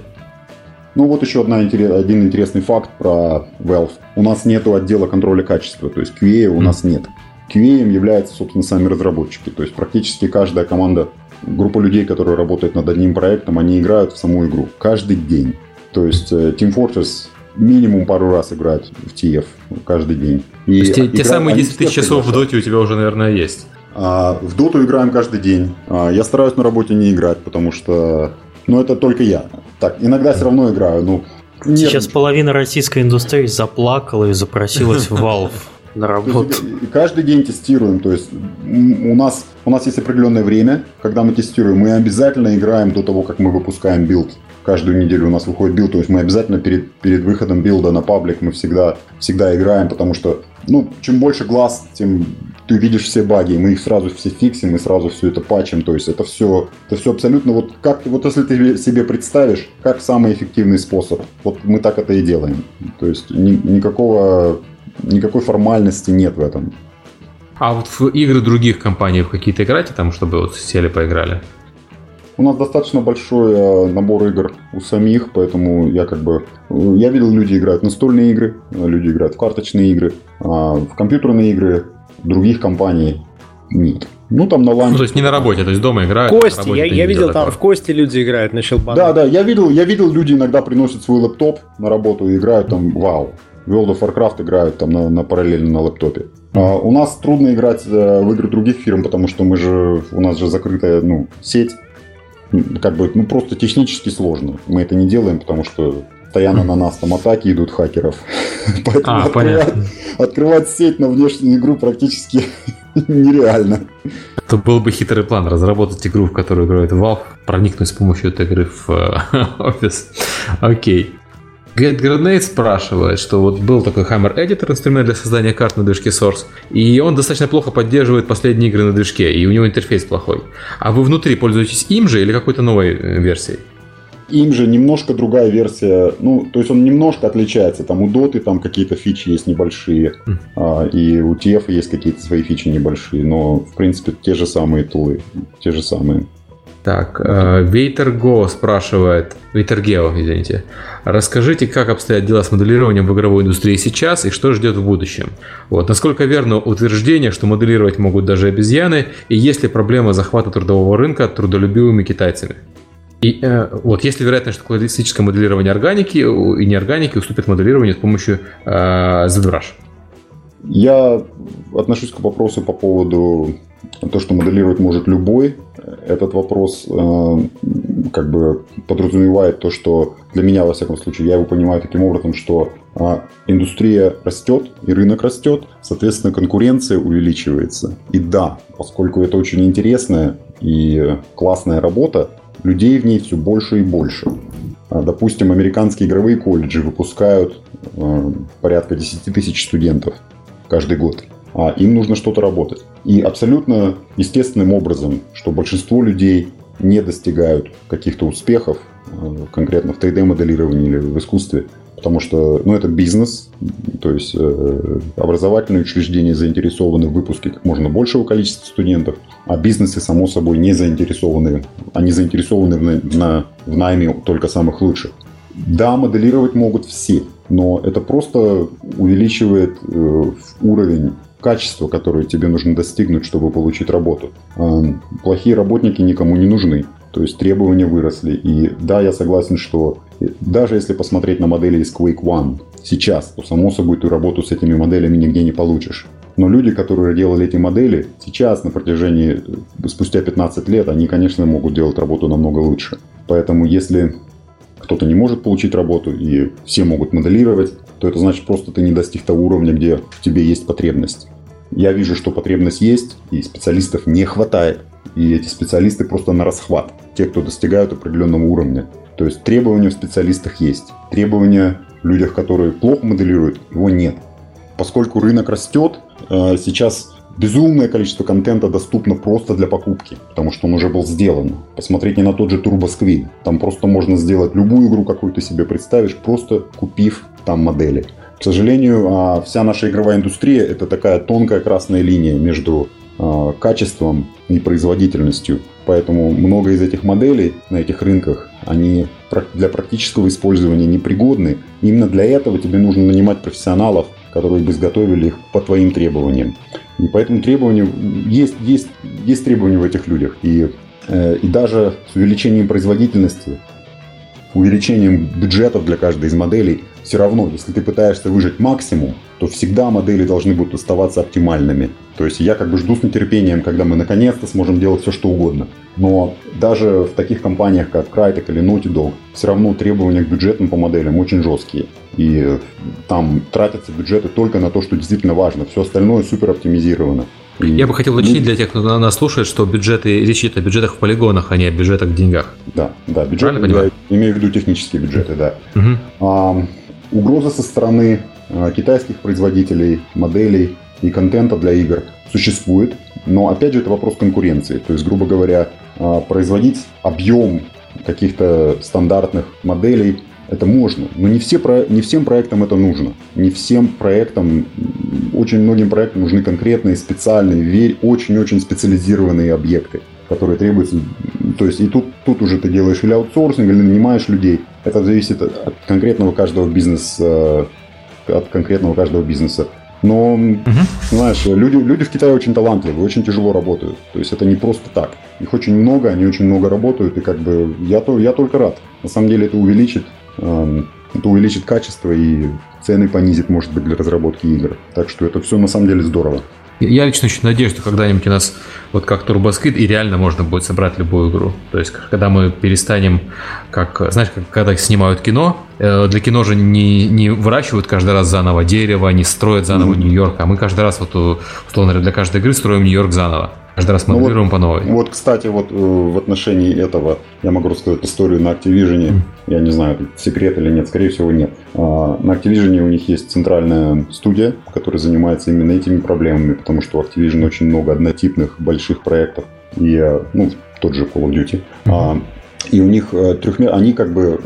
Ну вот еще одна, один интересный факт про Valve. У нас нет отдела контроля качества, то есть кью эй у mm-hmm. нас нет. кью эй являются, собственно, сами разработчики. То есть практически каждая команда, группа людей, которые работают над одним проектом, они играют в саму игру каждый день. То есть Team Fortress минимум пару раз играют в ти эф каждый день. И то есть те, те самые десять тысяч часов в доте у тебя уже, наверное, есть? А, в доту играем каждый день. А, я стараюсь на работе не играть, потому что... Ну, это только я. Так, иногда все равно играю. Ну, сейчас половина российской индустрии заплакала и запросилась в Valve на работу. Каждый день тестируем. То есть у нас, у нас есть определенное время, когда мы тестируем. Мы обязательно играем до того, как мы выпускаем билд. Каждую неделю у нас выходит билд, то есть мы обязательно перед, перед выходом билда на паблик мы всегда, всегда играем, потому что, ну, чем больше глаз, тем ты видишь все баги, мы их сразу все фиксим, мы сразу все это патчим, то есть это все, это все абсолютно, вот как, вот если ты себе представишь, как самый эффективный способ, вот мы так это и делаем, то есть ни, никакого, никакой формальности нет в этом. А вот в игры других компаний в какие-то играете там, чтобы вот сели поиграли? у нас достаточно большой набор игр у самих, поэтому я как бы... Я видел, люди играют в настольные игры, люди играют в карточные игры, а в компьютерные игры других компаний нет. Ну, там на ланче. Ну, то есть не на работе, то есть дома играют. Кости, я, я видел, такого. Там в кости люди играют на щелбанах. Да, да, я видел, я видел, люди иногда приносят свой лэптоп на работу и играют там, вау. World of Warcraft играют там на, на параллельно на лэптопе. А у нас трудно играть в игры других фирм, потому что мы же, у нас же закрытая, ну, сеть. Как бы, ну, просто технически сложно. Мы это не делаем, потому что постоянно на нас там атаки идут хакеров. Поэтому а, открывать, открывать сеть на внешнюю игру практически нереально. Это был бы хитрый план разработать игру, в которую играет Valve, проникнуть с помощью этой игры в офис. Окей. Get Grenade спрашивает, что вот был такой Hammer Editor, инструмент для создания карт на движке Source, и он достаточно плохо поддерживает последние игры на движке, и у него интерфейс плохой. А вы внутри пользуетесь им же или какой-то новой версией? Им же немножко другая версия, ну, то есть он немножко отличается. Там у Dota там какие-то фичи есть небольшие, mm. а, и у ти эф есть какие-то свои фичи небольшие, но, в принципе, те же самые тулы, те же самые. Так, Вейтерго спрашивает, Вейтергео, извините, расскажите, как обстоят дела с моделированием в игровой индустрии сейчас и что ждет в будущем? Вот, насколько верно утверждение, что моделировать могут даже обезьяны, и есть ли проблема захвата трудового рынка трудолюбивыми китайцами? И э, вот, есть ли вероятность, что классическое моделирование органики и неорганики уступит моделированию с помощью э, ZBrush? Я отношусь к вопросу по поводу того, что моделировать может любой. Этот вопрос э, как бы подразумевает то, что для меня, во всяком случае, я его понимаю таким образом, что э, индустрия растет и рынок растет, соответственно, конкуренция увеличивается. И да, поскольку это очень интересная и классная работа, людей в ней все больше и больше. Допустим, американские игровые колледжи выпускают э, порядка десять тысяч студентов каждый год. А им нужно что-то работать. И абсолютно естественным образом, что большинство людей не достигают каких-то успехов, э, конкретно в три дэ-моделировании или в искусстве, потому что, ну, это бизнес, то есть э, образовательные учреждения заинтересованы в выпуске как можно большего количества студентов, а бизнесы, само собой, не заинтересованы, они заинтересованы в, на, в найме только самых лучших. Да, моделировать могут все, но это просто увеличивает э, уровень качества, которое тебе нужно достигнуть, чтобы получить работу. Э, плохие работники никому не нужны. То есть требования выросли. И да, я согласен, что даже если посмотреть на модели из Quake один сейчас, то само собой ты работу с этими моделями нигде не получишь. Но люди, которые делали эти модели, сейчас на протяжении, спустя пятнадцать лет, они, конечно, могут делать работу намного лучше. Поэтому если кто-то не может получить работу и все могут моделировать, то это значит просто ты не достиг того уровня, где в тебе есть потребность. Я вижу, что потребность есть, и специалистов не хватает. И эти специалисты просто на расхват. Те, кто достигают определенного уровня. То есть требования в специалистах есть. Требования в людях, которые плохо моделируют, его нет. Поскольку рынок растет, сейчас безумное количество контента доступно просто для покупки, потому что он уже был сделан. Посмотрите на тот же Turbo Squid. Там просто можно сделать любую игру, какую ты себе представишь, просто купив там модели. К сожалению, вся наша игровая индустрия – это такая тонкая красная линия между качеством и производительностью. Поэтому много из этих моделей на этих рынках, они для практического использования непригодны. Именно для этого тебе нужно нанимать профессионалов, которые бы изготовили их по твоим требованиям. И поэтому требования, есть, есть, есть требования в этих людях. И, э, и даже с увеличением производительности, увеличением бюджетов для каждой из моделей, все равно, если ты пытаешься выжать максимум, то всегда модели должны будут оставаться оптимальными. То есть я как бы жду с нетерпением, когда мы наконец-то сможем делать все, что угодно. Но даже в таких компаниях, как Crytek или Naughty Dog, все равно требования к бюджетам по моделям очень жесткие. И там тратятся бюджеты только на то, что действительно важно. Все остальное супер оптимизировано. И... Я бы хотел уточнить для тех, кто нас слушает, что бюджеты, речь идет о бюджетах в полигонах, а не о бюджетах в деньгах. Да, да, бюджеты, я имею в виду технические бюджеты, да. Угу. А, угроза со стороны а, китайских производителей моделей и контента для игр существует, но опять же это вопрос конкуренции. То есть, грубо говоря, а, производить объем каких-то стандартных моделей это можно, но не, все, не всем проектам это нужно. Не всем проектам, очень многим проектам нужны конкретные, специальные, очень-очень специализированные объекты. которые требуются. То есть и тут, тут уже ты делаешь или аутсорсинг, или нанимаешь людей. Это зависит от конкретного каждого бизнеса, от конкретного каждого бизнеса. Но, угу. знаешь, люди, люди в Китае очень талантливые, очень тяжело работают. То есть это не просто так. Их очень много, они очень много работают, и как бы я, то, я только рад. На самом деле это увеличит, э, это увеличит качество и цены понизит, может быть, для разработки игр. Так что это все на самом деле здорово. Я лично очень надеюсь, что когда-нибудь у нас, вот как TurboSquid, и реально можно будет собрать любую игру. То есть, когда мы перестанем, как, знаешь, как, когда снимают кино, э, для кино же не, не выращивают каждый раз заново дерево, не строят заново mm-hmm. Нью-Йорк, а мы каждый раз, вот, условно говоря, для каждой игры строим Нью-Йорк заново. Каждый раз моделируем ну вот, по новой. Вот, кстати, вот в отношении этого я могу рассказать историю на Activision. Mm. Я не знаю, это секрет или нет, скорее всего нет. На Activision у них есть центральная студия, которая занимается именно этими проблемами, потому что у Activision очень много однотипных больших проектов, и, ну, тот же Call of Duty. Mm-hmm. И у них трехмер... они как бы...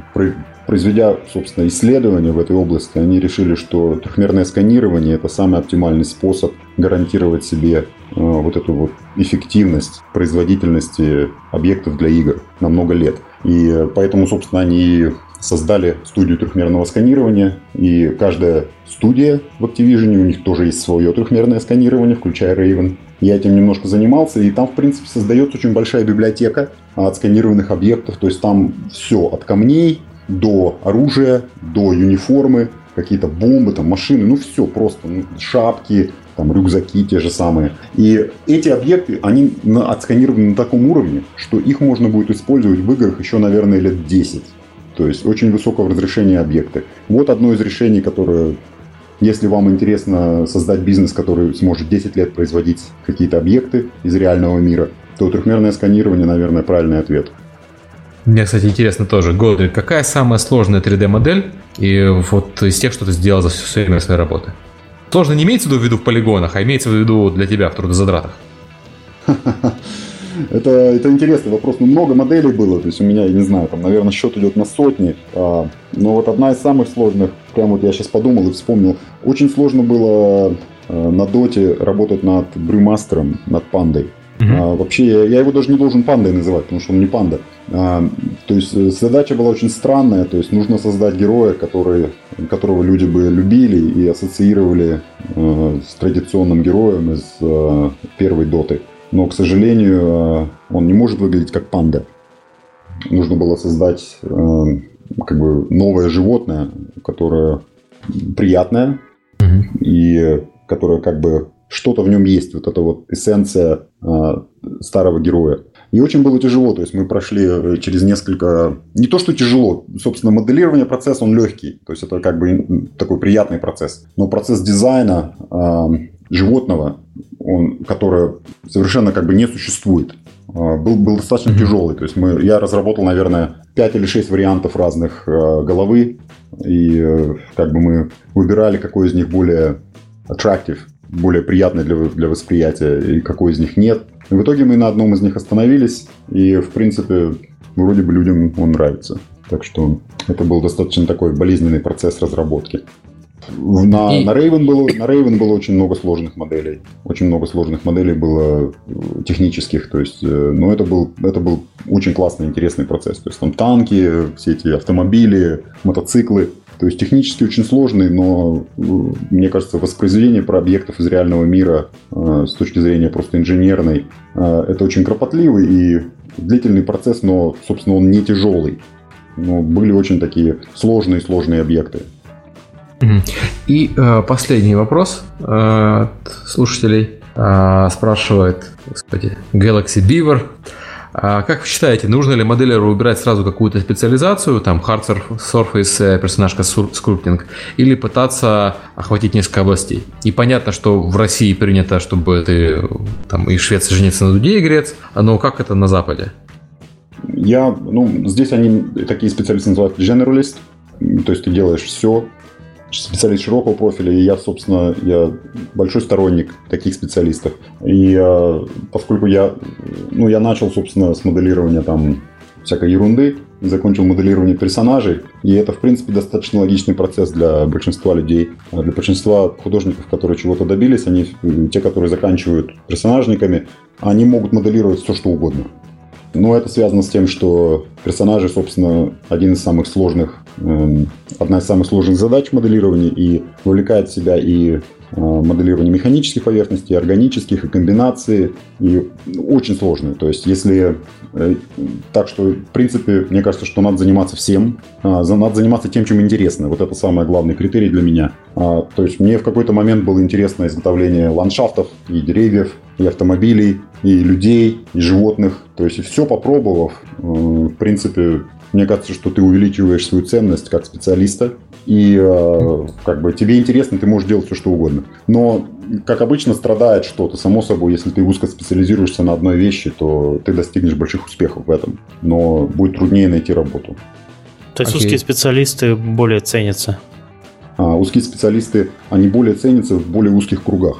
Произведя, собственно, исследования в этой области, они решили, что трехмерное сканирование – это самый оптимальный способ гарантировать себе э, вот эту вот эффективность производительности объектов для игр на много лет. И поэтому, собственно, они создали студию трехмерного сканирования, и каждая студия в Activision, у них тоже есть свое трехмерное сканирование, включая Raven. Я этим немножко занимался, и там, в принципе, создается очень большая библиотека отсканированных объектов, то есть там все от камней до оружия, до юниформы, какие-то бомбы, там, машины, ну все просто, ну, шапки, там, рюкзаки те же самые. И эти объекты, они на, отсканированы на таком уровне, что их можно будет использовать в играх еще, наверное, лет десять. То есть очень высокого разрешения объекты. Вот одно из решений, которое, если вам интересно создать бизнес, который сможет десять лет производить какие-то объекты из реального мира, то трехмерное сканирование, наверное, правильный ответ. Мне, кстати, интересно тоже, Годрик, какая самая сложная три дэ-модель и вот из тех, что ты сделал за все время своей работы? Сложно не имеется в виду в полигонах, а имеется в виду для тебя в трудозатратах. Это, это интересный вопрос. Ну, много моделей было, то есть у меня, я не знаю, там, наверное, счет идет на сотни. А, но вот одна из самых сложных, прям вот я сейчас подумал и вспомнил, очень сложно было а, на доте работать над брюмастером, над пандой. Uh-huh. А, вообще, я, я его даже не должен пандой называть, потому что он не панда. А, то есть задача была очень странная, то есть нужно создать героя, который, которого люди бы любили и ассоциировали э, с традиционным героем из э, первой доты. Но, к сожалению, э, он не может выглядеть как панда. Нужно было создать э, как бы новое животное, которое приятное uh-huh. и которое как бы что-то в нем есть, вот эта вот эссенция э, старого героя. И очень было тяжело, то есть мы прошли через несколько... Не то, что тяжело, собственно, моделирование процесса, он легкий, то есть это как бы такой приятный процесс. Но процесс дизайна э, животного, он, которое совершенно как бы не существует, э, был, был достаточно mm-hmm. тяжелый. То есть мы, я разработал, наверное, пять или шесть вариантов разных э, головы, и э, как бы мы выбирали, какой из них более attractive, более приятный для, для восприятия, и какой из них нет. И в итоге мы на одном из них остановились, и, в принципе, вроде бы людям он нравится. Так что это был достаточно такой болезненный процесс разработки. На, и... на, Raven было, на Raven было очень много сложных моделей. Очень много сложных моделей было технических. То есть, ну, это был, это был очень классный, интересный процесс. То есть там танки, все эти автомобили, мотоциклы. То есть технически очень сложный, но, мне кажется, воспроизведение про объектов из реального мира э, с точки зрения просто инженерной, э, это очень кропотливый и длительный процесс, но, собственно, он не тяжелый. Но были очень такие сложные-сложные объекты. И э, последний вопрос э, от слушателей. Э, спрашивает, господи, Galaxy Beaver. А как вы считаете, нужно ли моделеру выбирать сразу какую-то специализацию, там, hard surface, персонажка скульптинг, или пытаться охватить несколько областей? И понятно, что в России принято, чтобы ты там и швец женится на дуде, и грец, но как это на Западе? Я, ну, здесь они такие специалисты называют generalist, то есть ты делаешь все. Специалист широкого профиля, и я, собственно, я большой сторонник таких специалистов. И э, поскольку я, ну, я начал, собственно, с моделирования там всякой ерунды, и закончил моделирование персонажей. И это, в принципе, достаточно логичный процесс для большинства людей. Для большинства художников, которые чего-то добились, они, те, которые заканчивают персонажниками, они могут моделировать все, что угодно. Но это связано с тем, что персонажи, собственно, один из самых сложных, э, одна из самых сложных задач моделирования, и вовлекает в себя и э, моделирование механических поверхностей, и органических, и комбинации, и очень сложные. То есть, если э, так что, в принципе, мне кажется, что надо заниматься всем, э, надо заниматься тем, чем интересно. Вот это самый главный критерий для меня. Э, то есть, мне в какой-то момент было интересно изготовление ландшафтов и деревьев, и автомобилей, и людей, и животных. То есть, все попробовав, в принципе, мне кажется, что ты увеличиваешь свою ценность как специалиста. И как бы тебе интересно, ты можешь делать все, что угодно. Но, как обычно, страдает что-то. Само собой, если ты узко специализируешься на одной вещи, то ты достигнешь больших успехов в этом. Но будет труднее найти работу. То есть, okay. узкие специалисты более ценятся? А, узкие специалисты, они более ценятся в более узких кругах.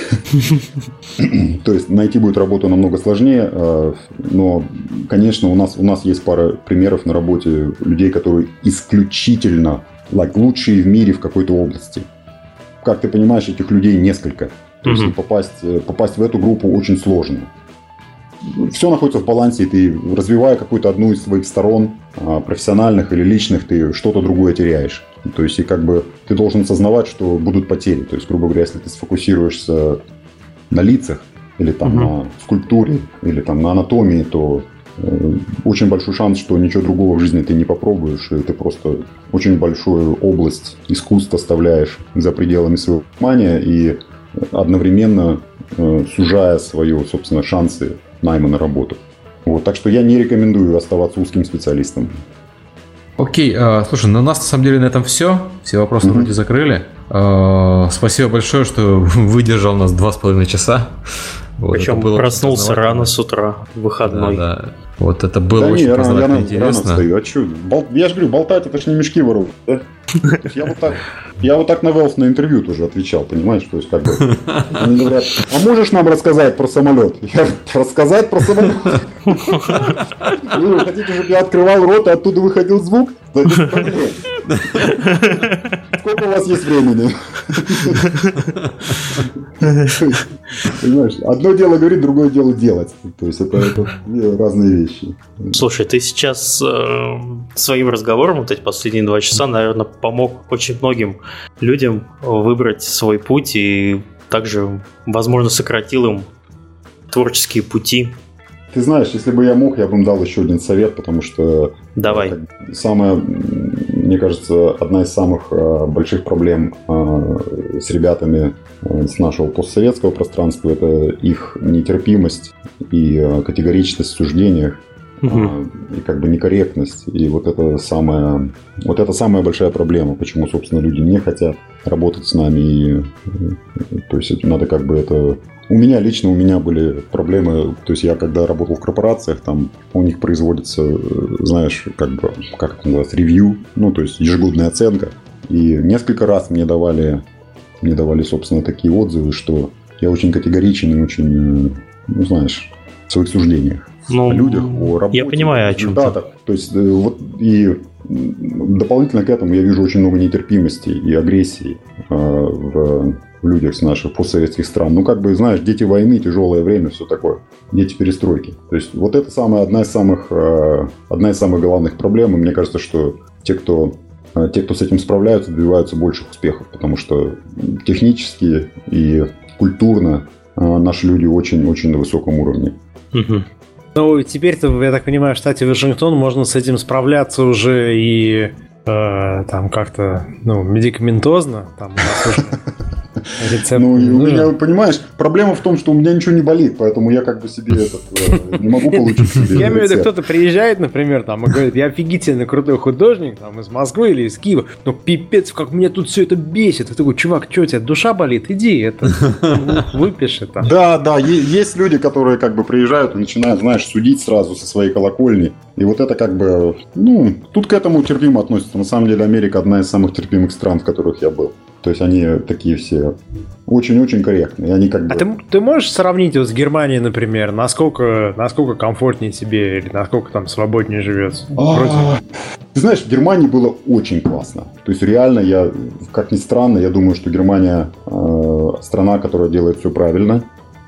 То есть найти будет работу намного сложнее, но, конечно, у нас, у нас есть пара примеров на работе людей, которые исключительно like, лучшие в мире в какой-то области. Как ты понимаешь, этих людей несколько. То есть mm-hmm. попасть, попасть в эту группу очень сложно. Все находится в балансе, и ты, развивая какую-то одну из своих сторон, профессиональных или личных, ты что-то другое теряешь. То есть, и как бы ты должен осознавать, что будут потери. То есть, грубо говоря, если ты сфокусируешься на лицах, или там uh-huh. на скульптуре, или там на анатомии, то э, очень большой шанс, что ничего другого в жизни ты не попробуешь, и ты просто очень большую область искусства оставляешь за пределами своего внимания, и одновременно э, сужая свои, собственно, шансы найма на работу. Вот, так что я не рекомендую оставаться узким специалистом. Окей, э, слушай, ну у нас на самом деле на этом все. Все вопросы mm-hmm. вроде закрыли. Э, спасибо большое, что выдержал нас два с половиной часа. Вот, причем проснулся рано с утра, выходной. Да, да. Вот это было да очень не, познавательно и интересно. Рано встаю. А что? Бол... Я же говорю, болтать это ж не мешки воровать. Да? Я вот так, я вот так на Valve на интервью тоже отвечал, понимаешь? То есть как бы они говорят, а можешь нам рассказать про самолет? Я рассказать про самолет? Вы хотите, чтобы я открывал рот, и оттуда выходил звук? Сколько у вас есть времени? Понимаешь, одно дело говорить, другое дело делать. То есть это, это разные вещи. Слушай, ты сейчас э, своим разговором вот эти последние два часа, наверное, помог очень многим людям выбрать свой путь и также, возможно, сократил им творческие пути. Ты знаешь, если бы я мог, я бы им дал еще один совет, потому что Давай. Как, самая, мне кажется, одна из самых э, больших проблем э, с ребятами э, с нашего постсоветского пространства — это их нетерпимость и э, категоричность в суждениях, угу. э, и как бы некорректность. И вот это самая, вот это самая большая проблема, почему, собственно, люди не хотят работать с нами. И, э, то есть надо как бы это... У меня лично, у меня были проблемы, то есть я когда работал в корпорациях, там у них производится, знаешь, как бы, как это называется, ревью, ну, то есть ежегодная оценка. И несколько раз мне давали, мне давали, собственно, такие отзывы, что я очень категоричен и очень, ну, знаешь, в своих суждениях. Ну, о людях, о работе. Я понимаю, о чем ты. То есть вот и дополнительно к этому я вижу очень много нетерпимости и агрессии э, в... в людях с наших постсоветских стран. Ну, как бы, знаешь, дети войны, тяжелое время, все такое. Дети перестройки. То есть, вот это самая, одна из самых, э, одна из самых главных проблем. И мне кажется, что те, кто, э, те, кто с этим справляются, добиваются больших успехов. Потому что технически и культурно э, наши люди очень-очень на высоком уровне. Угу. Ну, теперь-то, я так понимаю, в штате Вашингтон можно с этим справляться уже и э, там как-то, ну, медикаментозно. Там у нас уже... Рецепт ну, у меня, понимаешь, проблема в том, что у меня ничего не болит, поэтому я как бы себе этот, э, не могу получить себе Я имею в виду, кто-то приезжает, например, там, и говорит, я офигительно крутой художник, там, из Москвы или из Киева, но пипец, как меня тут все это бесит. Ты такой, чувак, что у тебя, душа болит? Иди, это, выпиши это. Да, да, есть люди, которые как бы приезжают и начинают, знаешь, судить сразу со своей колокольни. И вот это как бы, ну, тут к этому терпимо относится. На самом деле Америка одна из самых терпимых стран, в которых я был. То есть они такие все очень-очень корректные. Они как бы... А ты, ты можешь сравнить вот с Германией, например, насколько, насколько комфортнее тебе или насколько там свободнее живется? А, ты знаешь, в Германии было очень классно. То есть реально, я, как ни странно, я думаю, что Германия э, страна, которая делает все правильно.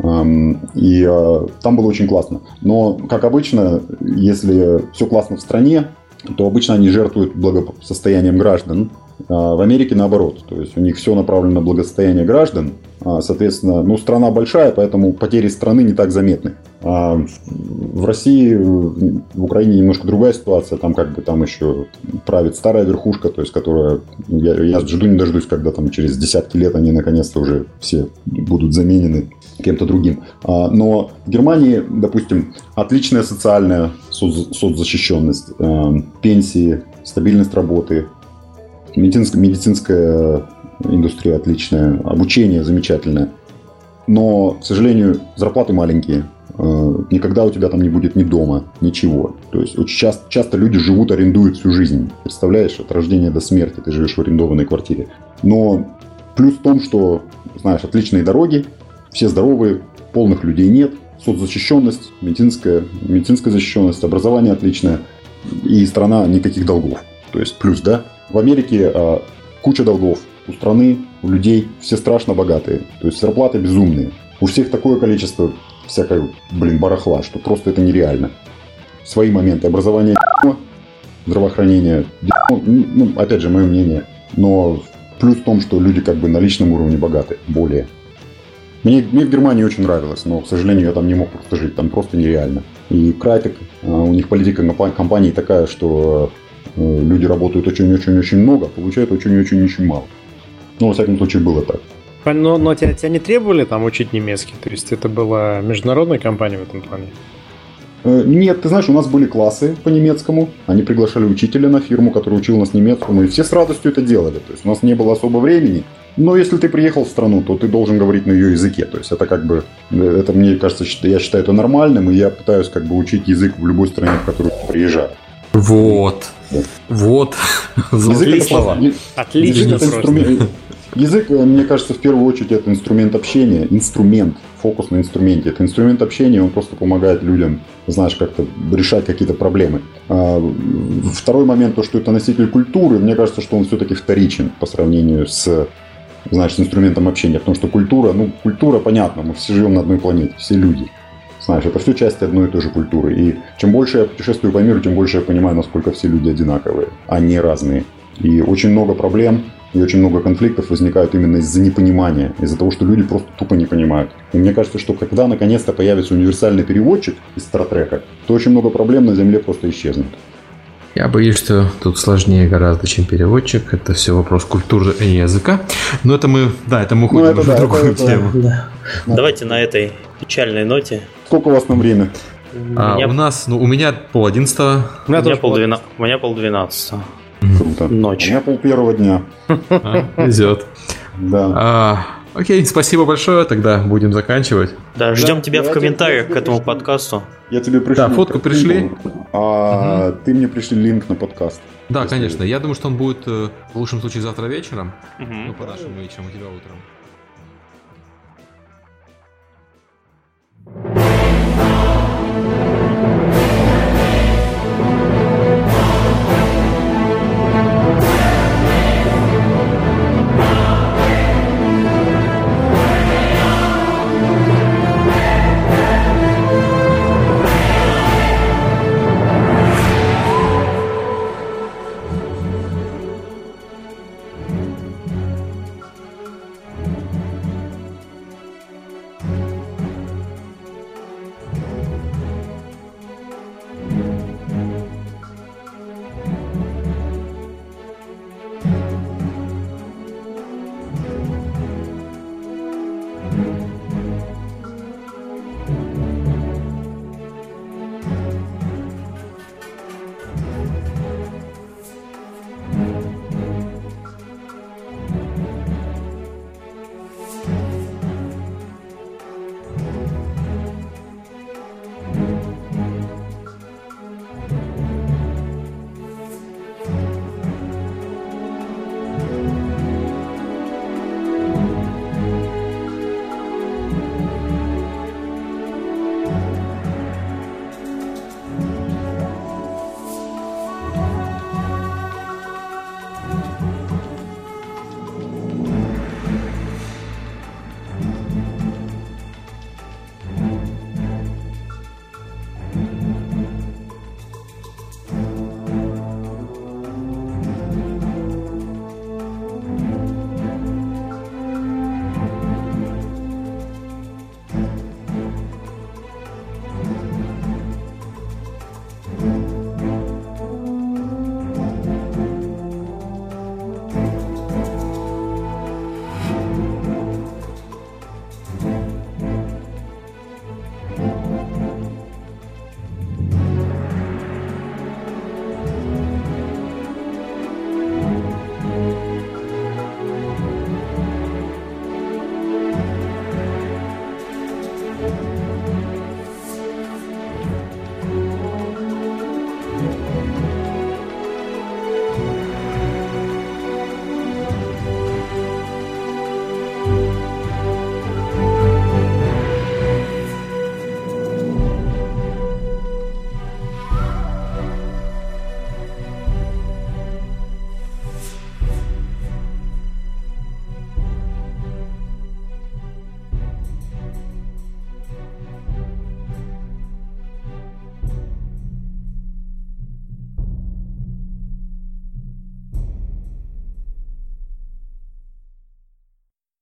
И э, там было очень классно. Но, как обычно, если все классно в стране, то обычно они жертвуют благосостоянием граждан. А в Америке наоборот. То есть у них все направлено на благосостояние граждан. А, соответственно, ну, страна большая, поэтому потери страны не так заметны. А в России, в Украине немножко другая ситуация. Там как бы там еще правит старая верхушка, то есть которая... Я, я жду не дождусь, когда там через десятки лет они наконец-то уже все будут заменены кем-то другим. А, но в Германии, допустим, отличная социальная соц, соцзащищенность, э, пенсии, стабильность работы, медицинская, медицинская индустрия отличная, обучение замечательное. Но, к сожалению, зарплаты маленькие. Э, никогда у тебя там не будет ни дома, ничего. То есть очень часто, часто люди живут, арендуют всю жизнь. Представляешь, от рождения до смерти ты живешь в арендованной квартире. Но плюс в том, что, знаешь, отличные дороги, все здоровые, полных людей нет, соцзащищенность, медицинская, медицинская защищенность, образование отличное, и страна никаких долгов. То есть плюс, да? В Америке а, куча долгов. У страны, у людей все страшно богатые. То есть зарплаты безумные. У всех такое количество всякой, блин, барахла, что просто это нереально. Свои моменты. Образование, здравоохранение, ну, опять же, мое мнение. Но плюс в том, что люди как бы на личном уровне богаты, более. Мне, мне в Германии очень нравилось, но, к сожалению, я там не мог просто жить, там просто нереально. И Крайтек, у них политика компании такая, что люди работают очень-очень-очень много, получают очень-очень-очень мало. Ну, во всяком случае, было так. Но, но тебя, тебя не требовали там учить немецкий? То есть это была международная компания в этом плане? Нет, ты знаешь, у нас были классы по немецкому, они приглашали учителя на фирму, который учил нас немецкому, и все с радостью это делали. То есть у нас не было особо времени. Но если ты приехал в страну, то ты должен говорить на ее языке. То есть это как бы, это мне кажется, я считаю это нормальным, и я пытаюсь как бы учить язык в любой стране, в которую я приезжаю. Вот. Да. Вот. Золотые слова. Отлично. Язык, это инструмент, язык, мне кажется, в первую очередь это инструмент общения. Инструмент. Фокус на инструменте. Это инструмент общения, он просто помогает людям, знаешь, как-то решать какие-то проблемы. Второй момент, то, что это носитель культуры, мне кажется, что он все-таки вторичен по сравнению с, знаешь, с инструментом общения. Потому что культура, ну, культура, понятно, мы все живем на одной планете, все люди. Знаешь, это все части одной и той же культуры. И чем больше я путешествую по миру, тем больше я понимаю, насколько все люди одинаковые, а не разные. И очень много проблем и очень много конфликтов возникают именно из-за непонимания, из-за того, что люди просто тупо не понимают. И мне кажется, что когда наконец-то появится универсальный переводчик из Стартрека, то очень много проблем на Земле просто исчезнут. Я боюсь, что тут сложнее гораздо, чем переводчик. Это все вопрос культуры и языка. Но это мы, да, это мы уходим ну, в да, другую это, тему. Да. Да. Давайте на этой печальной ноте. Сколько у вас на время? А, меня... У нас, ну, у меня пол одиннадцатого. У меня, меня пол двенадцатого. У меня пол двенадцатого. Круто. Ночь. У меня пол первого дня. А, везет. Да. А, окей, спасибо большое. Тогда будем заканчивать. Да, ждем да, тебя в комментариях к этому пришлю. подкасту. Я тебе пришлю. Да, фотку пришли. А угу. Ты мне пришли линк на подкаст. Да, конечно. Я думаю, что он будет в лучшем случае завтра вечером. Угу. Ну, по нашему вечерам, у тебя утром.